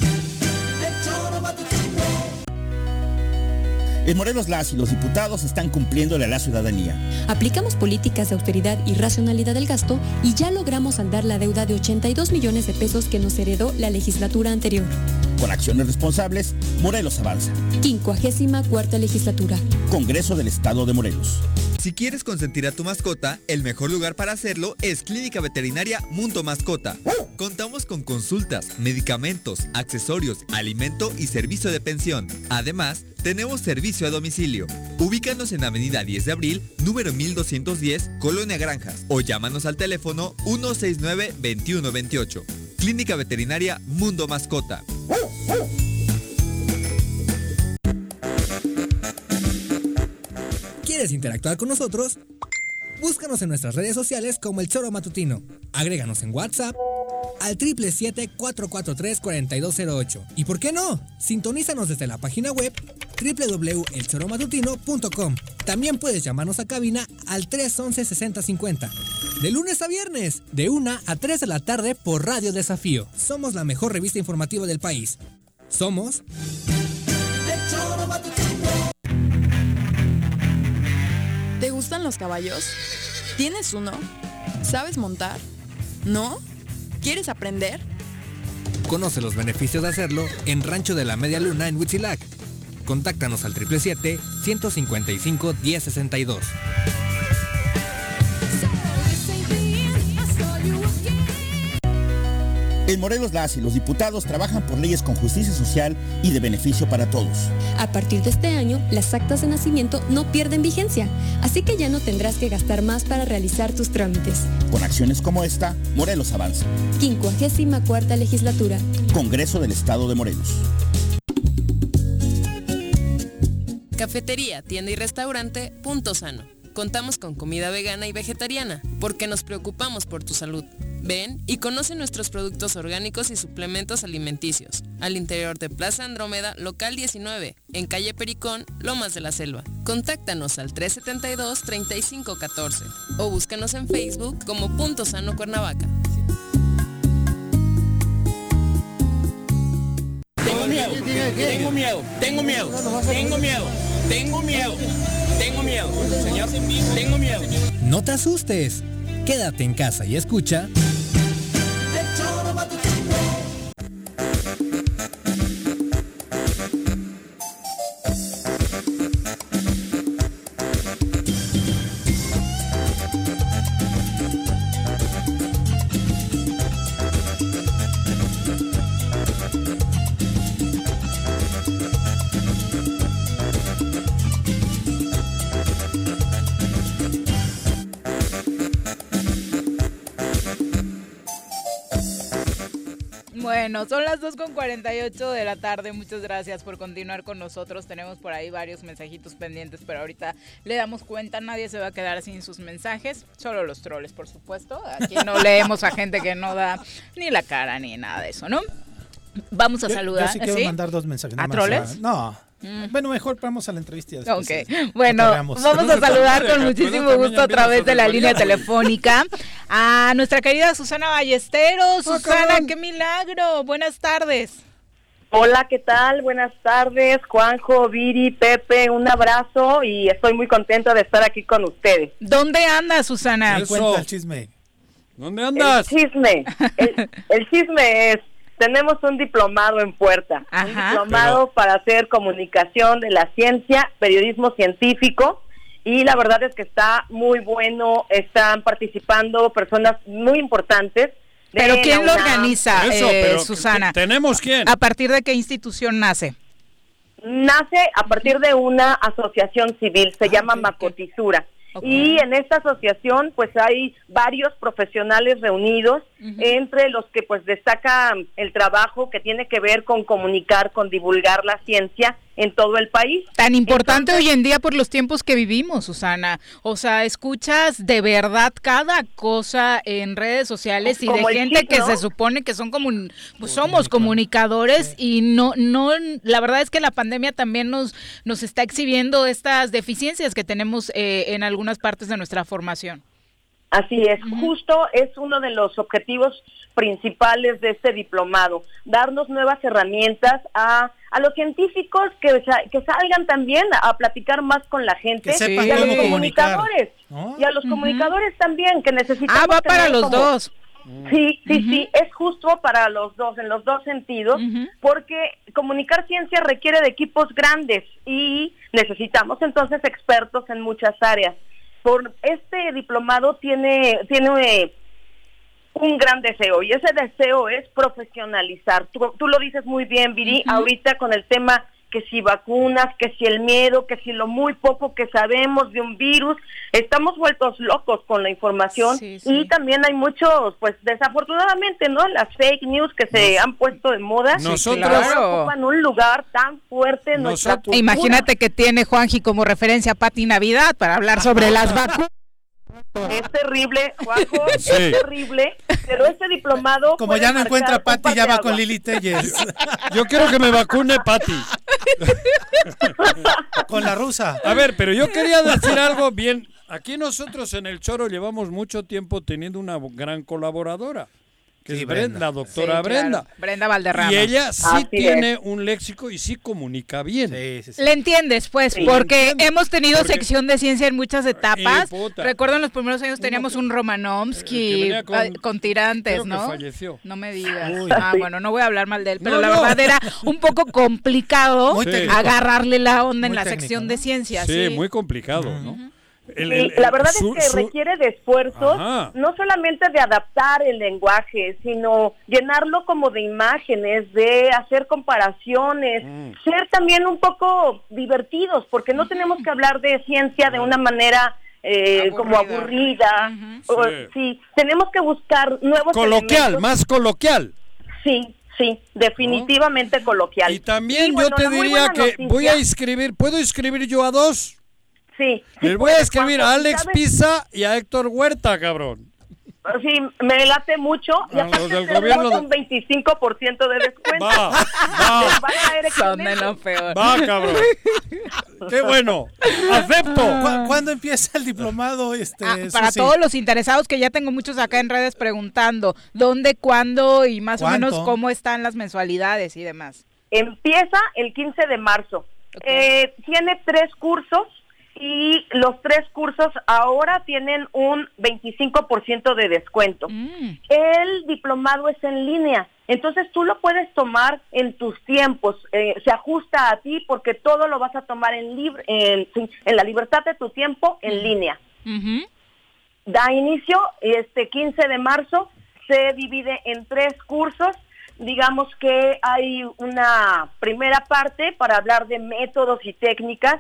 En Morelos las y los diputados están cumpliéndole a la ciudadanía. Aplicamos políticas de austeridad y racionalidad del gasto y ya logramos saldar la deuda de 82 millones de pesos que nos heredó la legislatura anterior. Con acciones responsables, Morelos avanza. 54ª legislatura. Congreso del Estado de Morelos. Si quieres consentir a tu mascota, el mejor lugar para hacerlo es Clínica Veterinaria Mundo Mascota. Contamos con consultas, medicamentos, accesorios, alimento y servicio de pensión. Además, tenemos servicio a domicilio. Ubícanos en Avenida 10 de Abril, número 1210, Colonia Granjas, o llámanos al teléfono 169-2128. Clínica Veterinaria Mundo Mascota. ¿Quieres interactuar con nosotros? Búscanos en nuestras redes sociales como El Choro Matutino. Agréganos en WhatsApp al 777-443-4208. ¿Y por qué no? Sintonízanos desde la página web www.elchoromatutino.com. También puedes llamarnos a cabina al 311-6050. De lunes a viernes, de 1 a 3 de la tarde por Radio Desafío. Somos la mejor revista informativa del país. Somos... El Choro Matutino. ¿Te gustan los caballos? ¿Tienes uno? ¿Sabes montar? ¿No? ¿Quieres aprender? Conoce los beneficios de hacerlo en Rancho de la Media Luna en Huitzilac. Contáctanos al 777-155-1062. En Morelos las y los diputados trabajan por leyes con justicia social y de beneficio para todos. A partir de este año, las actas de nacimiento no pierden vigencia, así que ya no tendrás que gastar más para realizar tus trámites. Con acciones como esta, Morelos avanza. 54ª legislatura. Congreso del Estado de Morelos. Cafetería, tienda y restaurante Punto Sano. Contamos con comida vegana y vegetariana, porque nos preocupamos por tu salud. Ven y conoce nuestros productos orgánicos y suplementos alimenticios, al interior de Plaza Andrómeda, local 19, en calle Pericón, Lomas de la Selva. Contáctanos al 372-3514 o búscanos en Facebook como Punto Sano Cuernavaca. Tengo miedo, tengo miedo, tengo miedo, tengo miedo, tengo miedo, tengo miedo, señor, tengo miedo. No te asustes, quédate en casa y escucha. Bueno, son las 2:48 de la tarde. Muchas gracias por continuar con nosotros. Tenemos por ahí varios mensajitos pendientes, pero ahorita le damos cuenta. Nadie se va a quedar sin sus mensajes. Solo los troles, por supuesto. Aquí no leemos a gente que no da ni la cara ni nada de eso, ¿no? Vamos a saludar. Yo sí quiero mandar dos mensajes. ¿A troles? No. Bueno, mejor vamos a la entrevista. Ok, bueno, vamos a saludar con muchísimo gusto a través de la línea telefónica a nuestra querida Susana Ballesteros. Susana, qué milagro, buenas tardes. Hola, ¿qué tal? Buenas tardes, Juanjo, Viri, Pepe, un abrazo y estoy muy contenta de estar aquí con ustedes. ¿Dónde andas, Susana? Cuenta el chisme. ¿Dónde andas? El chisme es... Tenemos un diplomado en puerta, un diplomado para hacer comunicación de la ciencia, periodismo científico, y la verdad es que está muy bueno, están participando personas muy importantes. ¿Pero quién lo organiza, Susana? ¿Tenemos quién? ¿A partir de qué institución nace? Nace a partir de una asociación civil, se llama Macotisura. Y en esta asociación pues hay varios profesionales reunidos, entre los que pues destaca el trabajo que tiene que ver con comunicar, con divulgar la ciencia en todo el país. Tan importante hoy en día por los tiempos que vivimos, Susana. O sea, escuchas de verdad cada cosa en redes sociales y de gente que se supone que son somos comunicadores y no, la verdad es que la pandemia también nos está exhibiendo estas deficiencias que tenemos en algunas partes de nuestra formación. Así es, justo es uno de los objetivos principales de este diplomado, darnos nuevas herramientas a los científicos que salgan también a platicar más con la gente, que sepan y a los cómo comunicadores, ¿no? Y a los comunicadores también, que necesitamos. Va para los dos. Sí, es justo para los dos, en los dos sentidos, porque comunicar ciencia requiere de equipos grandes y necesitamos entonces expertos en muchas áreas. Por este diplomado tiene un gran deseo, y ese deseo es profesionalizar. Tú lo dices muy bien, Viri, ahorita con el tema que si vacunas, que si el miedo, que si lo muy poco que sabemos de un virus, estamos vueltos locos con la información, y también hay muchos, pues desafortunadamente, ¿no? Las fake news que se han puesto de moda, nosotros ocupan un lugar tan fuerte en nuestra cultura. Imagínate que tiene Juanji como referencia a Pati Navidad para hablar sobre las vacunas. Es terrible, Juanjo, es terrible, pero este diplomado... Como ya no encuentra a Pati, ya va con Lili Telles. Yo quiero que me vacune Pati. Con la rusa. A ver, pero yo quería decir algo bien. Aquí nosotros en El Choro llevamos mucho tiempo teniendo una gran colaboradora, que es Brenda, la doctora Brenda. Claro. Brenda Valderrama. Y ella sí tiene un léxico y sí comunica bien. Sí. ¿Le entiendes, pues? Porque hemos tenido sección de ciencia en muchas etapas. Recuerdo en los primeros años teníamos un Romanovsky con tirantes, creo ¿no? que falleció. No me digas. Bueno, no voy a hablar mal de él, pero la verdad era un poco complicado agarrarle la onda en la sección de ciencia. Sí, muy complicado, ¿no? La verdad es que requiere de esfuerzos, no solamente de adaptar el lenguaje, sino llenarlo como de imágenes, de hacer comparaciones, ser también un poco divertidos, porque no tenemos que hablar de ciencia de una manera como aburrida. Sí, tenemos que buscar nuevos elementos. Más coloquial. Sí, definitivamente coloquial. Y también yo te diría que ¿puedo inscribir yo a dos? Sí. Les voy a escribir a Alex Pisa y a Héctor Huerta, cabrón. Sí, me late mucho. Y aparte tenemos un 25% de descuento. Son de lo peor. Va, cabrón. Qué bueno. Acepto. ¿Cuándo empieza el diplomado? Para todos los interesados, que ya tengo muchos acá en redes preguntando dónde, cuándo y más o menos cómo están las mensualidades y demás. Empieza el 15 de marzo. Tiene 3 cursos. Y los 3 cursos ahora tienen un 25% de descuento. El diplomado es en línea, entonces tú lo puedes tomar en tus tiempos, se ajusta a ti porque todo lo vas a tomar en la libertad de tu tiempo en línea. Da inicio este 15 de marzo, se divide en 3 cursos. Digamos que hay una primera parte para hablar de métodos y técnicas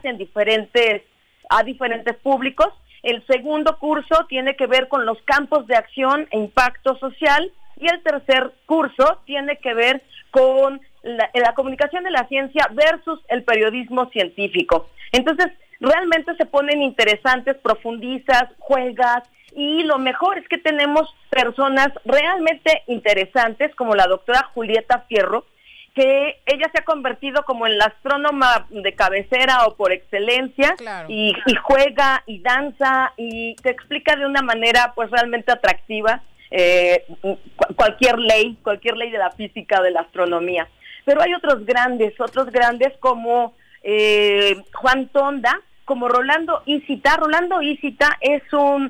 a diferentes públicos. El segundo curso tiene que ver con los campos de acción e impacto social, y el tercer curso tiene que ver con la comunicación de la ciencia versus el periodismo científico. Entonces, realmente se ponen interesantes, profundizas, juegas, y lo mejor es que tenemos personas realmente interesantes, como la doctora Julieta Fierro, que ella se ha convertido como en la astrónoma de cabecera o por excelencia, y juega y danza y te explica de una manera pues realmente atractiva cualquier ley de la física o de la astronomía. Pero hay otros grandes como Juan Tonda, como Rolando Isita. Rolando Isita es un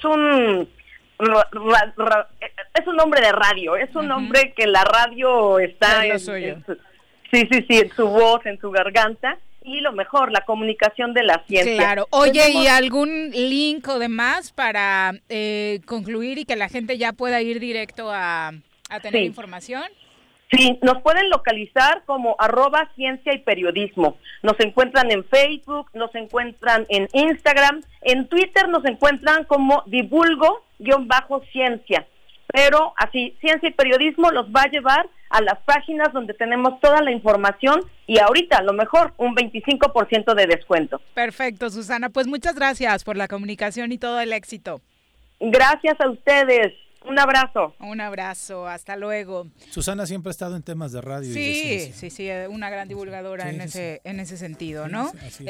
hombre de radio, es un hombre que la radio está en su voz, en su garganta, y lo mejor, la comunicación de la ciencia. Claro. Oye, ¿y algún link o demás para concluir y que la gente ya pueda ir directo a tener información? Sí, nos pueden localizar como @ciencia y periodismo. Nos encuentran en Facebook, nos encuentran en Instagram, en Twitter nos encuentran como divulgo-ciencia. Pero así, ciencia y periodismo los va a llevar a las páginas donde tenemos toda la información y ahorita, a lo mejor, un 25% de descuento. Perfecto, Susana. Pues muchas gracias por la comunicación y todo el éxito. Gracias a ustedes. Un abrazo. Un abrazo, hasta luego. Susana siempre ha estado en temas de radio. Sí, sí, una gran divulgadora en ese sentido, ¿no?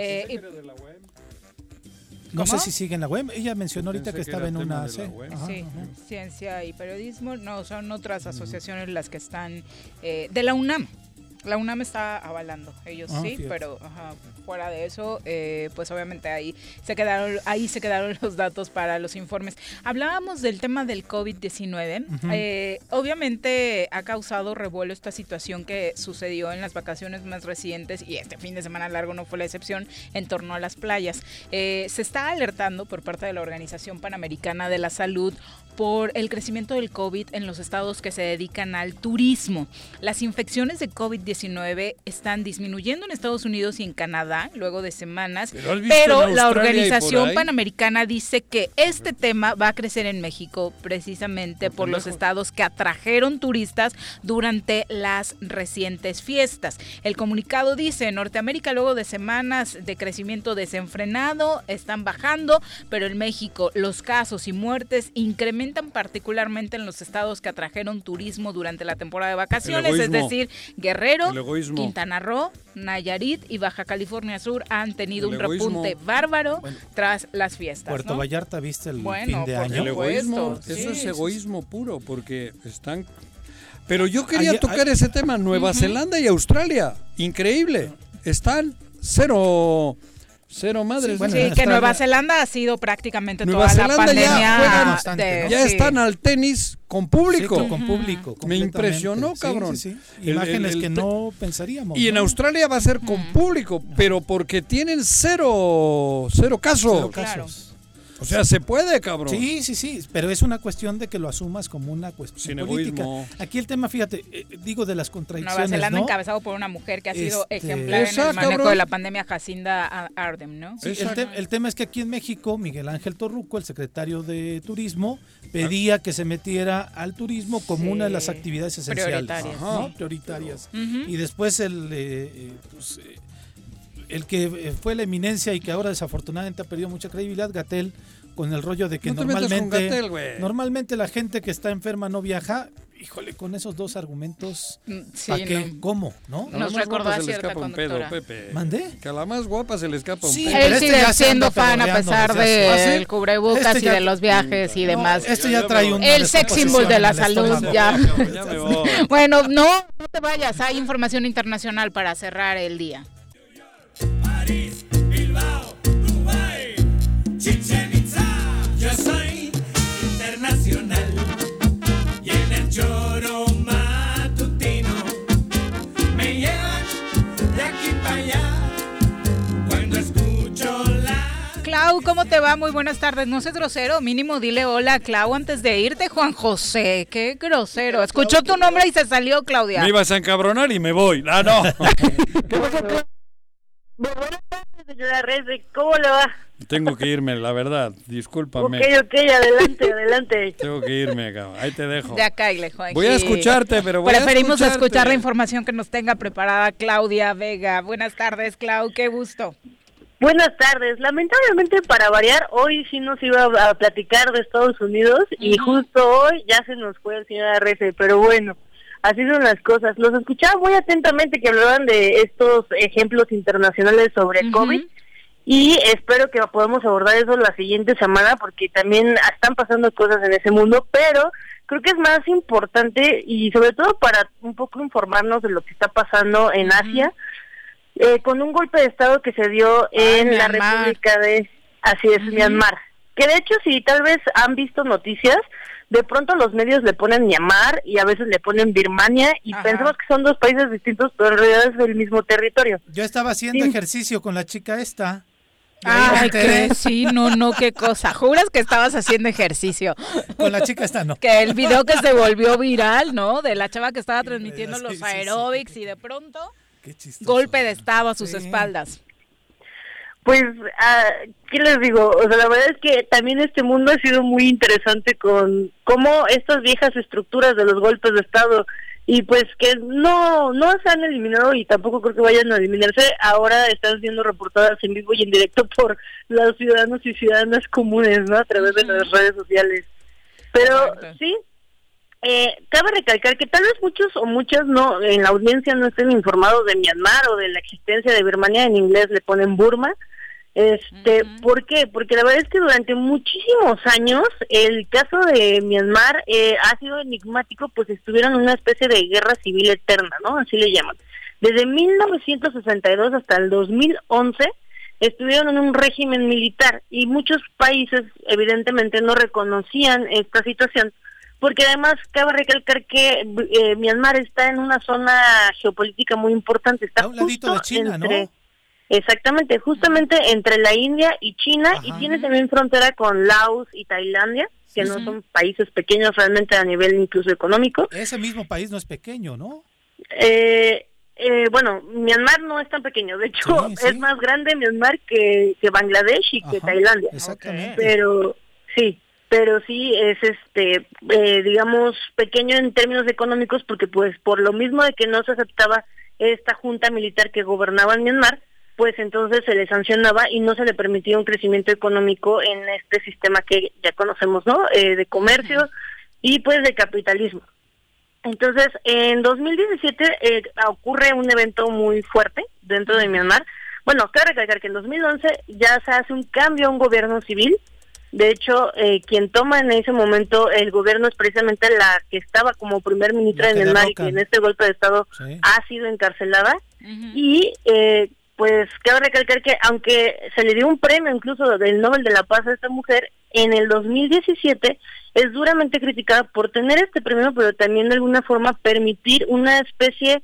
No sé si sigue en la web. Ella mencionó ahorita que estaba en una... Sí, Ciencia y Periodismo. No, son otras asociaciones las que están de la UNAM. La UNAM está avalando, ellos sí, fíjate. Pero fuera de eso, pues obviamente ahí se quedaron los datos para los informes. Hablábamos del tema del COVID-19. Obviamente ha causado revuelo esta situación que sucedió en las vacaciones más recientes, y este fin de semana largo no fue la excepción, en torno a las playas. Se está alertando por parte de la Organización Panamericana de la Salud por el crecimiento del COVID en los estados que se dedican al turismo. Las infecciones de COVID-19 están disminuyendo en Estados Unidos y en Canadá luego de semanas, pero la Organización Panamericana dice que este tema va a crecer en México precisamente por los estados que atrajeron turistas durante las recientes fiestas. El comunicado dice: en Norteamérica, luego de semanas de crecimiento desenfrenado, están bajando, pero en México los casos y muertes incrementan particularmente en los estados que atrajeron turismo durante la temporada de vacaciones, es decir, Guerrero, Quintana Roo, Nayarit y Baja California Sur han tenido un repunte bárbaro tras las fiestas. Puerto Vallarta, ¿viste el fin de año? El egoísmo, eso es egoísmo puro, porque están... Pero yo quería tocar ese tema. Nueva Zelanda y Australia, increíble, están cero madres. Que Nueva Zelanda ha sido prácticamente toda la pandemia. Ya están al tenis con público. Sí, con público. Me impresionó, cabrón. Imágenes que no pensaríamos. Y en Australia va a ser con público, pero porque tienen cero casos. Claro. O sea, se puede, cabrón. Sí, pero es una cuestión de que lo asumas como una cuestión política. Egoísmo. Aquí el tema, fíjate, digo de las contradicciones, Nueva Zelanda encabezado por una mujer que ha sido ejemplar en el manejo de la pandemia, Jacinda Ardern, ¿no? Sí, el tema es que aquí en México, Miguel Ángel Torruco, el secretario de Turismo, pedía que se metiera al turismo como una de las actividades esenciales. Prioritarias. Y después el que fue la eminencia y que ahora desafortunadamente ha perdido mucha credibilidad, Gatell, con el rollo de que normalmente la gente que está enferma no viaja. Híjole, con esos dos argumentos, ¿para qué? ¿Cómo? ¿No? Nos recordó a cierta conductora. ¿Mandé? Que a la más guapa se le escapa un pedo. Él sigue siendo fan a pesar del cubrebocas y de los viajes y demás. Esto ya trae el sex symbol de la salud ya. Bueno, no te vayas, hay información internacional para cerrar el día. París, Bilbao, Dubái, Chichén Itzá. Yo soy internacional y en el choro matutino me llevan de aquí para allá cuando escucho la... Clau, ¿cómo te va? Muy buenas tardes. No seas grosero, mínimo dile hola a Clau antes de irte, Juan José. Qué grosero. Escuchó tu nombre y se salió, Claudia. Me ibas a encabronar y me voy. No. Buenas tardes, señora Reyes, ¿cómo le va? Tengo que irme, la verdad, discúlpame. Ok, adelante. Tengo que irme, cabrón. Ahí te dejo. Ya cáile, Juan. Voy a escucharte, pero preferimos escuchar la información que nos tenga preparada Claudia Vega. Buenas tardes, Clau, qué gusto. Buenas tardes. Lamentablemente, para variar, hoy sí nos iba a platicar de Estados Unidos y justo hoy ya se nos fue el señor Reyes, pero bueno. Así son las cosas. Los escuchaba muy atentamente que hablaban de estos ejemplos internacionales sobre COVID y espero que podamos abordar eso la siguiente semana porque también están pasando cosas en ese mundo, pero creo que es más importante y sobre todo para un poco informarnos de lo que está pasando en Asia, con un golpe de estado que se dio en la República de Myanmar. Que de hecho, si tal vez han visto noticias, de pronto los medios le ponen Myanmar y a veces le ponen Birmania y pensamos que son dos países distintos, pero en realidad es el mismo territorio. Yo estaba haciendo ejercicio con la chica esta. Ay, ¿qué? Sí, no, qué cosa. ¿Juras que estabas haciendo ejercicio? Con la chica esta no. Que el video que se volvió viral, ¿no? De la chava que estaba transmitiendo los aeróbics y de pronto golpe de estado a sus espaldas. Pues, ¿qué les digo? O sea, la verdad es que también este mundo ha sido muy interesante con cómo estas viejas estructuras de los golpes de estado y pues que no se han eliminado y tampoco creo que vayan a eliminarse. Ahora están siendo reportadas en vivo y en directo por los ciudadanos y ciudadanas comunes, ¿no? A través de las redes sociales. Pero sí, cabe recalcar que tal vez muchos o muchas no en la audiencia no estén informados de Myanmar o de la existencia de Birmania. En inglés le ponen Burma. ¿Por qué? Porque la verdad es que durante muchísimos años el caso de Myanmar ha sido enigmático, pues estuvieron en una especie de guerra civil eterna, ¿no? Así le llaman. Desde 1962 hasta el 2011 estuvieron en un régimen militar y muchos países evidentemente no reconocían esta situación, porque además cabe recalcar que Myanmar está en una zona geopolítica muy importante, está a un ladito de China, ¿no? Exactamente, justamente entre la India y China. Ajá. Y tiene también frontera con Laos y Tailandia, que no son países pequeños realmente a nivel incluso económico. Ese mismo país no es pequeño, ¿no? Bueno, Myanmar no es tan pequeño, de hecho es más grande Myanmar que Bangladesh y que Tailandia. Exactamente. Pero sí es digamos pequeño en términos económicos, porque pues por lo mismo de que no se aceptaba esta junta militar que gobernaba en Myanmar, pues entonces se le sancionaba y no se le permitía un crecimiento económico en este sistema que ya conocemos, ¿no? De comercio y pues de capitalismo. Entonces, en 2017 ocurre un evento muy fuerte dentro de Myanmar. Bueno, cabe recalcar que en 2011 ya se hace un cambio a un gobierno civil. De hecho, quien toma en ese momento el gobierno es precisamente la que estaba como primer ministra de Myanmar y que en este golpe de Estado ha sido encarcelada. Y pues cabe recalcar que aunque se le dio un premio incluso del Nobel de la Paz a esta mujer, en el 2017 es duramente criticada por tener este premio, pero también de alguna forma permitir una especie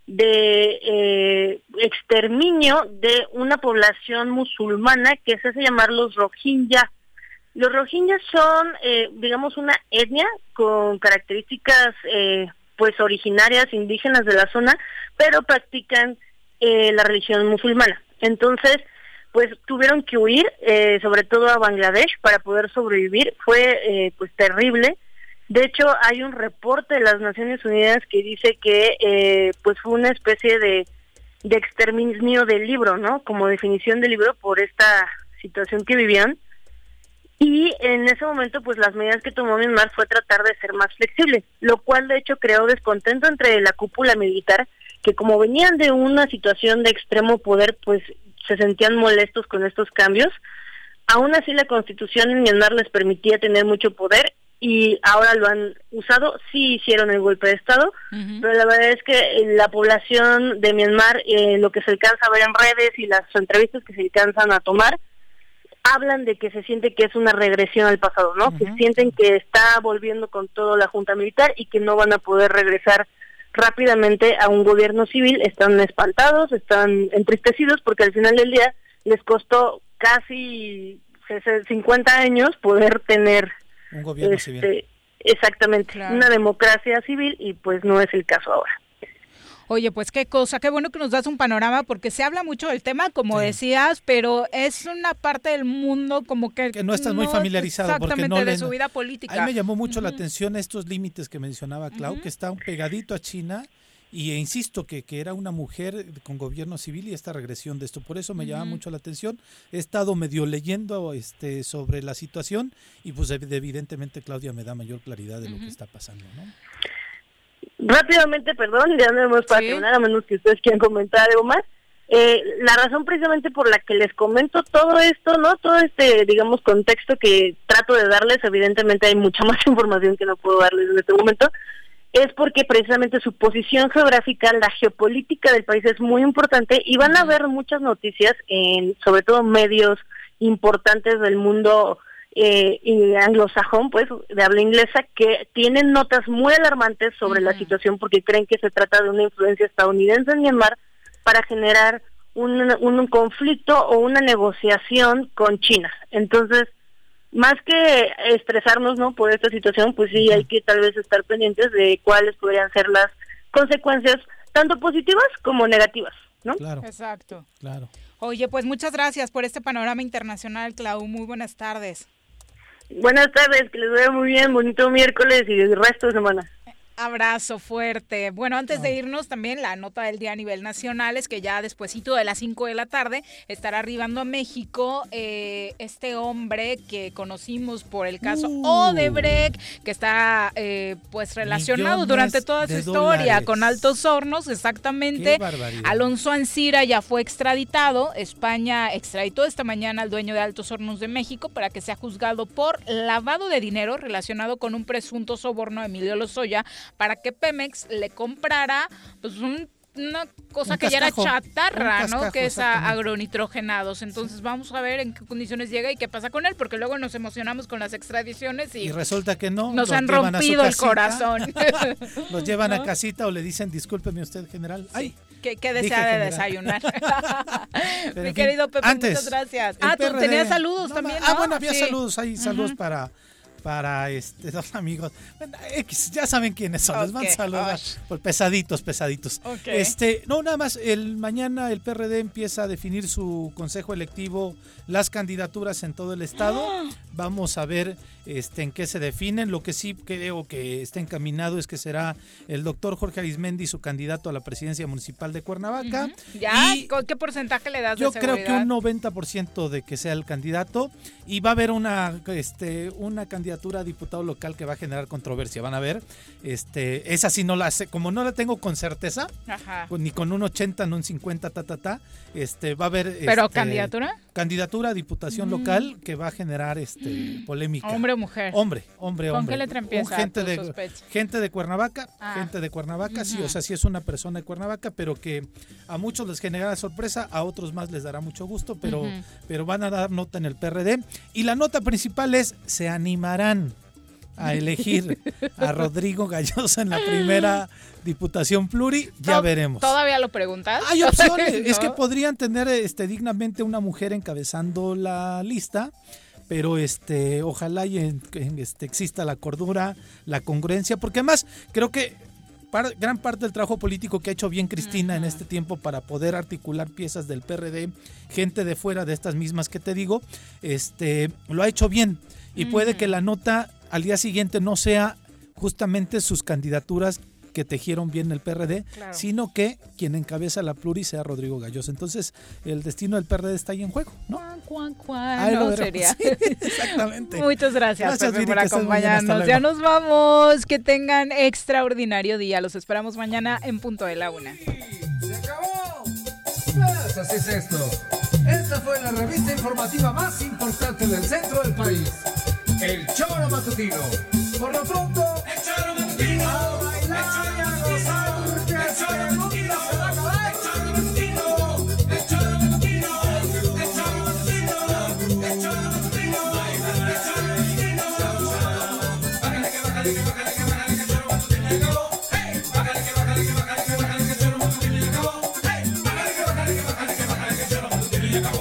de exterminio de una población musulmana que se hace llamar los Rohingya. Los Rohingya son, digamos, una etnia con características pues originarias, indígenas de la zona, pero practican la religión musulmana. Entonces, pues tuvieron que huir, sobre todo a Bangladesh, para poder sobrevivir. Fue pues terrible. De hecho, hay un reporte de las Naciones Unidas que dice que pues fue una especie de exterminio del libro, ¿no? Como definición del libro por esta situación que vivían. Y en ese momento, pues las medidas que tomó Myanmar fue tratar de ser más flexible, lo cual de hecho creó descontento entre la cúpula militar, que como venían de una situación de extremo poder, pues se sentían molestos con estos cambios. Aún así, la Constitución en Myanmar les permitía tener mucho poder y ahora lo han usado. Sí hicieron el golpe de Estado, pero la verdad es que la población de Myanmar, lo que se alcanza a ver en redes y las entrevistas que se alcanzan a tomar, hablan de que se siente que es una regresión al pasado, ¿no? Que sienten que está volviendo con todo la junta militar y que no van a poder regresar rápidamente a un gobierno civil. Están espantados, están entristecidos porque al final del día les costó casi 50 años poder tener un gobierno civil. Exactamente, una democracia civil, y pues no es el caso ahora. Oye, pues qué cosa, qué bueno que nos das un panorama, porque se habla mucho del tema, como decías, pero es una parte del mundo como que no estás muy familiarizado. Exactamente, porque de su vida política. A mí me llamó mucho la atención estos límites que mencionaba Clau, que está un pegadito a China, y insisto que era una mujer con gobierno civil y esta regresión de esto. Por eso me llama mucho la atención. He estado medio leyendo sobre la situación y pues evidentemente Claudia me da mayor claridad de lo que está pasando, ¿no? Rápidamente, perdón, ya no hemos para terminar, a menos que ustedes quieran comentar algo más. La razón precisamente por la que les comento todo esto, ¿no? Todo este, digamos, contexto que trato de darles, evidentemente hay mucha más información que no puedo darles en este momento, es porque precisamente su posición geográfica, la geopolítica del país es muy importante, y van a ver muchas noticias en, sobre todo, medios importantes del mundo y anglosajón, pues, de habla inglesa, que tienen notas muy alarmantes sobre la situación, porque creen que se trata de una influencia estadounidense en Myanmar para generar un conflicto o una negociación con China. Entonces, más que estresarnos, ¿no?, por esta situación, pues sí hay que tal vez estar pendientes de cuáles podrían ser las consecuencias, tanto positivas como negativas, ¿no? Claro. Exacto. Claro. Oye, pues muchas gracias por este panorama internacional, Clau. Muy buenas tardes. Buenas tardes, que les vaya muy bien, bonito miércoles y el resto de semana. Abrazo fuerte. Bueno, antes de irnos, también la nota del día a nivel nacional es que ya despuesito de las 5 de la tarde estará arribando a México este hombre que conocimos por el caso Odebrecht, que está pues relacionado durante toda su historia con Altos Hornos, exactamente. Alonso Ancira ya fue extraditado. España extraditó esta mañana al dueño de Altos Hornos de México para que sea juzgado por lavado de dinero relacionado con un presunto soborno a Emilio Lozoya para que Pemex le comprara pues una cosa que ya era chatarra, ¿no? Que es agronitrogenados. Entonces vamos a ver en qué condiciones llega y qué pasa con él, porque luego nos emocionamos con las extradiciones y resulta que no. Nos han rompido el corazón. Los llevan a casita o le dicen, discúlpeme usted, general. Ay, ¿Qué desea de desayunar? Mi querido Pepe, muchas gracias. Tú tenías saludos también, ¿no? Bueno, había saludos ahí, saludos para dos amigos. Ya saben quiénes son, les van a saludar por pesaditos. No, nada más, mañana el PRD empieza a definir su consejo electivo, las candidaturas en todo el estado. Vamos a ver en qué se definen. Lo que sí creo que está encaminado es que será el doctor Jorge Arismendi su candidato a la presidencia municipal de Cuernavaca. ¿Con qué porcentaje le das de seguridad? Yo creo que un 90% de que sea el candidato, y va a haber una candidatura a diputado local que va a generar controversia. Van a ver, esa sí no la sé, como no la tengo con certeza, ni con un 80, ni un 50, va a haber. ¿Pero candidatura? Candidatura a diputación local que va a generar polémica. ¿Hombre o mujer? Hombre. ¿Con qué letra empieza? Gente de Cuernavaca, sí, o sea, sí es una persona de Cuernavaca, pero que a muchos les genera sorpresa, a otros más les dará mucho gusto, pero van a dar nota en el PRD. Y la nota principal es, se animarán a elegir a Rodrigo Galloso en la primera diputación pluri, ya veremos. ¿Todavía lo preguntas? Hay opciones, ¿no? Es que podrían tener dignamente una mujer encabezando la lista, pero ojalá exista la cordura, la congruencia, porque además creo que gran parte del trabajo político que ha hecho bien Cristina en este tiempo para poder articular piezas del PRD, gente de fuera de estas mismas que te digo, lo ha hecho bien, y puede que la nota al día siguiente no sea justamente sus candidaturas que tejieron bien el PRD, sino que quien encabeza la pluri sea Rodrigo Galloso. Entonces el destino del PRD está ahí en juego, ¿no? No sería. Sí, exactamente. Muchas gracias, Pepe, por acompañarnos. Ya nos vamos. Que tengan extraordinario día. Los esperamos mañana en punto de la 1. ¡Se acabó! Pues así es esto. Esta fue la revista informativa más importante del centro del país. El Choro Matutino. Por lo pronto, el Choro Matutino. A bailar y a gozar, porque el Choro Matutino se va a acabar. El Choro Matutino. El Choro Matutino. El Choro Matutino. El Choro Matutino. El Choro Matutino. Bájale que bájale que bájale que bájale que el Choro Matutino ya acabó. Hey, bájale que bájale que bájale que bájale que el Choro Matutino ya acabó. Hey, bájale que bájale que bájale que bájale que el Choro Matutino ya acabó.